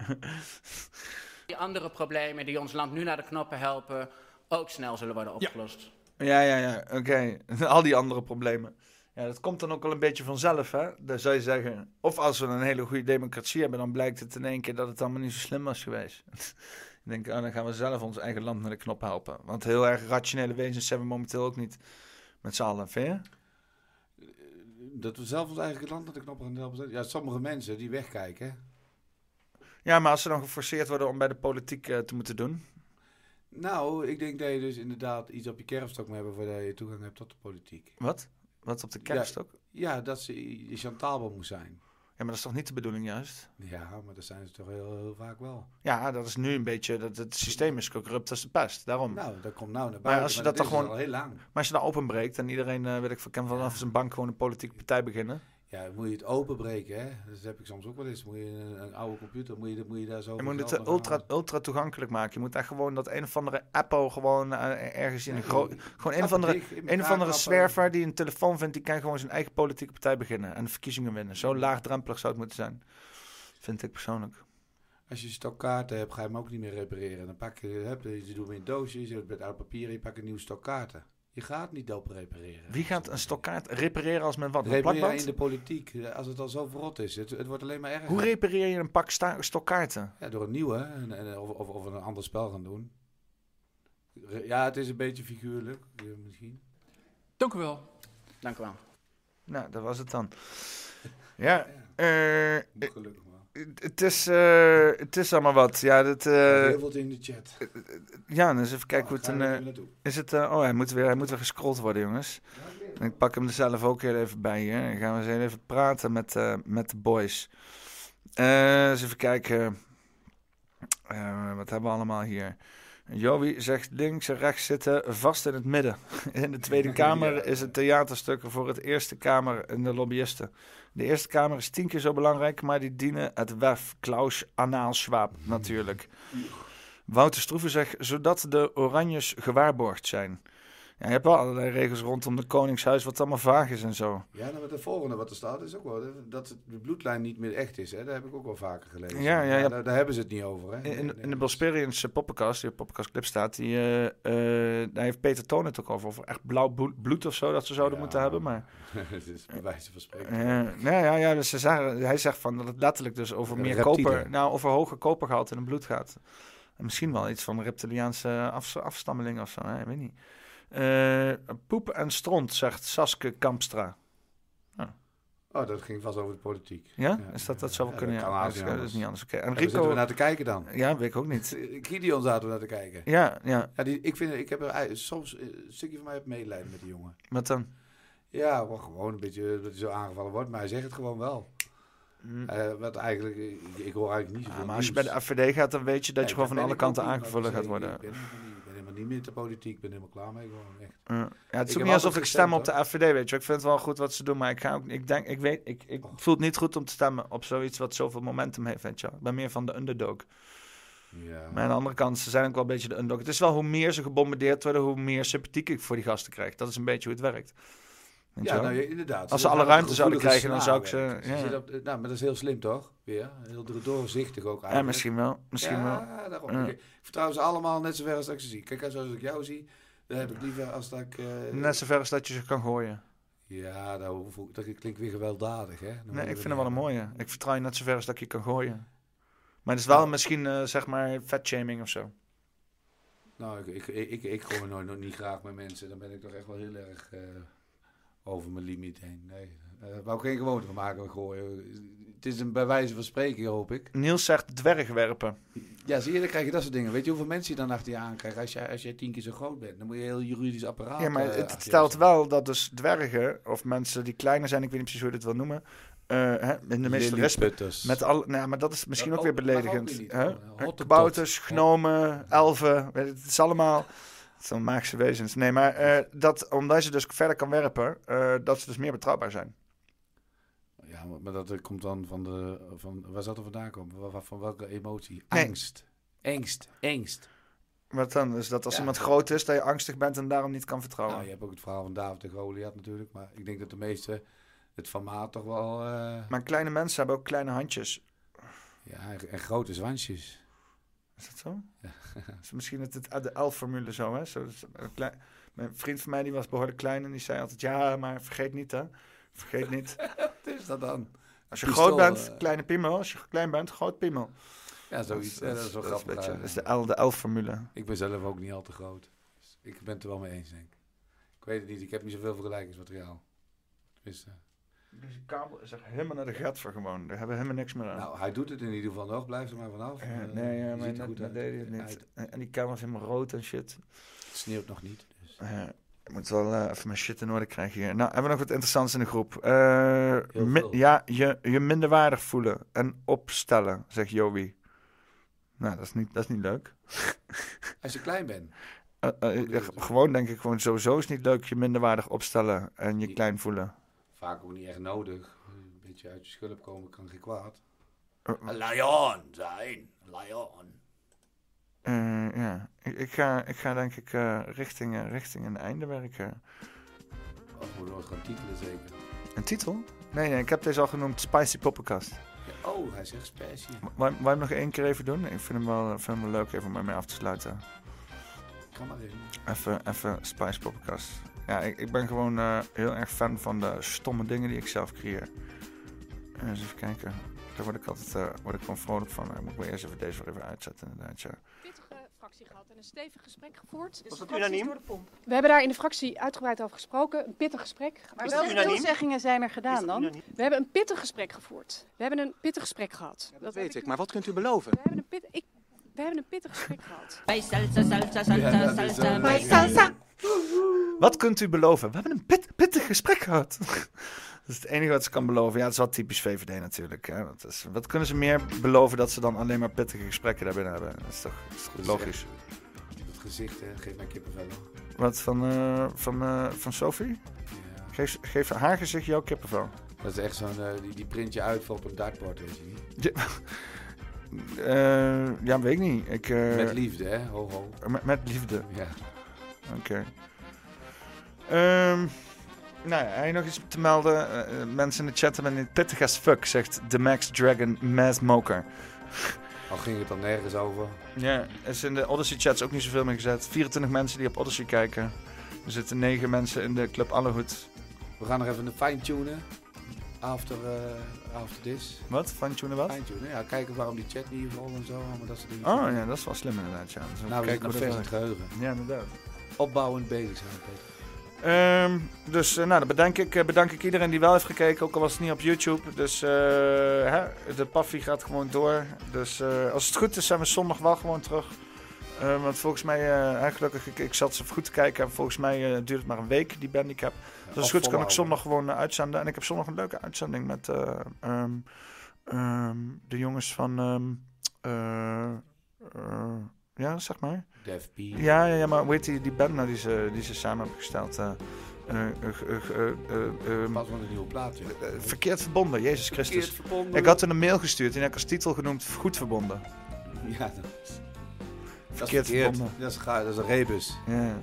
Die andere problemen die ons land nu naar de knoppen helpen, ook snel zullen worden opgelost. Ja, ja, ja, oké. Okay. Al die andere problemen. Ja, dat komt dan ook wel een beetje vanzelf, hè? Dat zou je zeggen. Of als we een hele goede democratie hebben, dan blijkt het in één keer dat het allemaal niet zo slim was geweest. Ik denk, oh, dan gaan we zelf ons eigen land naar de knop helpen. Want heel erg rationele wezens zijn we momenteel ook niet met z'n allen, vind je? Dat we zelf ons eigen land naar de knop gaan helpen. Ja, sommige mensen die wegkijken. Ja, maar als ze dan geforceerd worden om bij de politiek uh, te moeten doen. Nou, ik denk dat je dus inderdaad iets op je kerfstok moet hebben voordat je toegang hebt tot de politiek. Wat? Wat op de kerfstok? Ja, ja, dat ze chantabel moet zijn. Ja, maar dat is toch niet de bedoeling juist? Ja, maar dat zijn ze toch heel, heel vaak wel. Ja, dat is nu een beetje, dat het systeem is corrupt als de pest, daarom. Nou, dat komt nou naar buiten, maar als je maar dat, dat dan gewoon, al heel lang. Maar als je dat openbreekt en iedereen, uh, weet ik, kan vanaf ja. zijn bank gewoon een politieke partij beginnen. Ja, moet je het openbreken, hè? Dat heb ik soms ook wel eens. Moet je een, een oude computer, moet je, moet je daar zo... Je moet het uh, ultra, ultra toegankelijk maken. Je moet echt gewoon dat een of andere Apple gewoon uh, ergens in ja, een groot... Gewoon een of andere, een of andere zwerver die een telefoon vindt, die kan gewoon zijn eigen politieke partij beginnen en de verkiezingen winnen. Zo laagdrempelig zou het moeten zijn. Vind ik persoonlijk. Als je stokkaarten hebt, ga je hem ook niet meer repareren. Dan pak je, heb, je doet hem in een doosje, je zet het met oud papier en je pakt een nieuwe stokkaarten. Je gaat niet open repareren. Wie gaat een stokkaart repareren als met wat? Repareren in de politiek, als het al zo verrot is. Het, het wordt alleen maar erger. Hoe repareer je een pak sta- stokkaarten? Ja, door een nieuwe, en, en, of, of, of een ander spel gaan doen. Ja, het is een beetje figuurlijk, misschien. Dank u wel. Dank u wel. Nou, dat was het dan. Ja, ja. Uh, gelukkig. Het is, uh, het is allemaal wat. Ja, dat, uh, heel wat in de chat. Ja, dus even kijken oh, hoe het een. Uh, is het? Uh, oh, hij moet weer, hij moet weer gescrolld worden, jongens. En ik pak hem er zelf ook heel even bij. Hè. Dan gaan we eens even praten met, uh, met de boys. Uh, eens even kijken. Uh, wat hebben we allemaal hier? Joey zegt links en rechts zitten vast in het midden. In de Tweede Kamer is het theaterstuk voor het Eerste Kamer en de lobbyisten. De Eerste Kamer is tien keer zo belangrijk, maar die dienen het W E F. Klaus Anaal Schwab natuurlijk. Wouter Stroeven zegt, zodat de Oranjes gewaarborgd zijn. Ja, je hebt wel allerlei regels rondom de Koningshuis, wat allemaal vaag is en zo. Ja, nou, de volgende wat er staat is ook wel dat de bloedlijn niet meer echt is. Hè? Dat heb ik ook wel vaker gelezen. Ja, ja, ja. Daar, daar hebben ze het niet over. Hè? Nee, in, nee, in de Bosperians poppenkast, die op poppenkast clip staat, die, uh, uh, daar heeft Peter Toon het ook over. Over echt blauw bloed of zo dat ze zouden ja, moeten hebben. Maar het is bij wijze van spreken. Uh, nou ja, ja dus ze zeggen, hij zegt van dat het letterlijk dus over meer reptielen. koper, nou over hoger kopergehalte in het bloed gaat. En misschien wel iets van een reptiliaanse af, afstammeling of zo, hè? Ik weet niet. Uh, poep en stront, zegt Saske Kampstra. Oh. oh, dat ging vast over de politiek. Ja? ja. Is dat, dat zou wel ja, kunnen? Ja, dat, dat is niet anders. Okay. En Rico... zitten we naar te kijken dan? Ja, weet ik ook niet. Gideon zaten we naar te kijken. Ja, ja. ja die, ik, vind, ik heb er soms een stukje van mij heb medelijden met die jongen. Wat dan? Ja, wel gewoon een beetje dat hij zo aangevallen wordt, maar hij zegt het gewoon wel. Mm. Uh, wat eigenlijk, ik, ik hoor eigenlijk niet zoveel ja, maar als je bij de A V D gaat, dan weet je dat ja, je gewoon van alle kanten aangevallen gaat worden. Ik ben, ik ben helemaal niet meer te politiek, ik ben helemaal klaar mee gewoon. Echt. Uh, ja, het is ik ook niet alsof ik stem op de A V D, weet je. Ik vind het wel goed wat ze doen, maar ik ga ook, ik denk, ik weet, ik, ik oh. voel het niet goed om te stemmen op zoiets wat zoveel momentum heeft, weet je. Ik ben meer van de underdog. Ja. Maar aan de andere kant, ze zijn ook wel een beetje de underdog. Het is wel hoe meer ze gebombardeerd worden, hoe meer sympathiek ik voor die gasten krijg. Dat is een beetje hoe het werkt. Weet ja, nou, inderdaad. Als ze alle ruimte zouden krijgen, dan zou ik ze... Ja. ze op, nou, maar dat is heel slim, toch? Weer. Heel doorzichtig ook eigenlijk. Ja, misschien wel. Misschien ja, wel. Daarom. Ja. Ik vertrouw ze allemaal net zo ver als ik ze zie. Kijk, zoals ik jou zie, dan heb ik liever als dat ik... Uh, net zo ver als dat je ze kan gooien. Ja, dat, dat klinkt weer gewelddadig, hè? Dan nee, ik vind het wel een mooie. Ik vertrouw je net zo ver als dat ik je kan gooien. Maar het is wel ja. misschien, uh, zeg maar, fatshaming of zo. Nou, ik, ik, ik, ik, ik gooi nooit nog niet graag met mensen. Dan ben ik toch echt wel heel erg... Uh, over mijn limiet heen. Nee, daar uh, wou ik geen gewoonte van maken. Gooien. Het is een bij wijze van spreken, hoop ik. Niels zegt dwergwerpen. Ja, zie je, dan krijg je dat soort dingen. Weet je hoeveel mensen je dan achter je aankrijgt als je, als je tien keer zo groot bent? Dan moet je een heel juridisch apparaat... Ja, maar het, het stelt wel dat dus dwergen, of mensen die kleiner zijn, ik weet niet precies hoe je dit wil noemen, uh, hè, in de meeste respect. Met al, nou, maar dat is misschien dat ook, ook weer beledigend. Kabouters, gnomen, elfen, het is allemaal... Zo'n magische wezens. Nee, maar uh, dat, omdat je dus verder kan werpen, uh, dat ze dus meer betrouwbaar zijn. Ja, maar, maar dat komt dan van de... Van, waar zou dat vandaan komen? Van, van welke emotie? Angst. Nee. Angst. Angst. Wat dan? Dus dat als ja. iemand groot is, dat je angstig bent en daarom niet kan vertrouwen? Nou, je hebt ook het verhaal van David en Goliath natuurlijk. Maar ik denk dat de meeste het formaat toch wel... Uh... Maar kleine mensen hebben ook kleine handjes. Ja, en grote zwansjes. Is dat zo? Ja. Is misschien het, het, de elf-formule zo, hè? Zo, klein, mijn vriend van mij die was behoorlijk klein en die zei altijd... Ja, maar vergeet niet, hè? Vergeet niet. Wat is dat dan? Als je Pistool, groot bent, uh... kleine piemel. Als je klein bent, groot piemel. Ja, zoiets. Dat is, dat is wel dat grappig. Is, dat is de, de elf-formule. Ik ben zelf ook niet al te groot. Dus ik ben het er wel mee eens, denk ik. Ik weet het niet. Ik heb niet zoveel vergelijkingsmateriaal. Dus, uh... Deze kabel is echt helemaal naar de gat voor gewoon. Daar hebben we helemaal niks meer aan. Nou, hij doet het in ieder geval nog. Blijf er maar vanaf. Ja, uh, nee, ja, maar net, net deed hij het niet. Hij... En die kabel is helemaal rood en shit. Het sneeuwt nog niet. Dus. Uh, ik moet wel uh, even mijn shit in orde krijgen hier. Nou, hebben we nog wat interessants in de groep. Uh, mi- ja, je, je minderwaardig voelen en opstellen, zegt Joey. Nou, dat is niet, dat is niet leuk. Als je klein bent. Uh, uh, uh, gewoon denk ik gewoon sowieso is het niet leuk je minderwaardig opstellen en je niet, klein voelen. Vaak ook niet echt nodig. Een beetje uit je schulp komen kan geen kwaad. Uh, een lion zijn. Een lion. Uh, ja, ik, ik, ga, ik ga denk ik uh, richting, uh, richting een einde werken. Oh, we moeten gewoon titelen zeker. Een titel? Nee, nee, ik heb deze al genoemd Spicy Poppenkast. Ja, oh, hij zegt spicy. Wil je hem nog één keer even doen? Ik vind hem wel, vind hem wel leuk even om mee af te sluiten. Kan maar even. Even, even Spicy Poppenkast. Ja, ik, ik ben gewoon uh, heel erg fan van de stomme dingen die ik zelf creëer. Uh, eens even kijken. Daar word ik altijd uh, word ik gewoon vrolijk van. Ik moet maar eerst even deze weer even uitzetten inderdaad, ja. Pittige fractie gehad en een stevig gesprek gevoerd. Was dat unaniem? We hebben daar in de fractie uitgebreid over gesproken. Een pittig gesprek. Maar welke toezeggingen zijn er gedaan dan? We hebben een pittig gesprek gevoerd. We hebben een pittig gesprek gehad. Ja, dat, dat weet ik, maar wat kunt u beloven? We hebben een, pit, ik, we hebben een pittig gesprek gehad. Bij salsa, salsa, salsa, salsa, bij salsa. Wat kunt u beloven? We hebben een pit, pittig gesprek gehad. Dat is het enige wat ze kan beloven. Ja, het is wel typisch V V D natuurlijk. Hè? Wat, is, wat kunnen ze meer beloven dat ze dan alleen maar pittige gesprekken daarbinnen hebben? Dat is toch, dat is toch logisch? Het gezicht, hè? Geef mij kippenvel. Wat, van, uh, van, uh, van Sophie? Ja. Geef, geef haar gezicht jouw kippenvel. Dat is echt zo'n, uh, die, die print je uit op een dartboard, weet je niet? Ja. Uh, ja, weet ik niet. Ik, uh, met liefde, hè? Ho, ho. Met, met liefde? Ja. Oké. Okay. Um, nou ja, heb je nog iets te melden? Uh, mensen in de chat hebben het pittig as fuck, zegt The Max Dragon Mass Moker. Al ging het dan nergens over. Ja, er is in de Odyssey chats ook niet zoveel meer gezet. vierentwintig mensen die op Odyssey kijken. Er zitten negen mensen in de Club Allehoed. We gaan nog even een fine-tunen. After, uh, after this. Wat? Fine-tunen wat? Fine-tunen, ja. Kijken waarom die chat niet vol en zo. Maar dat soort dingen. Oh ja, dat is wel slim inderdaad, ja. Dus nou, we zitten nog vers in het geheugen. Ja, inderdaad. Opbouwend bezig zijn, Peter. Um, dus uh, nou, dan bedank ik, uh, bedank ik iedereen die wel heeft gekeken, ook al was het niet op YouTube. Dus uh, hè, de paffie gaat gewoon door. Dus uh, als het goed is zijn we zondag wel gewoon terug. Uh, want volgens mij, uh, gelukkig, ik, ik zat ze goed te kijken. Volgens mij uh, duurt het maar een week, die bandicap. Dus als het goed is kan ik zondag gewoon uh, uitzenden. En ik heb zondag een leuke uitzending met uh, um, um, de jongens van... Um, uh, uh, ja, zeg maar. Def P. Ja, ja, ja, maar hoe heet die, die band nou die ze, die ze samen hebben gesteld? Uh, uh, uh, uh, uh, uh, Pas van een nieuwe plaatje. Uh, uh, verkeerd verbonden, Jezus Christus. Verkeerd verbonden. Ik had hun een mail gestuurd en ik heb als titel genoemd Goed Verbonden. Ja, dat is... Verkeerd verbonden. Dat is, dat is een rebus. Ja.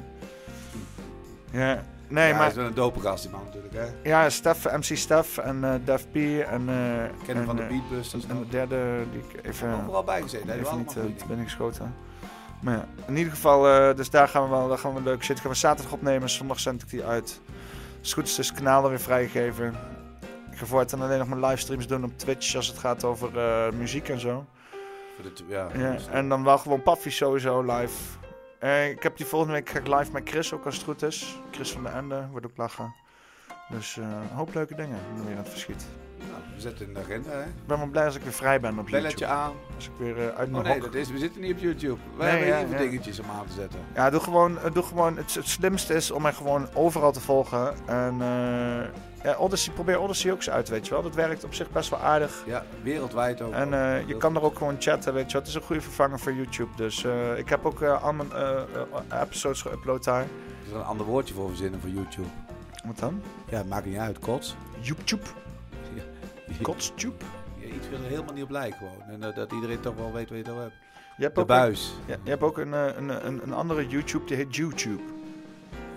Ja. Nee, ja, maar... hij is wel een dope gast, die man natuurlijk, hè? Ja, Stef, M C Stef en uh, Def P en... Uh, ik ken hem van de Beatbusters. En de derde die ik even... Ik heb overal bij gezeten. Even, even niet uh, te binnen geschoten. Maar ja, in ieder geval, uh, dus daar gaan we wel daar gaan we leuk zitten. Gaan we zaterdag opnemen, zondag zend ik die uit. Als het goed is, is het kanaal er weer vrijgegeven. Ik ga voortaan alleen nog mijn livestreams doen op Twitch als het gaat over uh, muziek en zo. Voor de, ja, ja, en dan wel gewoon Paffy sowieso live. Uh, ik heb die volgende week ga ik live met Chris, ook als het goed is. Chris van de Ende, wordt ook lachen. Dus uh, een hoop leuke dingen weer aan het verschiet. Nou, we zetten in de agenda, hè? Ik ben wel blij als ik weer vrij ben op Belletje YouTube. aan. Als ik weer uh, uit mijn oh nee, hok... dat is, we zitten niet op YouTube. We nee, hebben ja, heel veel ja. dingetjes om aan te zetten. Ja, doe gewoon, doe gewoon het, het slimste is om mij gewoon overal te volgen. En uh, ja, Odyssey, probeer Odyssey ook eens uit, weet je wel. Dat werkt op zich best wel aardig. Ja, wereldwijd ook. En uh, je kan er ook gewoon chatten, weet je wel. Het is een goede vervanger voor YouTube. Dus uh, ik heb ook uh, al mijn uh, uh, episodes geüpload daar. Er is er een ander woordje voor verzinnen voor YouTube. Wat dan? Ja, het maakt niet uit. Kots. YouTube. Ja. Kotstube. Ja, iets wil er helemaal niet op lijken gewoon. En uh, dat iedereen toch wel weet wat je het over hebt. Je hebt de ook buis. Een, ja, je hebt ook een, een, een, een andere YouTube, die heet YouTube.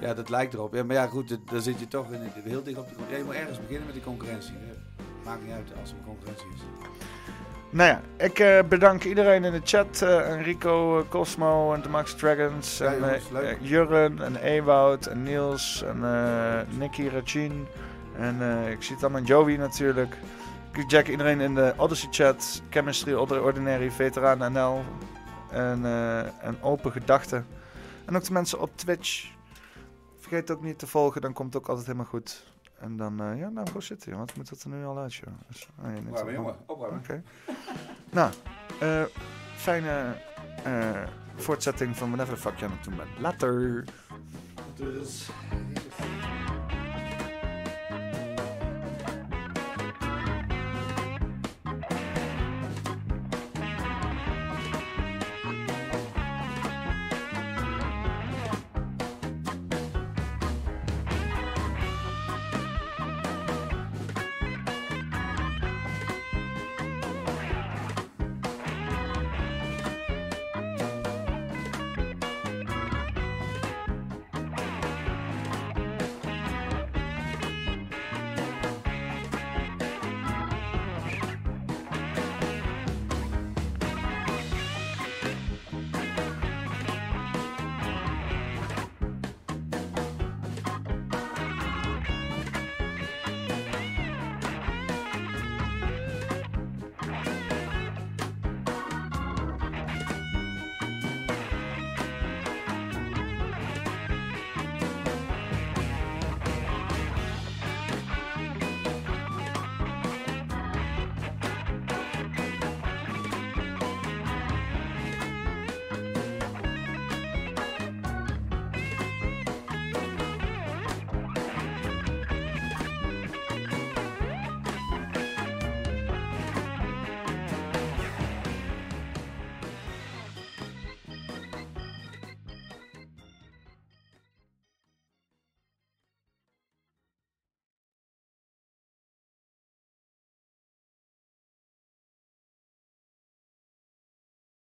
Ja, dat lijkt erop. Ja, maar ja, goed, dan zit je toch in, heel dicht op de concurrentie. Je moet ergens beginnen met die concurrentie. Maakt niet uit als er een concurrentie is. Nou ja, ik uh, bedank iedereen in de chat. Uh, Enrico, uh, Cosmo en de Max Dragons. Ja, en jongens, uh, uh, Jurren en Ewout en Niels en uh, Nicky, Regine. En uh, ik zie het allemaal in Joey natuurlijk. Ik check iedereen in de Odyssey chat. Chemistry, Ordinary, Veteranen N L. En, uh, en Open Gedachten. En ook de mensen op Twitch. Vergeet ook niet te volgen, dan komt het ook altijd helemaal goed. En dan, uh, ja, nou, go zitten, joh. Wat moet dat er nu al uit, joh? Dus, oh, nee, opwarmen, jongen. Opwarmen. Oké. Okay. Nou, uh, fijne uh, voortzetting van whatever the fuck je aan het doen bent. Later. Dus.